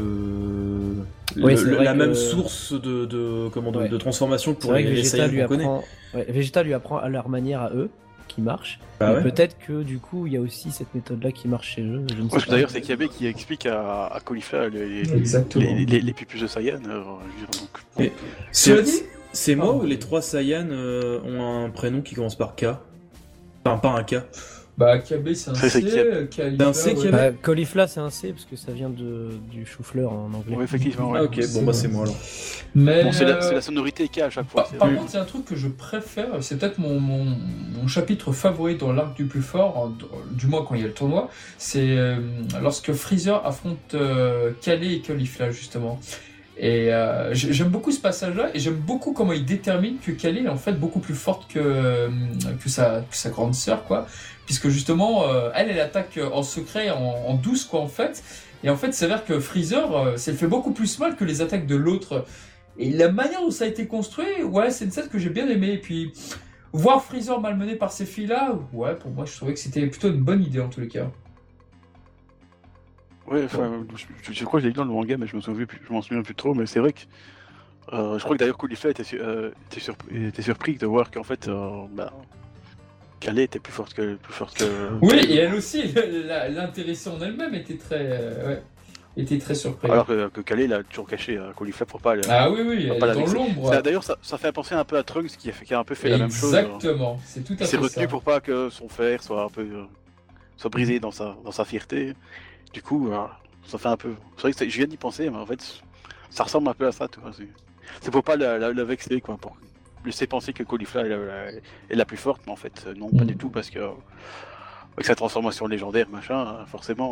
la même source de transformation pour les Saiyans qu'on connaît. Vegeta lui apprend à leur manière à eux, qui marche. Peut-être que, du coup, il y a aussi cette méthode-là qui marche chez eux. Je ne sais pas. D'ailleurs, c'est Kiabe qui explique à Caulifla les pupus de Saiyan. Cela dit... C'est moi ou les 3 Saiyans ont un prénom qui commence par K? Enfin, pas un K. Bah, KB c'est un C, Caulifla c'est un C parce que ça vient du chou-fleur en anglais. Oui, effectivement. Ah, ok, bon, c'est moi alors. Mais bon, c'est la sonorité K à chaque fois. Par contre, c'est un truc que je préfère, c'est peut-être mon chapitre favori dans l'arc du plus fort, du moins quand il y a le tournoi, c'est lorsque Freezer affronte Calais et Caulifla, justement. Et j'aime beaucoup ce passage-là, et j'aime beaucoup comment il détermine que Calais est en fait beaucoup plus forte que sa grande sœur, quoi. Puisque justement, elle attaque en secret, en douce, quoi, en fait. Et en fait, il s'avère que Freezer, ça fait beaucoup plus mal que les attaques de l'autre. Et la manière dont ça a été construit, c'est une scène que j'ai bien aimée. Et puis, voir Freezer malmené par ces filles-là, pour moi, je trouvais que c'était plutôt une bonne idée, en tous les cas. Ouais, je crois que j'ai lu dans le manga, mais je m'en souviens plus trop, mais c'est vrai que je crois que d'ailleurs Caulifla était surpris de voir qu'en fait Calais était plus forte que oui, et elle aussi, l'intéressée en elle-même était très surprise. Alors que Calais l'a toujours caché à Caulifla pour pas. Ah oui, elle est dans l'ombre. D'ailleurs, ça fait penser un peu à Trunks qui a un peu fait la même chose. Exactement, c'est tout à fait ça. Il s'est retenu pour pas que son fer soit un peu soit brisé dans sa fierté. Du coup, ça fait un peu. C'est vrai que je viens d'y penser, mais en fait, ça ressemble un peu à ça, tu vois. C'est pour pas la vexer, quoi. laissé penser que Caulifla est la plus forte, mais en fait, non, pas du tout, parce que avec sa transformation légendaire, machin, forcément,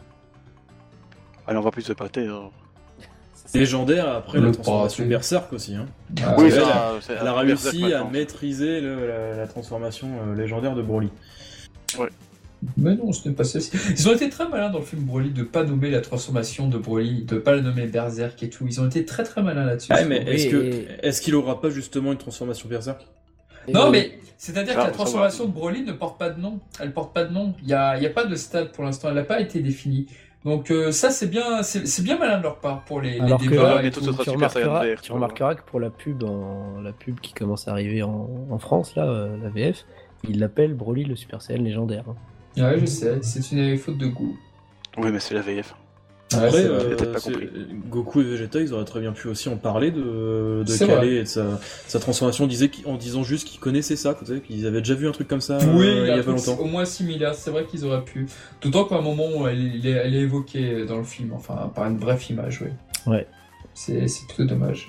elle en va plus se pâter. Légendaire après la transformation Berserk aussi. Hein. Oui, elle a réussi à maîtriser la transformation légendaire de Broly. Ouais. Mais non, ce n'est pas ceci. Ils ont été très malins dans le film Broly de pas nommer la transformation de Broly, de pas la nommer Berserk et tout. Ils ont été très très malins là-dessus. Ah, mais est-ce qu'il aura pas justement une transformation Berserk ? Non, mais c'est-à-dire que la transformation de Broly ne porte pas de nom. Elle porte pas de nom. Il y a pas de stade pour l'instant. Elle n'a pas été définie. Donc ça c'est bien malin de leur part pour les débats. Tu remarqueras que pour la pub qui commence à arriver en France là, la VF, ils l'appellent Broly le Super Saiyan légendaire. Ouais, je sais, c'est une faute de goût. Oui, mais c'est la VF. Après, Goku et Vegeta, ils auraient très bien pu aussi en parler de Calais et de sa transformation, en disant juste qu'ils connaissaient ça, qu'ils avaient déjà vu un truc comme ça il y a pas longtemps. Au moins similaire, c'est vrai qu'ils auraient pu. D'autant qu'à un moment, elle est évoquée dans le film, enfin, par une bref image, oui. Ouais. C'est plutôt dommage.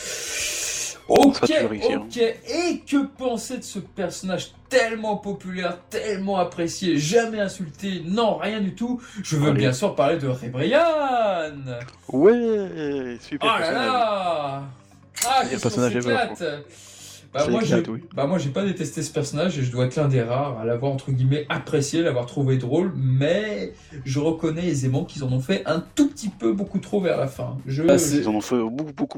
Ok. Et que penser de ce personnage tellement populaire, tellement apprécié, jamais insulté, non, rien du tout. Je veux bien sûr parler de Ray Brian. Ouais, super personnage. Là le personnage s'éclate. Moi j'ai pas détesté ce personnage et je dois être l'un des rares à l'avoir entre guillemets apprécié, l'avoir trouvé drôle, mais je reconnais aisément qu'ils en ont fait un tout petit peu beaucoup trop vers la fin. Ils en ont fait beaucoup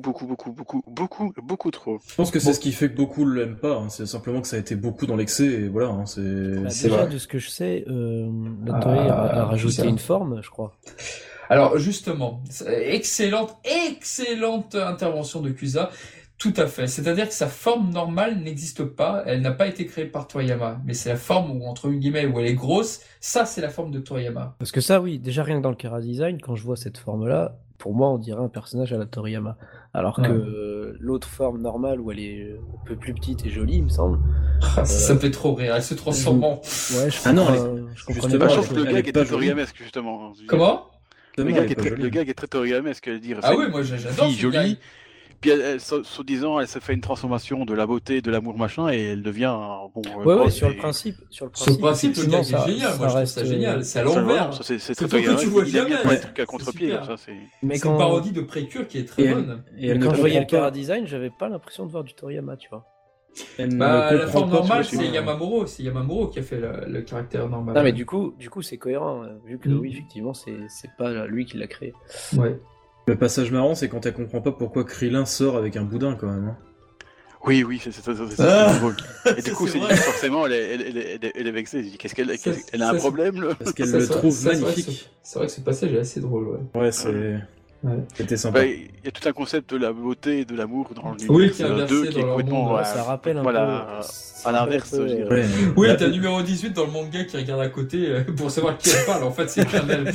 trop. Je pense que c'est ce qui fait que beaucoup l'aiment pas, hein. C'est simplement que ça a été beaucoup dans l'excès et voilà, hein. C'est déjà vrai. De ce que je sais, la Toei a rajouté une forme, je crois. Alors justement, excellente intervention de Kusa. Tout à fait. C'est-à-dire que sa forme normale n'existe pas. Elle n'a pas été créée par Toriyama. Mais c'est la forme où, entre guillemets, où elle est grosse. Ça, c'est la forme de Toriyama. Parce que ça, oui, déjà rien que dans le Chara Design, quand je vois cette forme-là, pour moi, on dirait un personnage à la Toriyama. Alors que l'autre forme normale, où elle est un peu plus petite et jolie, il me semble. Ça me fait trop rire. Elle se transforme en... Ouais, je comprends pas. Je trouve que le gag est très Toriyamesque, justement. Comment ? Le gag est très Toriyamesque, dire. Ah oui, moi j'adore ce jolie. Puis, soi-disant, elle se fait une transformation de la beauté, de l'amour, machin, et elle devient ouais, sur le principe, le gag est génial. Moi, je trouve ça génial. C'est à l'envers. C'est très que tu vois jamais. Il y a des trucs à contre-pied, comme ça. C'est une parodie de Précure qui est très bonne. Et quand je voyais le Chara Design, j'avais pas l'impression de voir du Toriyama, tu vois. La forme normale, c'est Yamamuro. C'est Yamamuro qui a fait le caractère normal. Non, mais du coup, c'est cohérent, vu que oui, effectivement, c'est pas lui qui l'a créé. Ouais. Le passage marrant, c'est quand elle comprend pas pourquoi Krillin sort avec un boudin, quand même. Hein. Oui, c'est ça. Et du coup, forcément, elle est vexée. Elle dit, qu'elle a un problème, là. Parce qu'elle le trouve magnifique. C'est vrai que ce passage est assez drôle, ouais. Ouais, c'était sympa. Il y a tout un concept de la beauté et de l'amour dans le numéro 2 qui est complètement... Ça rappelle un peu... à l'inverse, je dirais. Oui, t'as le numéro 18 dans le manga qui regarde à côté pour savoir qui elle parle. En fait, c'est Kamel.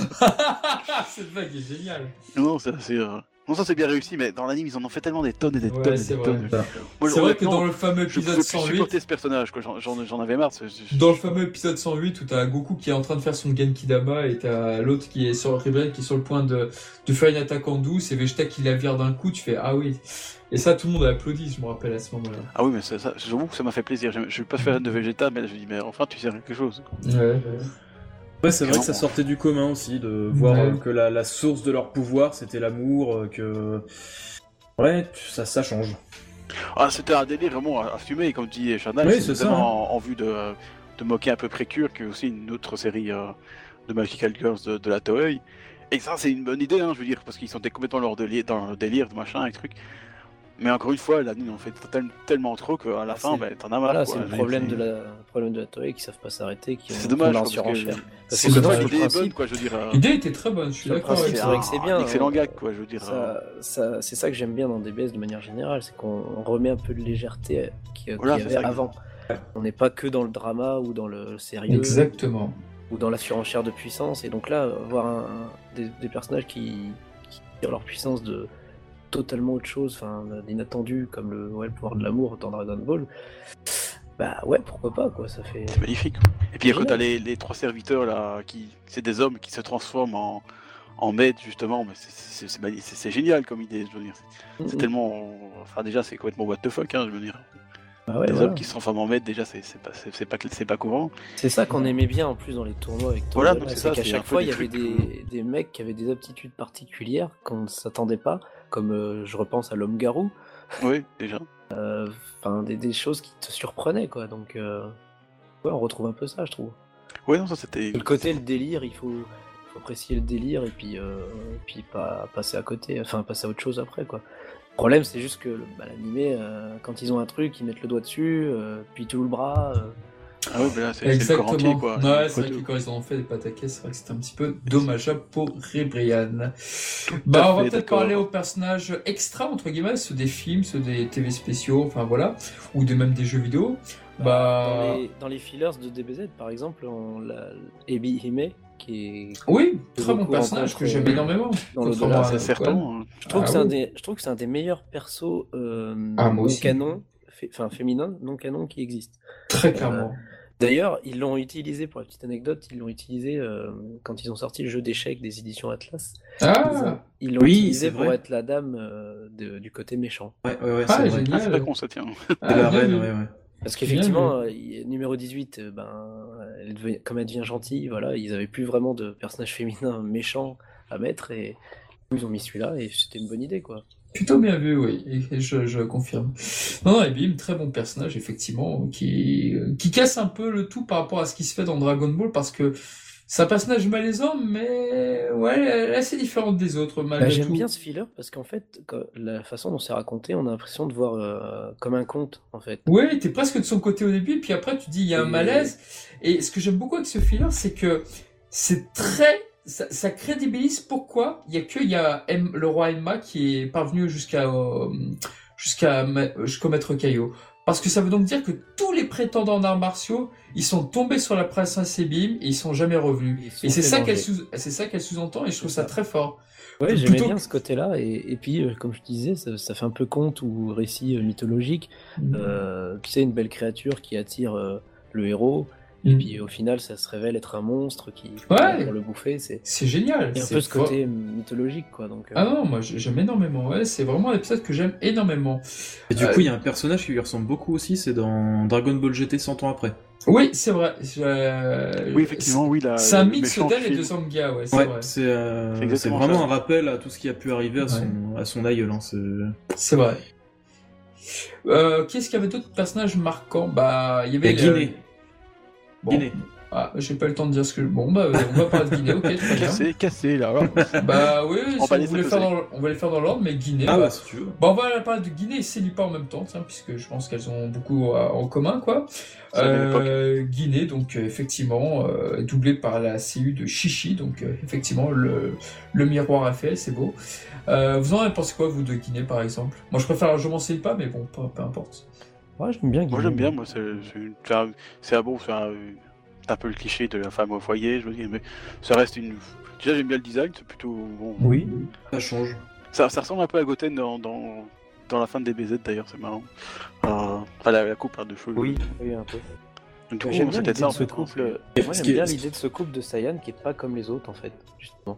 Cette vague est géniale. Non, ça c'est bien réussi, mais dans l'anime, ils en ont fait tellement des tonnes et des tonnes et des tonnes. C'est vrai que dans le fameux épisode 108... Je supportais ce personnage, quoi. J'en avais marre. Dans le fameux épisode 108 où t'as Goku qui est en train de faire son Genkidama et t'as l'autre qui est sur le point de faire une attaque en douce et Vegeta qui la vire d'un coup, tu fais ah oui. Et ça, tout le monde a applaudi, je me rappelle à ce moment-là. Ah oui, mais j'avoue que ça m'a fait plaisir. Je suis pas fan de Vegeta, mais je me dis, mais enfin, tu sais quelque chose. Ouais, c'est vrai que ça sortait du commun aussi, de voir que la source de leur pouvoir, c'était l'amour, que... Ouais, ça change. Ah, c'était un délire vraiment assumé, comme dit Chanel, oui, c'est ça, en vue de moquer un peu Précure, qui est aussi une autre série de Magical Girls de la Toei. Et ça, c'est une bonne idée, hein, je veux dire, parce qu'ils sont complètement dans le délire de machin et trucs. Mais encore une fois, l'anime en fait tellement trop qu'à la fin, t'en as marre. Voilà, c'est le problème de la Toei qui savent pas s'arrêter, qui c'est dommage, en surenchère. C'est dommage, l'idée est bonne, quoi, je veux dire. L'idée était très bonne, je suis d'accord avec ça. C'est vrai que c'est bien. Un excellent gag, quoi, je veux dire. C'est ça que j'aime bien dans DBS de manière générale, c'est qu'on remet un peu de légèreté qu'il y avait avant. On n'est pas que dans le drama ou dans le sérieux. Exactement. Ou dans la surenchère de puissance. Et donc là, voir des personnages qui ont leur puissance de totalement autre chose, enfin d'inattendu, comme le pouvoir de l'amour dans Dragon Ball, bah ouais, pourquoi pas, quoi, ça fait... C'est magnifique. Et puis quand t'as les trois serviteurs là, c'est des hommes qui se transforment en maître justement, mais c'est génial comme idée, je veux dire. C'est tellement, enfin déjà c'est complètement what the fuck, hein, je veux dire. Les hommes qui se transforment en maître, déjà c'est pas courant. C'est ça qu'on aimait bien en plus dans les tournois avec toi. Voilà, donc c'est qu'à chaque fois il y avait des mecs qui avaient des aptitudes particulières qu'on ne s'attendait pas, comme je repense à l'homme garou. Oui, déjà. Enfin des choses qui te surprenaient quoi, donc ouais, on retrouve un peu ça, je trouve. Ouais, non, ça c'était. Le côté, le délire, il faut apprécier le délire et puis pas passer à côté, enfin passer à autre chose après quoi. Le problème c'est juste que l'animé, quand ils ont un truc, ils mettent le doigt dessus, puis tout le bras. Ah ouais, là c'est le corps entier quoi. Ouais, c'est vrai que quand ils en ont fait des pataquès, c'est vrai que c'était un petit peu dommageable pour Ribrianne. Bah, on va peut-être parler aux personnages extra, entre guillemets, ceux des films, ceux des TV spéciaux, enfin voilà, ou même des jeux vidéo. Dans les fillers de DBZ, par exemple, on l'a Ebi Hime, qui est... Oui, très bon personnage que j'aime énormément. C'est certain. Je trouve que c'est un des meilleurs persos canon, féminin, non canon qui existe. Très clairement. D'ailleurs, ils l'ont utilisé, pour la petite anecdote, quand ils ont sorti le jeu d'échecs des éditions Atlas. Ils l'ont utilisé pour être la dame du côté méchant. Ouais, c'est génial. C'est pas con ça, tiens. C'est la reine, ouais. Parce qu'effectivement, numéro 18, comme elle devient gentille, voilà, ils avaient plus vraiment de personnages féminins méchants à mettre et ils ont mis celui-là et c'était une bonne idée, quoi. Plutôt bien vu, oui, et je confirme. Non, et Bim, très bon personnage, effectivement, qui casse un peu le tout par rapport à ce qui se fait dans Dragon Ball, parce que c'est un personnage malaisant, mais ouais, elle est assez différente des autres, malgré j'aime tout. bien ce filler, parce qu'en fait, la façon dont c'est raconté, on a l'impression de voir comme un conte, en fait. Oui, t'es presque de son côté au début, puis après tu dis il y a un malaise, et ce que j'aime beaucoup avec ce filler, c'est que c'est très... Ça crédibilise pourquoi il y a le roi Emma qui est parvenu jusqu'au maître Kaio. Parce que ça veut donc dire que tous les prétendants en arts martiaux, ils sont tombés sur la princesse Ebim et ils sont jamais revenus. Et c'est ça qu'elle sous-entend et je trouve ça très fort. Ouais, j'aimais bien ce côté-là et puis comme je disais, ça fait un peu conte ou récit mythologique. Tu sais, une belle créature qui attire le héros. Et puis au final, ça se révèle être un monstre qui va le bouffer. C'est génial. Il y a un peu ce côté mythologique, quoi. Donc, Ah non, moi j'aime énormément. Ouais, c'est vraiment un épisode que j'aime énormément. Et du coup, il y a un personnage qui lui ressemble beaucoup aussi, c'est dans Dragon Ball GT 100 ans après. Oui, c'est vrai. Oui, effectivement, oui. C'est un mix d'elle et de Sanga, ouais, c'est vrai. C'est vraiment un rappel à tout ce qui a pu arriver à son aïeul. Hein, c'est vrai. Qu'est-ce qu'il y avait d'autres personnages marquants? Bah, il y avait Guinée. Guinée. Ah, j'ai pas eu le temps de dire ce que... Bon, bah, on va parler de Guinée, ok, très bien. Cassé, là. Bah oui, on va les faire dans l'ordre, mais Guinée... bah, si tu veux. Bon, on va parler de Guinée et Célipa en même temps, puisque je pense qu'elles ont beaucoup en commun, quoi. Guinée, donc, effectivement, doublée par la CU de Chichi, donc, effectivement, le miroir a fait, c'est beau. Vous en pensez quoi, vous, de Guinée, par exemple? Moi, je préfère largement Célipa, mais bon, peu importe. Ouais, j'aime bien Guinée. Moi, j'aime bien, c'est un peu le cliché de la femme au foyer, je veux dire, mais ça reste une... Déjà, j'aime bien le design, c'est plutôt bon. Oui, ça change. Ça ressemble un peu à Goten dans la fin de DBZ, d'ailleurs, c'est marrant. Enfin, la coupe de cheveux. Oui, un peu. Donc, j'aime bien l'idée de ce couple. Moi, j'aime bien l'idée de ce couple de Saiyan qui est pas comme les autres, en fait, justement.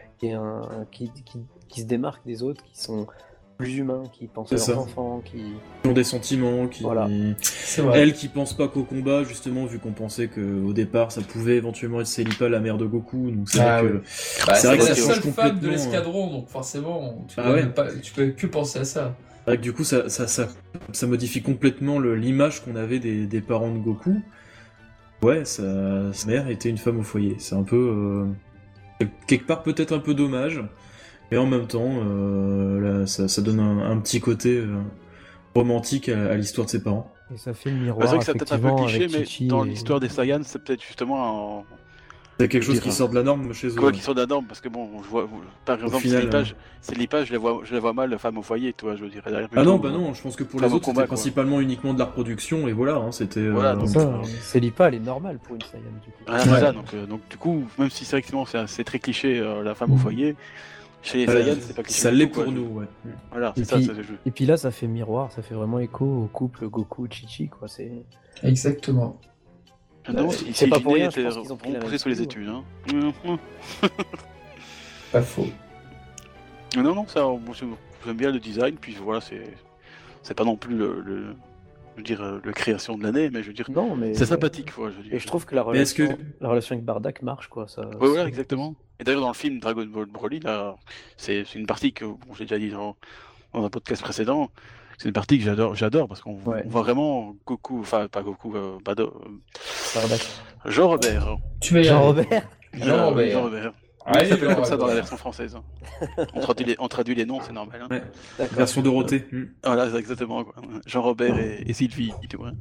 Qui se démarque des autres, qui sont plus humains, qui pensent à leurs enfants, qui ont des sentiments, elle qui pense pas qu'au combat, justement, vu qu'on pensait qu'au départ ça pouvait éventuellement être Célipa, la mère de Goku, donc c'est vrai que c'est la seule femme de l'escadron, donc forcément tu peux que penser à ça. C'est vrai que du coup ça modifie complètement l'image qu'on avait des parents de Goku. Ouais, sa mère était une femme au foyer, c'est un peu quelque part peut-être un peu dommage. Et en même temps, ça donne un petit côté romantique à l'histoire de ses parents. Et ça fait le miroir. C'est vrai que c'est peut-être un peu cliché, mais dans l'histoire des Saiyans, c'est peut-être justement c'est quelque chose qui sort de la norme chez eux. Quoi, qui sort de la norme, parce que bon, je vois, par exemple, Célipa, je la vois mal, femme au foyer, toi, je veux dire. Non, je pense que pour les autres, c'était principalement uniquement de la reproduction, et voilà, c'était... Voilà, Célipa, elle est normale pour une Saiyan, du coup. C'est ça, donc du coup, même si c'est effectivement c'est très cliché, la femme au foyer, chez les Saiyans, c'est pas cliché. Ça l'est pour nous, ouais. Voilà, c'est ça, c'est le jeu. Et puis là, ça fait miroir, ça fait vraiment écho au couple Goku-Chichi, quoi, c'est... Exactement. Non, c'est pas pour rien, je pense qu'ils ont poussé sur les études. Pas faux. Non, ça, j'aime bien le design, puis voilà, c'est pas non plus le création de l'année, mais je veux dire, Non, mais c'est sympathique, quoi, je veux dire. Et je trouve que la relation avec Bardak marche, quoi. Ça, Ouais, voilà, exactement. Et d'ailleurs, dans le film Dragon Ball Broly, là, c'est une partie que j'ai déjà dit dans un podcast précédent. C'est une partie que j'adore parce qu'on voit vraiment Goku, enfin pas Goku, Bardak. Jean Robert. Tu vas y Jean arriver. Robert. Jean Robert. Ah, il s'appelle comme ça dans la version française. On traduit les noms, c'est normal. Hein. Ouais. Version Dorothée. Voilà, c'est exactement quoi. Jean Robert et Sylvie, tu vois.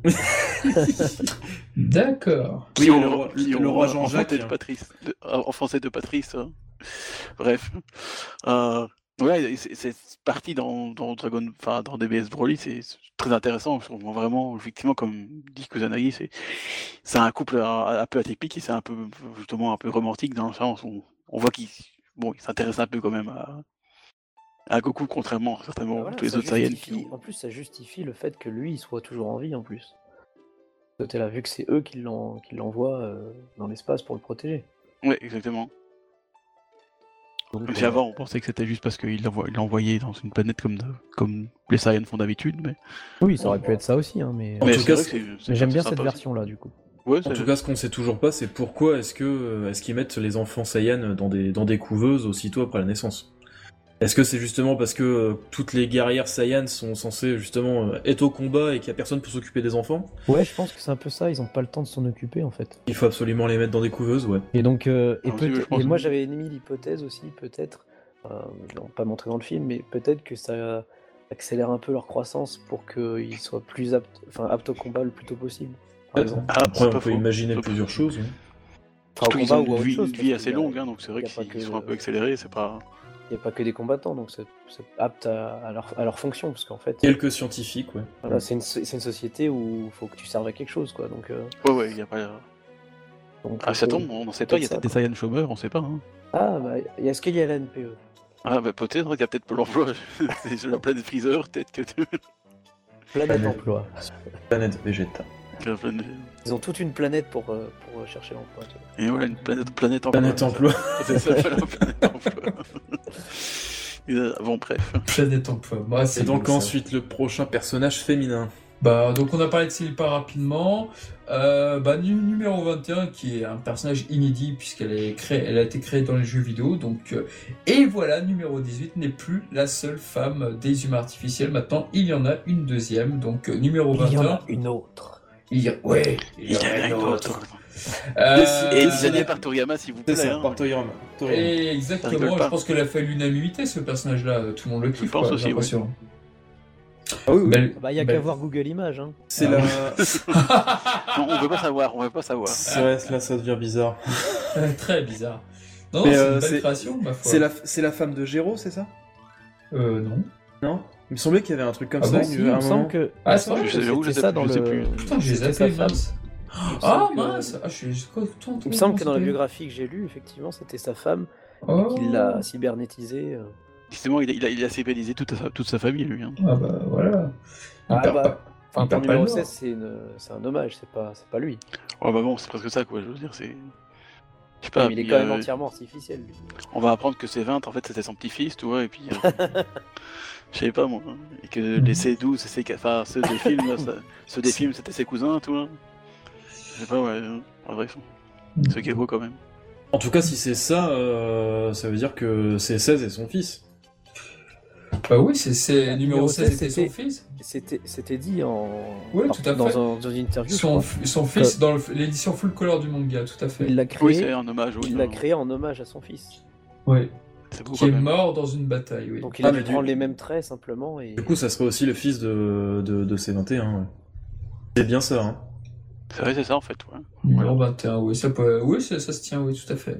D'accord. Oui, le roi Jean-Jacques. En français de Patrice. Hein. Bref. Ouais, c'est parti dans DBS Broly, c'est très intéressant. Je trouve vraiment, effectivement, comme dit Kusanagi, c'est un couple un peu atypique et c'est un peu romantique dans le sens où on voit qu'il s'intéresse un peu quand même à Goku, contrairement certainement à tous les autres Saiyans. En plus, ça justifie le fait que lui, il soit toujours en vie en plus. Là, vu que c'est eux qui l'envoient dans l'espace pour le protéger. Ouais, exactement. Donc, avant, on pensait que c'était juste parce qu'il l'envoyait dans une planète comme les Saiyans font d'habitude, mais... Oui, ça aurait pu être ça aussi, hein, mais... En tout cas, j'aime bien cette version-là, du coup. Ouais, en tout cas, ce qu'on sait toujours pas, c'est pourquoi est-ce qu'ils mettent les enfants Saiyans dans des couveuses aussitôt après la naissance. Est-ce que c'est justement parce que toutes les guerrières Saiyans sont censées justement être au combat et qu'il y a personne pour s'occuper des enfants? Ouais, je pense que c'est un peu ça, ils ont pas le temps de s'en occuper en fait. Il faut absolument les mettre dans des couveuses, ouais. Et donc, et moi j'avais émis l'hypothèse aussi, peut-être, je l'ai pas montré dans le film, mais peut-être que ça accélère un peu leur croissance pour qu'ils soient plus aptes au combat le plus tôt possible, par exemple. Après, on peut imaginer plusieurs choses. Ouais. Enfin, ils ont une vie assez longue, hein, donc c'est vrai qu'ils sont un peu accélérés, c'est pas... Il n'y a pas que des combattants, donc c'est apte à leur fonction, parce qu'en fait... Quelques scientifiques, ouais. Voilà, c'est une société où il faut que tu serves à quelque chose, quoi, donc... Ouais, il n'y a pas... ça tombe, on sait pas, il y a peut-être des Saiyans chômeurs, on sait pas, hein. Ah, bah, est-ce qu'il y a la NPE? Ah, bah peut-être, il y a peut-être Pôle emploi, c'est sur la planète Freezer, peut-être que... Planète emploi. Planète Vegeta. Ils ont toute une planète pour chercher l'emploi. Et voilà, une planète emploi. Planète emploi. C'est ça, la planète emploi. Bon, bref. Planète emploi. Bah, et donc ensuite, le prochain personnage féminin. Bah, donc on a parlé de Silpa rapidement. Numéro 21, qui est un personnage inédit, puisqu'elle a été créée dans les jeux vidéo. Donc, et voilà, numéro 18 n'est plus la seule femme des humains artificiels. Maintenant, il y en a une deuxième. Donc, numéro 21. Il y en a une autre. Il y en a une autre. Et designé par Toriyama, s'il vous plaît. C'est ça, par Toriyama. Et exactement, je pense qu'elle a fait l'unanimité, ce personnage-là. Tout le monde le kiffe. Je pense aussi, oui. Ah oui. Il y a qu'à voir Google Images. Hein. C'est non, on veut pas savoir. C'est vrai, là ça devient bizarre. Très bizarre. Non, c'est une belle création, ma foi. C'est la femme de Gero, c'est ça? Non. Non? Il me semblait qu'il y avait un truc comme ça. Bon, si, il me semble que... Ah, c'est vrai, je sais plus. Putain, j'ai zappé, mince. Ah, mince. Il me semble que dans la biographie que j'ai lue, effectivement, c'était sa femme qui l'a cybernétisé. Justement, il a cybernétisé toute sa famille, lui. Hein. Ah bah, voilà. Pour numéro 16, c'est un hommage, c'est pas lui. Ouais, bah bon, c'est presque ça, quoi. Je veux dire, c'est... Je sais pas, mais il est quand même entièrement artificiel, lui. On va apprendre que c'est 20, en fait, c'était son petit-fils, tu vois, et puis... Je savais pas, moi. Hein. Et que les C12, ceux des films, là, ceux des films, c'était ses cousins, tu vois. Je sais pas, ouais. Bref. C'est Gero, quand même. En tout cas, si c'est ça, ça veut dire que c'est 16 et son fils. Bah oui, c'est numéro 16 était son fils. C'était dit oui, tout à fait. Dans une interview. Son fils dans l'édition full color du manga, tout à fait. Il l'a créé. Oui, c'est un hommage. Oui, il l'a créé en hommage à son fils. Oui. Qui est mort dans une bataille, oui. Donc il a dû prendre les mêmes traits simplement. Et... Du coup, ça serait aussi le fils de C21. Ouais. C'est bien ça, hein. C'est vrai, c'est ça en fait. Ouais. Numéro 21, oui, ça se tient, oui, tout à fait.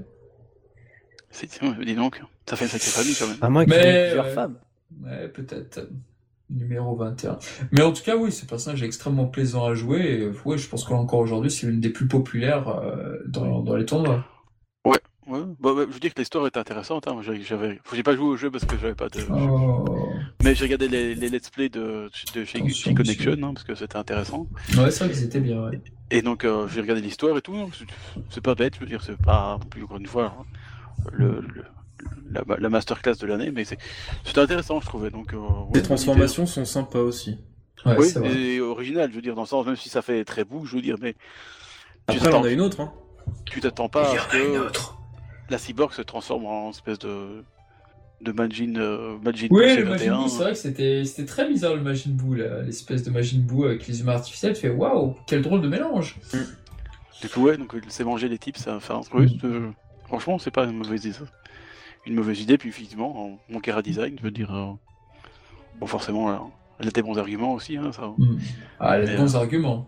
Dis donc, ça fait une sacrée famille quand même. À moins qu'il y ait plusieurs femmes. Ouais, peut-être. Numéro 21. Mais en tout cas, oui, ce personnage est extrêmement plaisant à jouer. Et, ouais, je pense qu'encore aujourd'hui, c'est l'une des plus populaires dans les tournois. Ouais. Bah, je veux dire que l'histoire était intéressante. Hein. J'ai pas joué au jeu parce que j'avais pas de. Mais j'ai regardé les let's play de chez Connection hein, parce que c'était intéressant. Ouais, c'est vrai que c'était bien. Ouais. Et donc j'ai regardé l'histoire et tout. C'est pas bête, je veux dire, c'est pas plus encore une fois. Hein, la masterclass de l'année, mais c'était intéressant, je trouvais. Donc, les transformations sont sympas aussi. Ouais, oui, et original, je veux dire, dans le sens, même si ça fait très beau, je veux dire, mais... Après, on a une autre, hein. Tu t'attends pas à ce que la cyborg se transforme en espèce de Majin oui, le Majin Buu, c'est vrai que c'était très bizarre le Majin Buu, l'espèce de Majin Buu avec les humains artificiels. Tu fais waouh, quel drôle de mélange. Du coup, ouais, donc c'est manger les types, ça fait un truc. Franchement, c'est pas une mauvaise idée. Puis effectivement, mon Kara design, je veux dire, bon, forcément, elle a des bons arguments aussi, hein, ça. Elle a des bons arguments.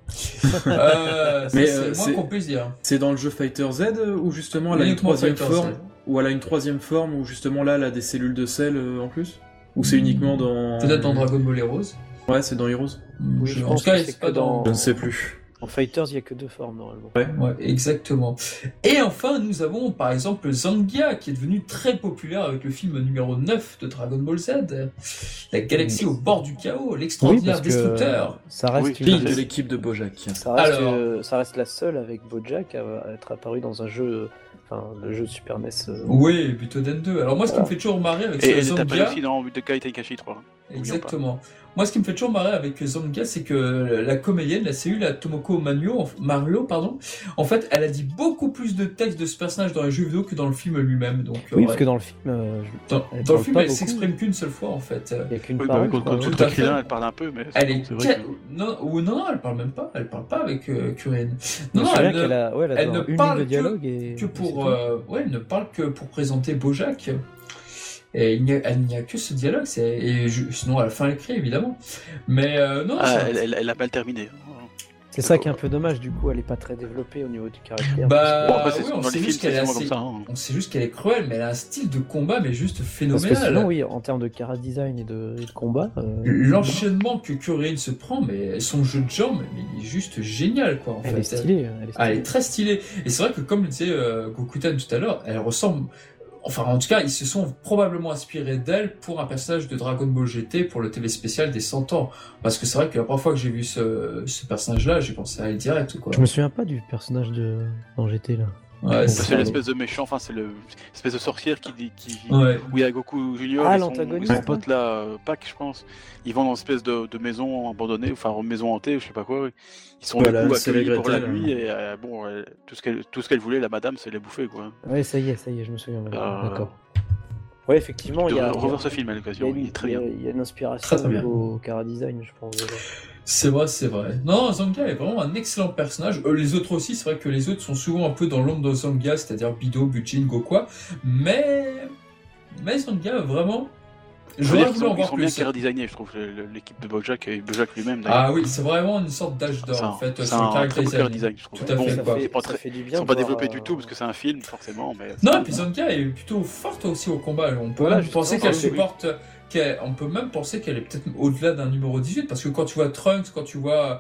C'est moins qu'on puisse dire. C'est dans le jeu Fighter Z où justement elle a une troisième forme. Ou elle a une troisième forme où justement là elle a des cellules de sel en plus. Ou c'est uniquement dans. Peut-être dans Dragon Ball Heroes. Ouais, c'est dans Heroes. Oui, en tout cas, c'est pas dans. Je ne sais plus. En Fighters, il n'y a que 2 formes normalement. Ouais, exactement. Et enfin, nous avons par exemple Zangia qui est devenu très populaire avec le film numéro 9 de Dragon Ball Z. La galaxie au bord du chaos, l'extraordinaire destructeur. Ça reste une de l'équipe de Bojack. Ça reste la seule avec Bojack à être apparue dans un jeu. Enfin, le jeu de Super NES. Oui, Butoden 2. Alors moi, ce qui me fait toujours marrer avec Zangia... Et elle est apparue aussi dans Budokai Tenkaichi 3. Exactement. Moi, ce qui me fait toujours marrer avec Zangia, c'est que la comédienne, la cellule, la Tomoko Marlo, en fait, elle a dit beaucoup plus de texte de ce personnage dans les jeux vidéo que dans le film lui-même. Donc, oui, parce que dans le film... dans le film, elle s'exprime qu'une seule fois, en fait. Il n'y a qu'une parole. Quand tout à fait. Elle parle un peu, mais... Non, elle parle même pas. Elle parle pas avec Kuririn. Non, elle ne parle que pour... elle ne parle que pour présenter Bojack. Et il n'y a que ce dialogue, sinon à la fin elle crie évidemment. Mais non. Elle a mal terminé. C'est ça qui est un peu dommage, du coup, elle est pas très développée au niveau du caractère. On sait juste qu'elle est cruelle, mais elle a un style de combat mais juste phénoménal. Parce que sinon, oui, en termes de chara design et de combat. L'enchaînement que Kuririn se prend, mais son jeu de jambes, mais il est juste génial, quoi. Elle est stylée. Elle est très stylée. Et c'est vrai que comme le disait Gokutan tout à l'heure, elle ressemble. Enfin, en tout cas, ils se sont probablement inspirés d'elle pour un personnage de Dragon Ball GT pour le TV spécial des 100 ans. Parce que c'est vrai que la première fois que j'ai vu ce personnage-là, j'ai pensé à elle direct, quoi. Je me souviens pas du personnage dans GT, là. Ouais, c'est l'espèce de méchant, enfin c'est l'espèce de sorcière où il y a Goku Junior et son pote là, Pac, je pense. Ils vont dans une espèce de maison abandonnée, enfin maison hantée, je sais pas quoi. Ils sont du coup accueillis pour la nuit et tout ce qu'elle voulait, la madame, c'est les bouffer, quoi. Ouais, ça y est, je me souviens. D'accord. Ouais, effectivement, il y a revoir ce film à l'occasion, il est très bien. Il y a une inspiration au chara design, je pense. C'est vrai. Non, Zangia est vraiment un excellent personnage. Les autres aussi, c'est vrai que les autres sont souvent un peu dans l'ombre de Zangia, c'est-à-dire Bido, Bujin, Gokwa. Mais Zangia, vraiment... J'aurais voulu en voir plus. Ils sont bien designés, je trouve, l'équipe de Bojack et Bojack lui-même. Ah oui, c'est vraiment une sorte d'âge d'or, en fait. C'est un très design, je trouve. Tout à fait. Ils sont pas développés du tout, parce que c'est un film, forcément. Non, et puis Zangia est plutôt forte aussi au combat. On peut même penser qu'elle supporte... On peut même penser qu'elle est peut-être au-delà d'un numéro 18, parce que quand tu vois Trunks, quand tu vois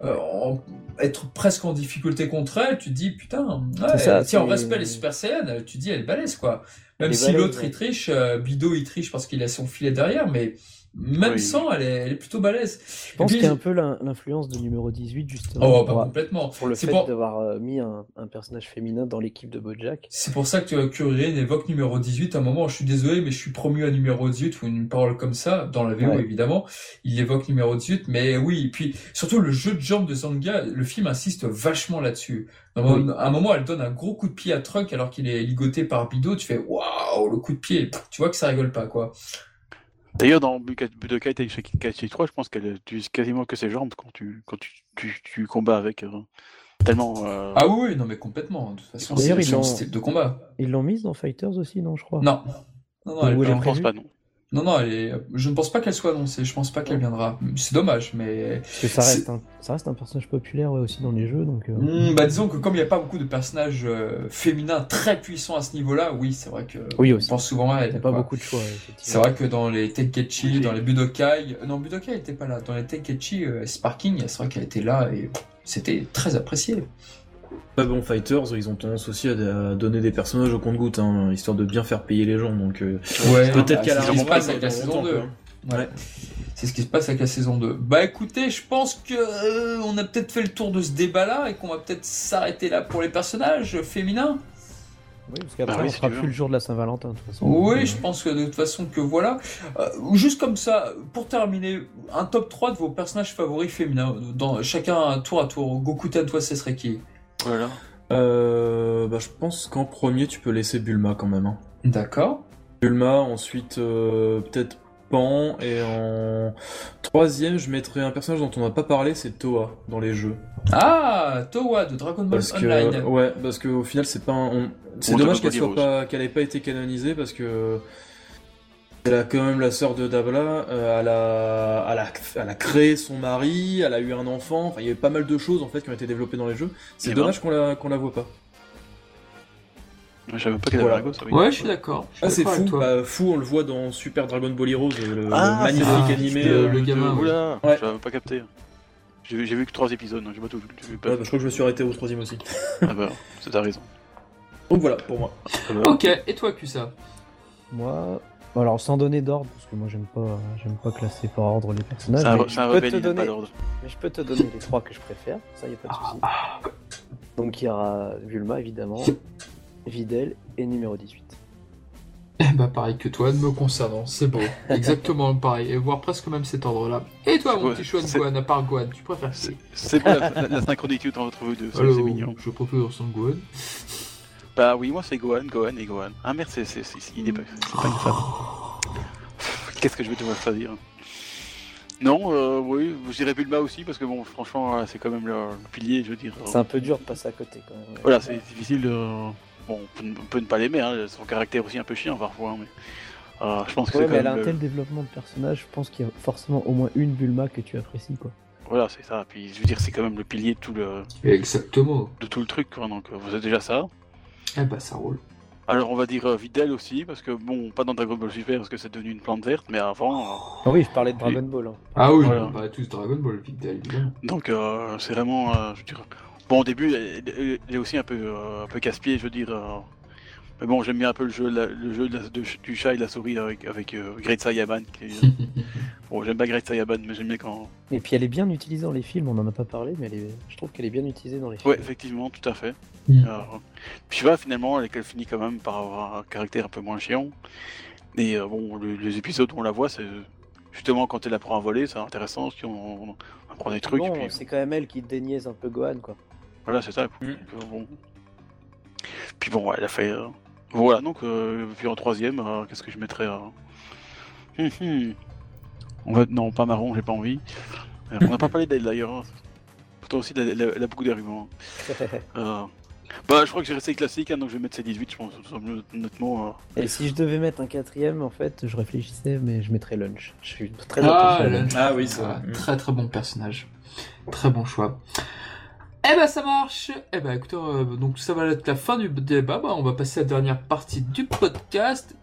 être presque en difficulté contre elle, tu te dis putain, si on respecte les Super Saiyans, tu te dis elle est balèze, quoi. Même si l'autre il triche, Bido il triche parce qu'il a son filet derrière, mais même sans, elle est plutôt balèze. Je pense qu'il y a un peu l'influence de numéro 18, justement. Complètement. Pour le fait d'avoir mis un personnage féminin dans l'équipe de Bojack. C'est pour ça que Kuririn évoque numéro 18. À un moment, je suis désolé, mais je suis promu à numéro 18, ou une parole comme ça, dans la VO évidemment. Il évoque numéro 18, mais oui, et puis surtout le jeu de jambes de Zangia, le film insiste vachement là-dessus. À un moment, elle donne un gros coup de pied à Trunks alors qu'il est ligoté par Bido, tu fais waouh, le coup de pied, tu vois que ça rigole pas, quoi. D'ailleurs, dans Budokai Tenkaichi 3, je pense qu'elle utilise quasiment que ses jambes quand tu combats avec. Tellement. Ah oui, non mais complètement. De toute façon, c'est son style de combat. Ils l'ont mise dans Fighters aussi, non, je crois. Non, je ne pense pas, non. Non, je ne pense pas qu'elle soit annoncée, je pense pas qu'elle viendra. C'est dommage, mais... Parce que ça reste un personnage populaire aussi dans les jeux, donc... disons que comme il n'y a pas beaucoup de personnages féminins très puissants à ce niveau-là, oui, c'est vrai que... Oui, aussi. On pense souvent à elle. Il n'y a pas beaucoup de choix, effectivement. C'est vrai que dans les Tenkaichi, dans les Budokai... Non, Budokai n'était pas là. Dans les Tenkaichi Sparking, c'est vrai qu'elle était là et c'était très apprécié. Fighters, ils ont tendance aussi à donner des personnages au compte-gouttes, histoire de bien faire payer les gens, donc peut-être qu'elle arrive pas avec la saison 2. Ouais. C'est ce qui se passe avec la saison 2. Bah écoutez, je pense que on a peut-être fait le tour de ce débat-là et qu'on va peut-être s'arrêter là pour les personnages féminins. Oui, parce qu'après, on sera plus le jour de la Saint-Valentin, de toute façon. Oui, je pense que de toute façon que voilà. Juste comme ça, pour terminer, un top 3 de vos personnages favoris féminins, dans chacun tour à tour. Gokuten, toi, ce serait qui? Voilà. Je pense qu'en premier, tu peux laisser Bulma quand même. Hein. D'accord. Bulma, ensuite peut-être Pan, et en troisième, je mettrais un personnage dont on n'a pas parlé, c'est Towa dans les jeux. Ah, Towa de Dragon Ball Online. Ouais, parce qu'au final, c'est pas c'est dommage qu'elle ait pas été canonisée, parce que elle a quand même la sœur de Dabla, elle a créé son mari, elle a eu un enfant, enfin il y avait pas mal de choses en fait qui ont été développées dans les jeux. C'est dommage qu'on la voit pas. Je savais pas qu'elle avait un gosse. Ouais, je suis d'accord. C'est fou. Fou, on le voit dans Super Dragon Ball Heroes, le magnifique animé. Le gamin. Oula, ouais. J'avais pas capté. J'ai vu que 3 épisodes, j'ai pas tout vu. Je crois que je me suis arrêté au 3ème aussi. Ah bah, t'as raison. Donc voilà, pour moi. Ok, et toi, Kusa? Moi, alors sans donner d'ordre, parce que moi j'aime pas classer par ordre les personnages. C'est un rebelle, il n'a pas d'ordre. Mais je peux te donner les 3 que je préfère, ça y a pas de souci. Donc il y aura Bulma évidemment, Videl et numéro 18. Eh bah pareil que toi, me concernant, c'est beau. Exactement pareil, et voire presque même cet ordre-là. Et toi, mon petit choix de Gohan, à part Gohan, tu préfères qui? C'est quoi la synchronicité entre vous deux? C'est mignon. Je préfère son Gohan. Bah oui, moi c'est Gohan. Ah merde, il est pas une femme. Qu'est-ce que je vais devoir faire dire? Non, oui, je dirais Bulma aussi, parce que bon, franchement, c'est quand même le pilier, je veux dire. C'est un peu dur de passer à côté quand même. Voilà, c'est difficile de... Bon, on peut ne pas l'aimer, hein, son caractère aussi un peu chiant parfois, hein, mais je pense que c'est quand même... elle a un tel développement de personnage, je pense qu'il y a forcément au moins une Bulma que tu apprécies, quoi. Voilà, c'est ça, puis je veux dire, c'est quand même le pilier de tout le... Exactement. De tout le truc, quoi, donc vous êtes déjà ça. Eh bah ça roule. Alors on va dire Videl aussi, parce que bon, pas dans Dragon Ball Super, parce que c'est devenu une plante verte, mais avant... Ah oui, je parlais de Dragon Ball. Hein. Ah oui, voilà. Bah tous Dragon Ball, Videl, évidemment. Donc c'est vraiment, je veux dire... Bon, au début, elle est aussi un peu casse-pied, je veux dire... Mais bon, j'aime bien un peu le jeu du chat et de la souris avec Great Saiyaman. Bon, j'aime pas Great Saiyaman, mais j'aime bien quand... Et puis elle est bien utilisée dans les films, on en a pas parlé, mais je trouve qu'elle est bien utilisée dans les films. Ouais, effectivement, tout à fait. Puis voilà, finalement, elle finit quand même par avoir un caractère un peu moins chiant. Et bon, les épisodes où on la voit, c'est justement quand elle apprend à voler, c'est intéressant, parce qu'on apprend des trucs. Bon, puis... c'est quand même elle qui déniaise un peu Gohan, quoi. Voilà, c'est ça. Bon. Puis bon, ouais, elle a fait... Voilà, donc, puis en troisième, qu'est-ce que je mettrais Non, pas marron, j'ai pas envie. On n'a pas parlé d'elle d'ailleurs. Hein. Pourtant aussi, elle a beaucoup d'arguments. Je crois que j'ai resté classique, hein, donc je vais mettre ces 18, je pense, honnêtement. Et si je devais mettre un 4ème, en fait, je réfléchissais, mais je mettrais Lunch. Je suis très Lunch. Ah oui, c'est vrai. Très très bon personnage. Très bon choix. Eh ben ça marche. Eh ben écoutez, donc ça va être la fin du débat. On va passer à la dernière partie du podcast.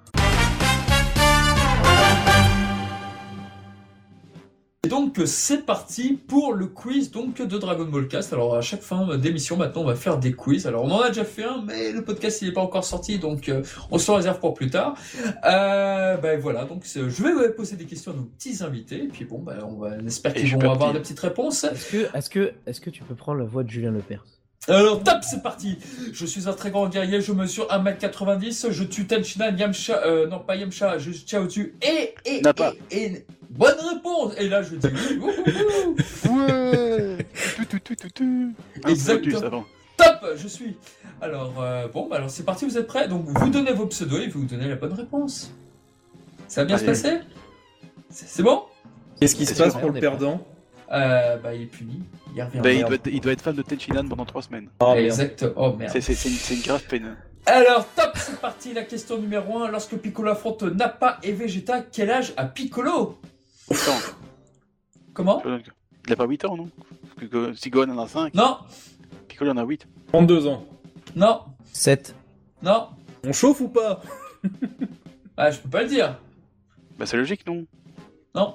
Et donc c'est parti pour le quiz donc de Dragon Ball Cast. Alors à chaque fin d'émission maintenant on va faire des quiz. Alors on en a déjà fait un, mais le podcast il n'est pas encore sorti, donc on se le réserve pour plus tard. Voilà, donc je vais poser des questions à nos petits invités, et puis bon on espère qu'ils vont avoir des petites réponses. Est-ce que tu peux prendre la voix de Julien Lepers? Alors top, c'est parti. Je suis un très grand guerrier, je mesure 1m90, je tue Tenshinhan, Yamcha, non pas Yamcha, je Chaozu et bonne réponse. Et là je dis oui. Ouais. Exactement. Top, je suis. Alors alors c'est parti, vous êtes prêts? Donc vous donnez vos pseudos et vous donnez la bonne réponse. Ça va bien se passer? C'est bon? Qu'est-ce qui se passe pour le perdant? Il est puni. Il doit être fan de Tenshinhan pendant 3 semaines. Oh, exact. Oh merde. C'est une grave peine. Alors, top, c'est parti. La question numéro 1. Lorsque Piccolo affronte Nappa et Vegeta, quel âge a Piccolo? 8 ans. Comment? Il a pas 8 ans, non? Parce que si Gohan en a 5. Non. Piccolo en a 8. 32 ans. Non. 7. Non. On chauffe ou pas? Ah, je peux pas le dire. Bah c'est logique, non? Non.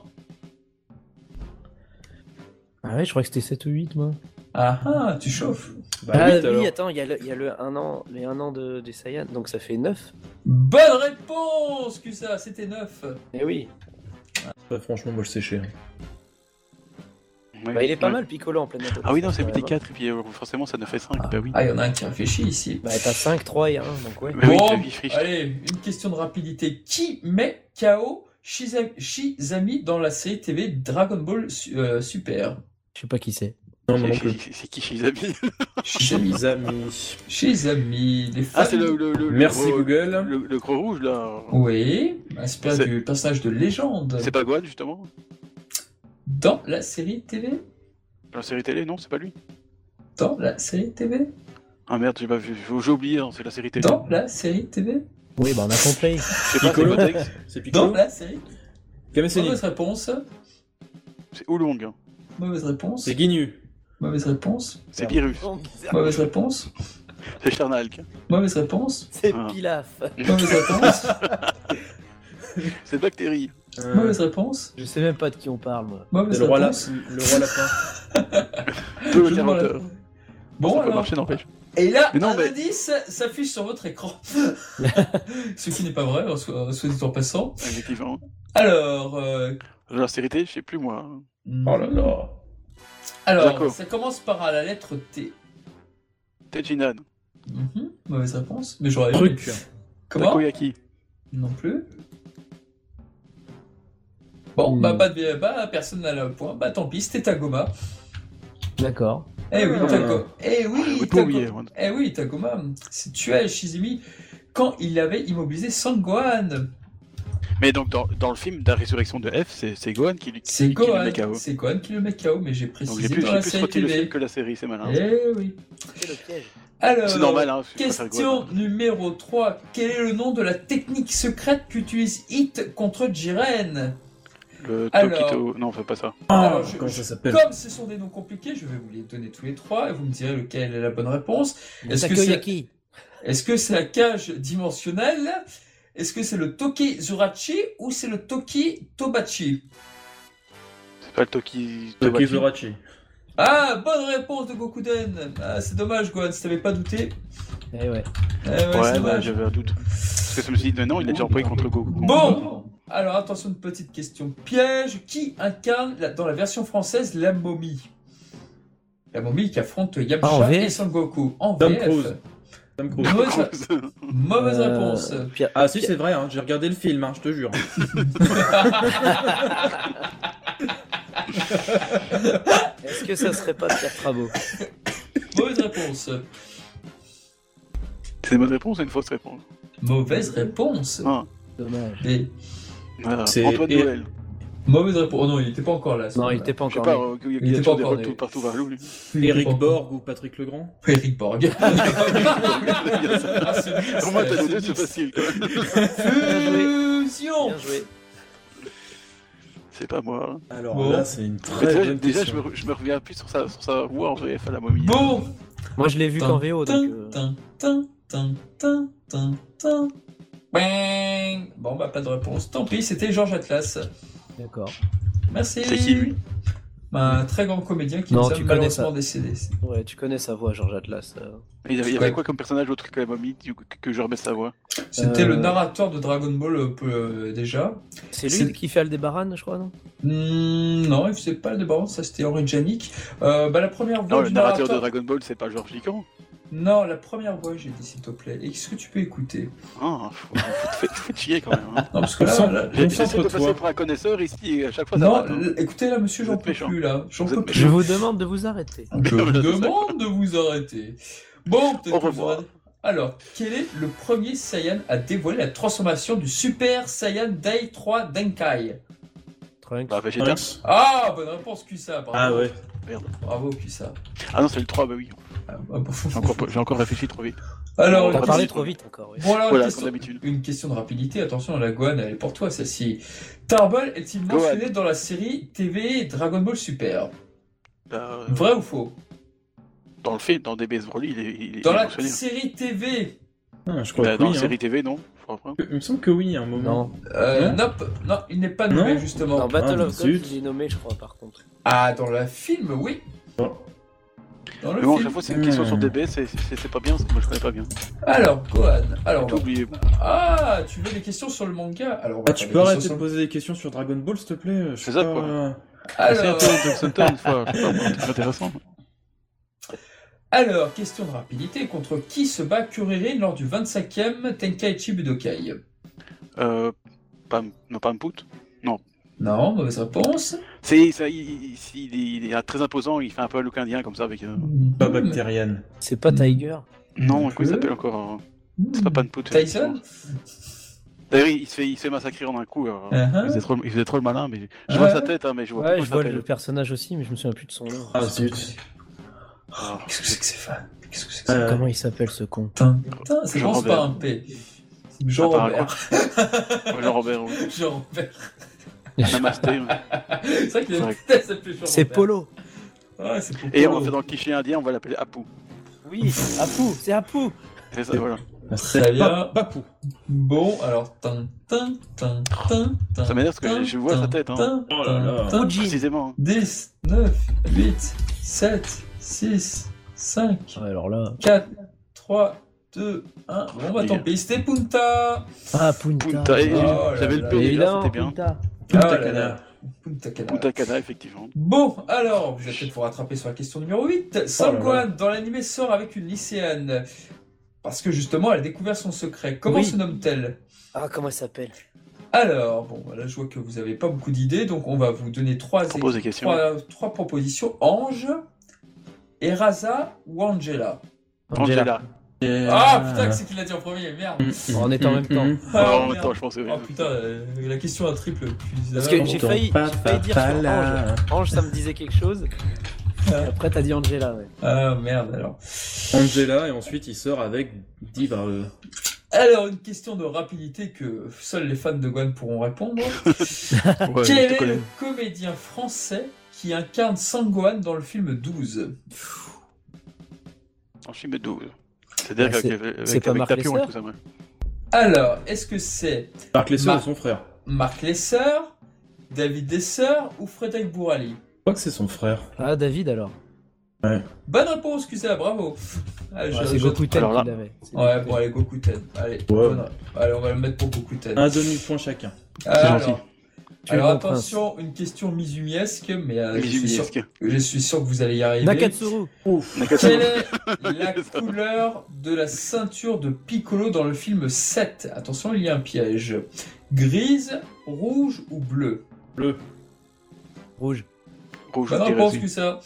Ah ouais, je crois que c'était 7 ou 8, moi. Ah, tu chauffes. Oui, attends, il y a le 1 an, les 1 an des Saiyans, donc ça fait 9. Bonne réponse, Kusa, c'était 9. Eh oui. Franchement, moi je séchais. Ouais, Bah, il est pas ouais. mal Piccolo en pleine adolescence. Ah oui, non, c'est quand même. 4 et puis forcément ça ne fait 5. Bah oui. Ah, il y en a un qui réfléchit ici. Bah, t'as 5, 3 et 1, donc ouais. Mais oui, Bon, il friche. allez, une question de rapidité. Qui met KO Shizami dans la série TV Dragon Ball Super? Je sais pas qui c'est. Non, moi non plus. C'est qui Shizami? Shizami. Les amis. Shizami, les fans. Ah, c'est le Merci gros, Google. le gros rouge là. Oui, inspiré C'est- du personnage de légende C'est pas Gohan justement? dans la série TV. Dans la série télé, non, c'est pas lui. Dans la série TV. Ah merde, j'ai pas vu. J'ai oublié, hein, c'est la série télé. Dans la série TV. Oui, bah on a compris. Je sais pas, c'est Piccolo. Gotex. C'est Dans Piccolo. la série. Kameseni. Mauvaise réponse. C'est Oolong. Hein. Mauvaise réponse. C'est Ginyu. Mauvaise réponse. C'est Pyrrhus. Mauvaise réponse. C'est Chernalk. Mauvaise réponse. C'est Ah. Pilaf. Mauvaise réponse. C'est Bactérie. Mauvaise réponse. Je sais même pas de qui on parle, moi. Mauvaise C'est le roi réponse. lapin. Deux Je demande interrupteurs. Bon Ça peut alors. marcher, n'empêche. Et là, Mais non, un mais- indice s'affiche sur votre écran. Ce qui n'est pas vrai, soit dit en passant. Effectivement. Alors, La série télé, je sais plus moi. Oh là là. alors D'accord. ça commence par la lettre T. Tejinan. Mauvaise réponse. Mais j'aurais Truc. Comment Takoyaki. Non plus. Bon, personne n'a le point. Bah tant pis, c'était Tagoma. D'accord. Eh oui, Ah. Tagoma. Eh oui, Oui, pas oublié, Tagoma. ouais. Eh oui, Tagoma. C'est tué Shizumi quand il avait immobilisé Son Gohan. Mais donc, dans le film de la résurrection de F, c'est Gohan qui C'est le Gohan. met KO. C'est Gohan qui le met KO, mais j'ai Donc précisé j'ai dans la plus série retenu le film TV. que la série, c'est malin. Eh oui. C'est le piège. Alors, C'est normal, hein. je préfère question Gohan. numéro 3. Quel est le nom de la technique secrète qu'utilise Hit contre Jiren? Le Alors- Tokito. Non, on fait pas ça. Alors, Comment ça s'appelle? Comme ce sont des noms compliqués, je vais vous les donner tous les trois et vous me direz lequel est la bonne réponse. Est-ce que c'est la cage dimensionnelle? Est-ce que c'est le Toki Zurachi ou c'est le Toki Tobachi? C'est pas le Toki. Tokizorachi. Ah, bonne réponse de Gokuden. Ah, c'est dommage, Gohan, si t'avais pas douté. Eh ouais. Eh ouais, c'est Ouais, bah, dommage. j'avais un doute. Parce que je me suis dit, non, il a déjà employé contre Goku. Bon, alors attention, une petite question piège. Qui incarne dans la version française la momie? La momie qui affronte Ah, en Yamcha VF? et Son Goku. En Tom VF. Cruise. Tom Cruise. Mauvaise réponse. Pierre... Ah si, c'est vrai, hein, j'ai regardé le film, hein, je te jure. Est-ce que ça serait pas Pierre Travaux? Mauvaise réponse. C'est une bonne réponse ou une fausse réponse? Mauvaise réponse. Ah, Dommage. Et voilà. C'est- Antoine et- Noël. mauvaise réponse. Oh non, il était pas encore là. Non, il était pas Je sais encore pas, né. il y Il a était toujours pas des encore vols né. partout vers lui. Eric Borg ou Patrick Legrand. Eric Borg. Ah, c'est nul, Pour moi, ça, t'as les deux, c'est c'est nul. facile. Quand même. Fusion. Bien joué. C'est pas moi. Alors Bon. là, c'est une Mais très déjà, bonne déjà, question. je me reviens plus sur sa voix en VF à la momie. Bon. Moi, je l'ai vu qu'en VO, donc... Bang. Bon, bah, pas de réponse. Tant pis, c'était Georges Atlas. D'accord. Merci. C'est qui, lui? Bah, un très grand comédien qui Non, nous a tu connais malheureusement ça. décédé. Ouais, tu connais sa voix, Georges Atlas. Il y avait Ouais. quoi comme personnage autre que la momie que je remets sa voix? C'était le narrateur de Dragon Ball déjà. C'est C'est- lui qui fait Aldébaran, je crois, non? Non, il faisait pas le débarras, ça c'était Henri Janik. La première voix Non, le du narrateur de Dragon Ball, c'est pas Georges Lican. Non, la première voix, j'ai dit s'il te plaît. Est-ce que tu peux écouter? Ah, faut te chier quand même. Hein. Non, parce que là, J'essaie de passer Concentre-toi. pour un connaisseur ici et à chaque fois ça non, rate, hein. écoutez là, monsieur, Vous j'en êtes peux méchant. plus là. J'en Vous peux êtes plus. Je vous demande de vous arrêter. Je vous Voilà, c'est ça. demande de vous arrêter. Bon, peut-être Au que vous revoir. aurez- Alors, quel est le premier Saiyan à dévoiler la transformation du Super Saiyan Dai 3 Denkai? Trunks. Bah, Vegeta. Ah, bonne réponse, Kusa. Bravo. Ah ouais. Bravo, Kusa. Ah non, c'est le 3, bah oui. Ah, bon. J'ai encore réfléchi trop vite. Alors, T'as une parlé question- trop vite encore, oui. Bon, alors, Voilà, une, comme d'habitude. une question de rapidité. Attention, la Gohan, elle est pour toi, celle-ci. Tarball est-il Gohan. mentionné dans la série TV Dragon Ball Super? Bah, Vrai ou faux? dans le film, dans DBS Broly, il est Dans la mentionné. série TV? Ah, je crois Bah, que dans oui. la hein. série TV, non. Je crois pas. Il me semble que oui, à un moment. Non. Nope. Non, il n'est pas nommé, Non. justement. Dans Battle Ah, of Gods, zut. il est nommé, je crois, par contre. Ah, dans le film, oui. Oh. Dans le Mais bon, à film. chaque fois, c'est une question sur DBS, c'est pas bien, parce que moi je connais pas bien. Alors, Gohan. Alors, J'ai tout oublié. ah, tu veux des questions sur le manga? Alors, on va Ah, faire tu des peux questions arrêter sur- de poser des questions sur Dragon Ball, s'il te plaît? Je C'est sais ça, pas- quoi. Alors... Hunter une fois, c'est intéressant. Alors, question de rapidité, contre qui se bat Kuririn lors du 25e Tenkaichi Budokai? Pas un Put. Non, mauvaise réponse. Il est très imposant, il fait un peu un look indien comme ça avec. Pas bactérienne. C'est pas Tiger. Non, comment il s'appelle encore C'est pas Panput. Tyson. D'ailleurs, il se fait massacrer en un coup. Il faisait trop le malin, mais je vois sa tête, hein, mais je vois pas Ouais, comment je il vois s'appelle. le personnage aussi, mais je me souviens plus de son nom. Ah, zut. Qu'est-ce que c'est que ces fans? Qu'est-ce que c'est que ça? Comment il s'appelle ce con? Putain, ça Jean commence Robert. par un P. Jean-Robert. Jean-Robert, oui. Jean-Robert. Namasté. Ouais. C'est vrai qu'il a C'est vrai. une tête, ça s'appelle Jean-Robert. C'est Polo. Ouais, c'est pour Et Polo. on va faire dans le cliché indien, on va l'appeler Apu. Oui, Apu, c'est Apu. C'est ça, voilà. Très bien. Papou. Bon, alors... Ça m'énerve parce que je vois sa tête, hein. Oh là là. Fuji. Précisément. 10, 9, 8, 7, 6, 5, Ouais, alors là. 4, 3, 2, 1. Bon, bah tant pis, c'était Punta. Ah, Punta. Punta, et Oh là j'avais le là. P déjà, Évidemment, c'était bien. Punta. Ah là là. Punta Cana. Punta Cana, effectivement. Bon, alors, vous allez peut-être vous rattraper sur la question numéro 8. Sangwan, dans l'anime, sort avec une lycéenne. Parce que justement, elle a découvert son secret. Comment Oui. se nomme-t-elle? Ah, comment elle s'appelle? Alors, bon, là, je vois que vous n'avez pas beaucoup d'idées, donc on va vous donner trois propositions. Ange, Eraza ou Angela? Angela. Ah, putain, c'est qui l'a dit en premier, merde. On est en même temps. Ah, En même merde. temps, je pense. Oh putain, la question à triple. Parce que j'ai failli dire sur Ange. Ange, ça me disait quelque chose. Et après, t'as dit Angela, ouais. Ah, merde, alors. Angela, et ensuite il sort avec Diva. Alors, une question de rapidité que seuls les fans de Gwen pourront répondre. Ouais, Quel je est te connais. le comédien français qui incarne Sangwan dans le film 12? En film 12. C'est-à-dire Bah, c'est pas avec Marc Tapion et Lesser tout ça, ouais. Alors, est-ce que c'est Marc Lesser Marc- et son frère. Marc Lesser, David Lesser ou Frédéric Bourali? Je crois que c'est son frère. Ah, David alors. Bonne réponse, excusez-moi, bravo. Allez, C'est Gokuten Alors là- qui l'avait. C'est Ouais, Gokuten. bon, allez, Gokuten. Allez, Ouais. allez, on va le mettre pour Gokuten. Un demi-point chacun. Alors, gentil. Tu es alors mon attention, une question misumiesque, mais Misumiesque. je suis sûr que vous allez y arriver. Nakatsuru. Quelle est la couleur de la ceinture de Piccolo dans le film 7? Attention, il y a un piège. Grise, rouge ou bleu? Bleu. Rouge. Rouge, Bonne je dirais réponse aussi. que ça.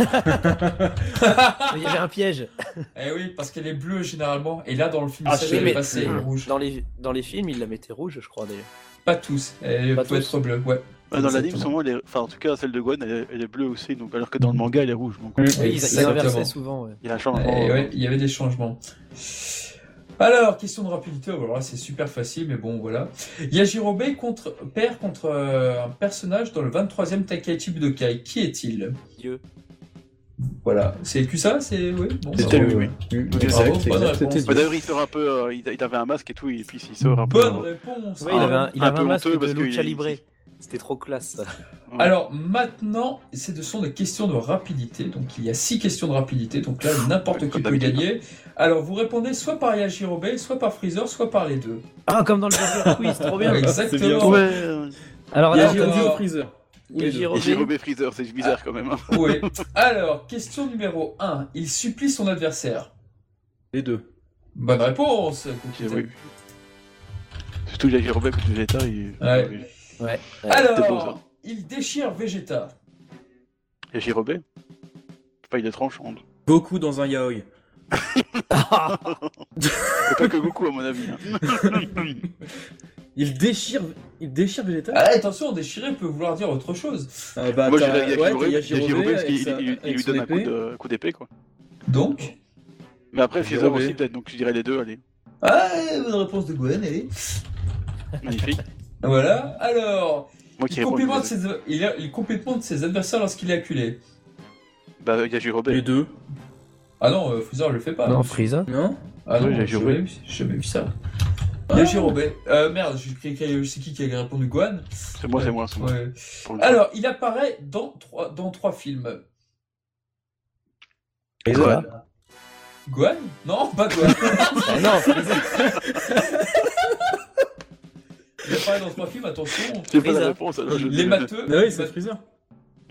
Il y avait un piège. Eh oui, parce qu'elle est bleue généralement. Et là, dans le film Ah, 7, oui, elle mais- est passée rouge. Dans les films, il la mettait rouge, je crois, d'ailleurs. Pas tous. Elle Pas peut tous. être bleue, ouais. Ouais, dans l'anime, Exactement. souvent, enfin, en tout cas, celle de Gwen, elle est bleue aussi, donc, alors que dans le manga, elle est rouge. Donc, Oui, ils Exactement. inversaient souvent, ouais. il y a un changement. Et ouais, il y avait des changements. Alors, question de rapidité, alors là c'est super facile, mais bon voilà. Yajirobe perd contre un personnage dans le 23e Tenkaichi Budokai. Qui est-il? Dieu. Voilà, c'est que ça? C'est oui. Bon, C'était bravo. lui, oui. Bravo, Exact, bonne exact. réponse. Bah, d'ailleurs, il sort un peu. Il avait un masque et tout, et puis il sort un peu. Bonne réponse. Ouais, il avait un peu masque honteux de parce que Lucha il- Libre. C'était trop classe, ça. Ouais. Alors maintenant, ce sont des questions de rapidité. Donc il y a 6 questions de rapidité. Donc là, n'importe Ouais, qui comme peut d'habitude. gagner. Alors vous répondez soit par Yajirobe, soit par Freezer, soit par les deux. Ah, comme dans le Burger Quiz, trop bien. Exactement. Ouais. Alors Il y a là, Alors- au freezer. Et Et Jérôme Freezer, c'est bizarre quand même. Hein. Oui. Alors, question numéro 1. Il supplie son adversaire. Les deux. Bonne réponse. Oui. Surtout il y a Jérôme que Vegeta. Ouais. ouais. C'était beau, ça. Alors, il déchire Vegeta. Il y a Jérôme. Pas il est tranchant. Goku dans un yaoi. C'est pas que Goku à mon avis. Hein. Il déchire Vegeta. Ah, attention, déchirer peut vouloir dire autre chose. Bah, Moi je t'as- dirais ouais, il y a Yajirobe Jérôme parce avec qu'il sa- il avec lui son donne un épée. coup d'épée quoi. Donc. Mais après Freezer Jérôme. aussi peut-être, donc je dirais les deux, allez. Ah, bonne réponse de Gwen, allez. Magnifique. Voilà. Alors, Moi qui il réponds. complimente ses adversaires lorsqu'il est acculé. Bah il y a Jérôme. Les deux. Ah non, Freezer le fait pas. Non, Frieza. Non. Ah non, Ouais, j'ai j'ai Jérôme. jamais vu ça. Il y a Jérôme. Merde, c'est qui a répondu Gwen? C'est moi, c'est moi. Ouais. Pour une fois. Alors, il apparaît dans trois films. Frieza. Gwen? Non, pas Gwen. Ah non, Frieza. Il apparaît dans 3 films, attention. J'ai pas la Freezer. réponse alors je. Les matheux. Ah oui, c'est Freezer.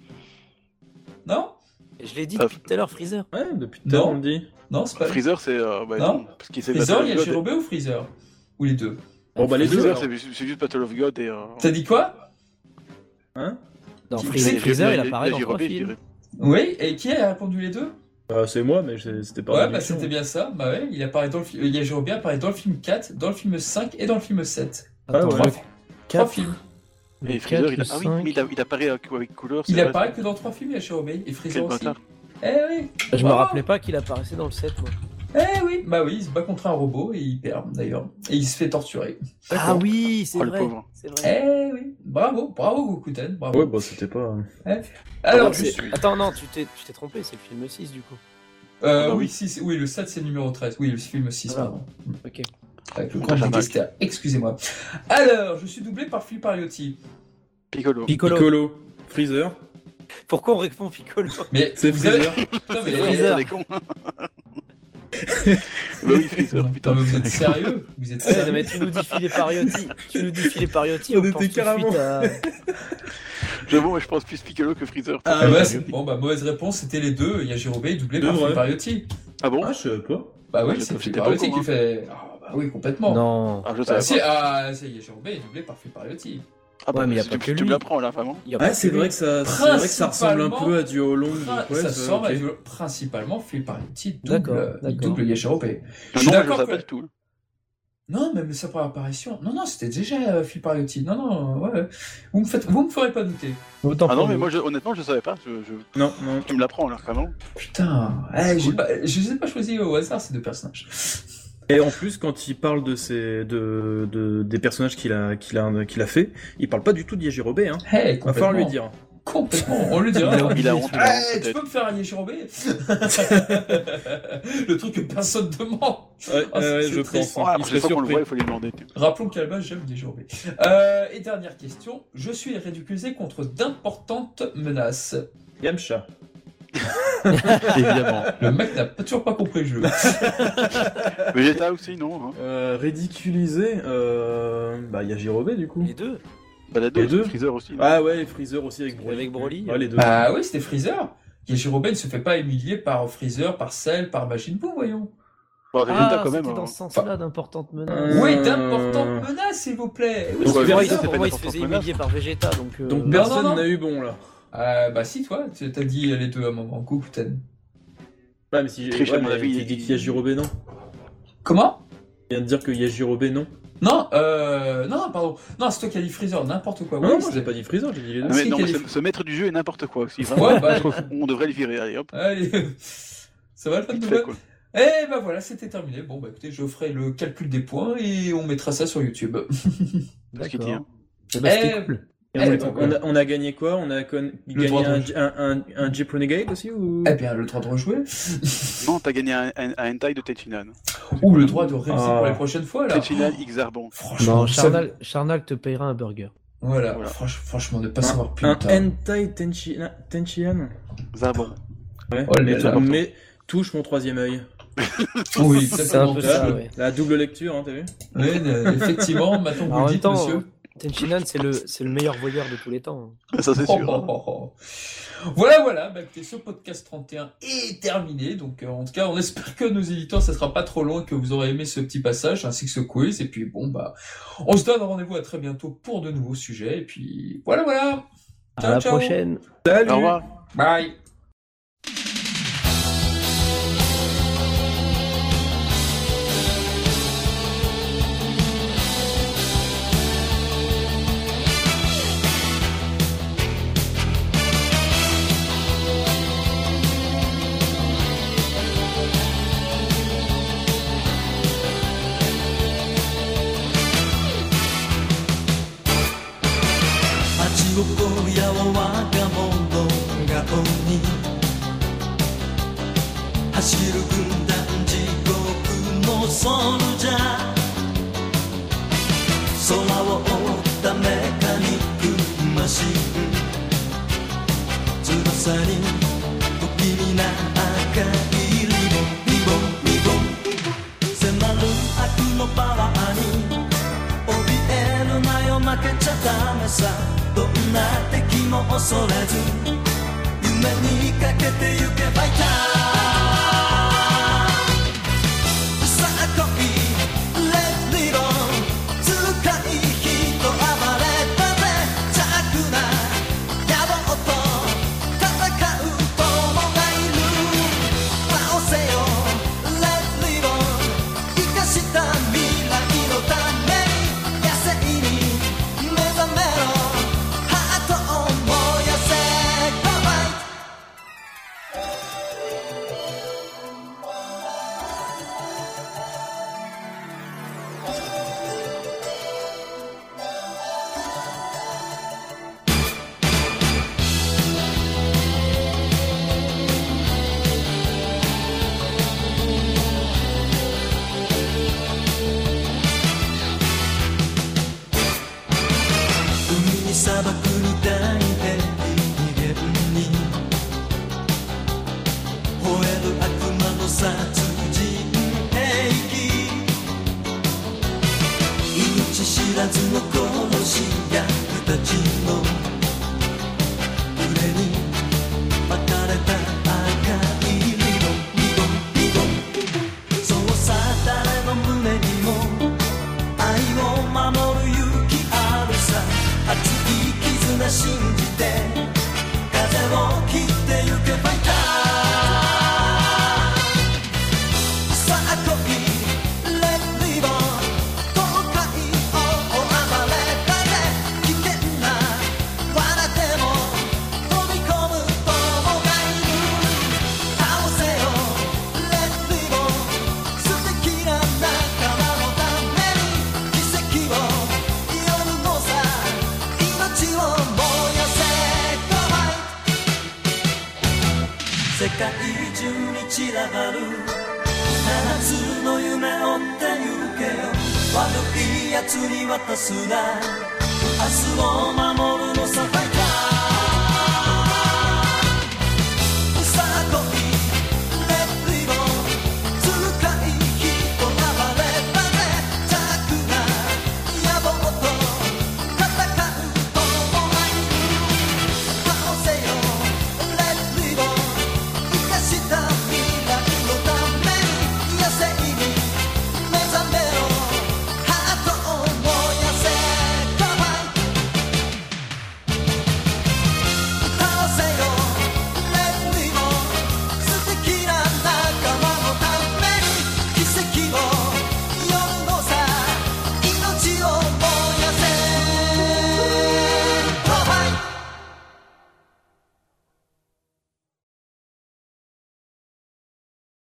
Non? Je l'ai dit depuis tout à l'heure, Freezer. Ouais, depuis tout à l'heure, on le dit. Non, c'est pas Freezer, c'est. non, parce qu'il s'est Freezer, il y a Yajirobe ou Freezer? Ou les deux? Bon, bah, les deux. Freezer, c'est juste Battle of God et. T'as dit quoi? Hein? Dans Qui- Freezer, il apparaît dans 3 films. Oui, et qui a répondu les deux? C'est moi, mais c'était pas. Ouais, bah c'était bien ça. Bah ouais, il apparaît dans le film. Yajirobe apparaît dans le film 4, dans le film 5 et dans le film 7. Attends, ouais. 3 films. Et Freezer, mais il apparaît avec couleur. Il apparaît que dans 3 films, Yajirobe. Et Freezer Quel aussi. bâtard. Eh oui. Je me rappelais pas qu'il apparaissait dans le 7, moi. Eh oui. Bah oui, il se bat contre un robot et il perd d'ailleurs. Et il se fait torturer. Ah oui, c'est Oh, le vrai. pauvre. C'est vrai. Eh oui. Bravo Gokuten. Bravo. Ouais, bah, c'était pas. Alors, Attends, non, tu t'es trompé, c'est le film 6 du coup. oui, le 7 c'est le numéro 13. Oui, le film 6, pardon. Ok. Avec le grand détesteur. Excusez-moi. Alors, je suis doublé par Phil Pariotti. Piccolo. Freezer. Pourquoi on répond Piccolo? Mais C'est vous avez... Freezer. Putain, mais Freezer. C'est con. Bah oui, Freezer, putain. Non, mais vous êtes sérieux? Vous êtes Ouais, sérieux? non, mais tu nous dis Philippe Pariotti, On on pense était tout de carrément- suite à... J'avoue, moi je pense plus Piccolo que Freezer. Ah ouais, bon bah mauvaise réponse, c'était les deux. Yajirobe doublé par Phil Pariotti. Ah bon? Ah, je sais pas. Bah oui, Je c'est sais Phil pas Pariotti comment, qui fait... Ah bah oui, complètement. Non. Ah, je Bah, savais pas. c'est Yajirobe est doublé par Phil Pariotti. Ah bah, Ouais, mais y a pas que tu lui. me l'apprends là, vraiment. Y a pas Ah, c'est que vrai lui. que ça ressemble un peu à du Holland. Ça ressemble à principalement Phil Pariotti D'accord. double Yajirobe. Je Non, suis je d'accord sais que... pas du tout. Non, même sa première apparition. Non, c'était déjà Phil Pariotti. Non, ouais. Vous me ferez pas douter. Autant Ah non, pour mais nous. moi honnêtement je savais pas. Non. Tu me l'apprends là, vraiment. Putain, je les ai pas choisis au hasard ces deux personnages. Et en plus, quand il parle des personnages qu'il a fait, il parle pas du tout de Yajirobe, hein. Hey, Va falloir lui dire. Complètement, on lui dira. Il a honte. Tu peux me faire un Yajirobe? Le truc que personne demande. Ouais, Ah, c'est je triste. pense. La Il prochaine serait fois qu'on le surpris. voit, il faut lui demander. Rappelons qu'à la base, j'aime Yajirobe. Et dernière question. Je suis ridiculisé contre d'importantes menaces. Yamcha. Évidemment. Le mec n'a toujours pas compris le jeu. Vegeta aussi, non hein. Ridiculisé, Yajirobe du coup. Les deux. Bah la Les deux. Freezer aussi. Ah ouais, Freezer aussi avec Broly. Avec Broly. Ouais, les deux. Ah oui, c'était Freezer. Yajirobe ne se fait pas humilier par Freezer, par Cell, par Majin Buu, voyons. Bon, Vegeta Ah, quand même. c'était dans ce sens-là d'importantes menaces. Oui, d'importantes menaces, s'il vous plaît. Oui, Ouais, c'est Freezer, Freezer. c'est Pour pas moi, il se n'importe faisait quoi. humilier par Vegeta, donc... Donc non, personne non. n'a eu bon là. Bah si, toi, tu t'as dit les deux à un moment. Gokuten. Ouais, mais si Triche, à mon avis, il dit que Yajirobe non. Comment? Il vient de dire que Yajirobe non. Non, pardon. Non, c'est toi qui as dit Freezer, n'importe quoi. Non, Oui, moi j'ai pas dit Freezer, j'ai dit les deux. Mais non, qu'il mais y a des- ce maître du jeu est n'importe quoi aussi. Vraiment. Ouais, bah, On devrait le virer, allez hop. allez. Ça va le fan Vite de fait, moi? quoi. Eh ben voilà, c'était terminé. Bon, bah écoutez, je ferai le calcul des points et on mettra ça sur YouTube. Parce qu'il dit, hein. Bah, c'était Eh, cool. On a gagné quoi? On a gagné droit de un Jeep Renegade aussi ou? Eh bien, le droit de rejouer. Non, t'as gagné un hentai de Techinan. Ou le droit de réviser Ah. pour les prochaines fois, là. Techinan X Zarbon. Franchement, Non, ça- Charnal te payera un burger. Voilà, Voilà. franchement, ne pas savoir Un putain. Hentai Tenchian. Zarbon. Ouais. Oh là là. Mais touche mon troisième œil. Oui, C'est un peu ça, ouais. La double lecture, hein, t'as vu? Oui, effectivement, maintenant que En vous le même dites, temps, monsieur. Tenchinan, c'est le meilleur voyeur de tous les temps. Ça c'est Oh, sûr. oh, oh, oh. Voilà, bah, écoutez, ce podcast 31 est terminé. Donc, en tout cas, on espère que nos éditeurs, ça sera pas trop long et que vous aurez aimé ce petit passage ainsi que ce quiz. Et puis, bon, bah, on se donne rendez-vous à très bientôt pour de nouveaux sujets. Et puis, voilà. À la prochaine. Salut! Au revoir. Bye. 街を荒野は我が物顔に走る軍団地獄のソルジャー空を覆ったメカニックマシン翼に不気味な赤いリボン迫る悪のパワーに怯えるなよ負けちゃダメさどんな敵も恐れず夢にかけてゆけファイターさあ来いレッドリボン使い人暴れたぜ邪悪な野望と戦う友がいる倒せよレッドリボン生かした未来のために野生に目覚めろハートを燃やせゴーバイ海に砂漠に大平原に吠える悪魔の殺人兵器命知らずの殺し屋たちの腕に巻かれた赤いリボンリボンリボンそうさ誰の胸にも愛を守る勇気あるさ熱い絆信じて風を切ってゆけファイターさあ来いレッドリボン東海を暴れたぜ危険な罠でも飛び込む友がいる倒せよレッドリボン素敵な仲間のために奇跡を祈るのさ命を燃やせゴーバイ世界中に散らばる7つの夢追ってゆけよ悪い奴に渡すな明日を守るのさファイター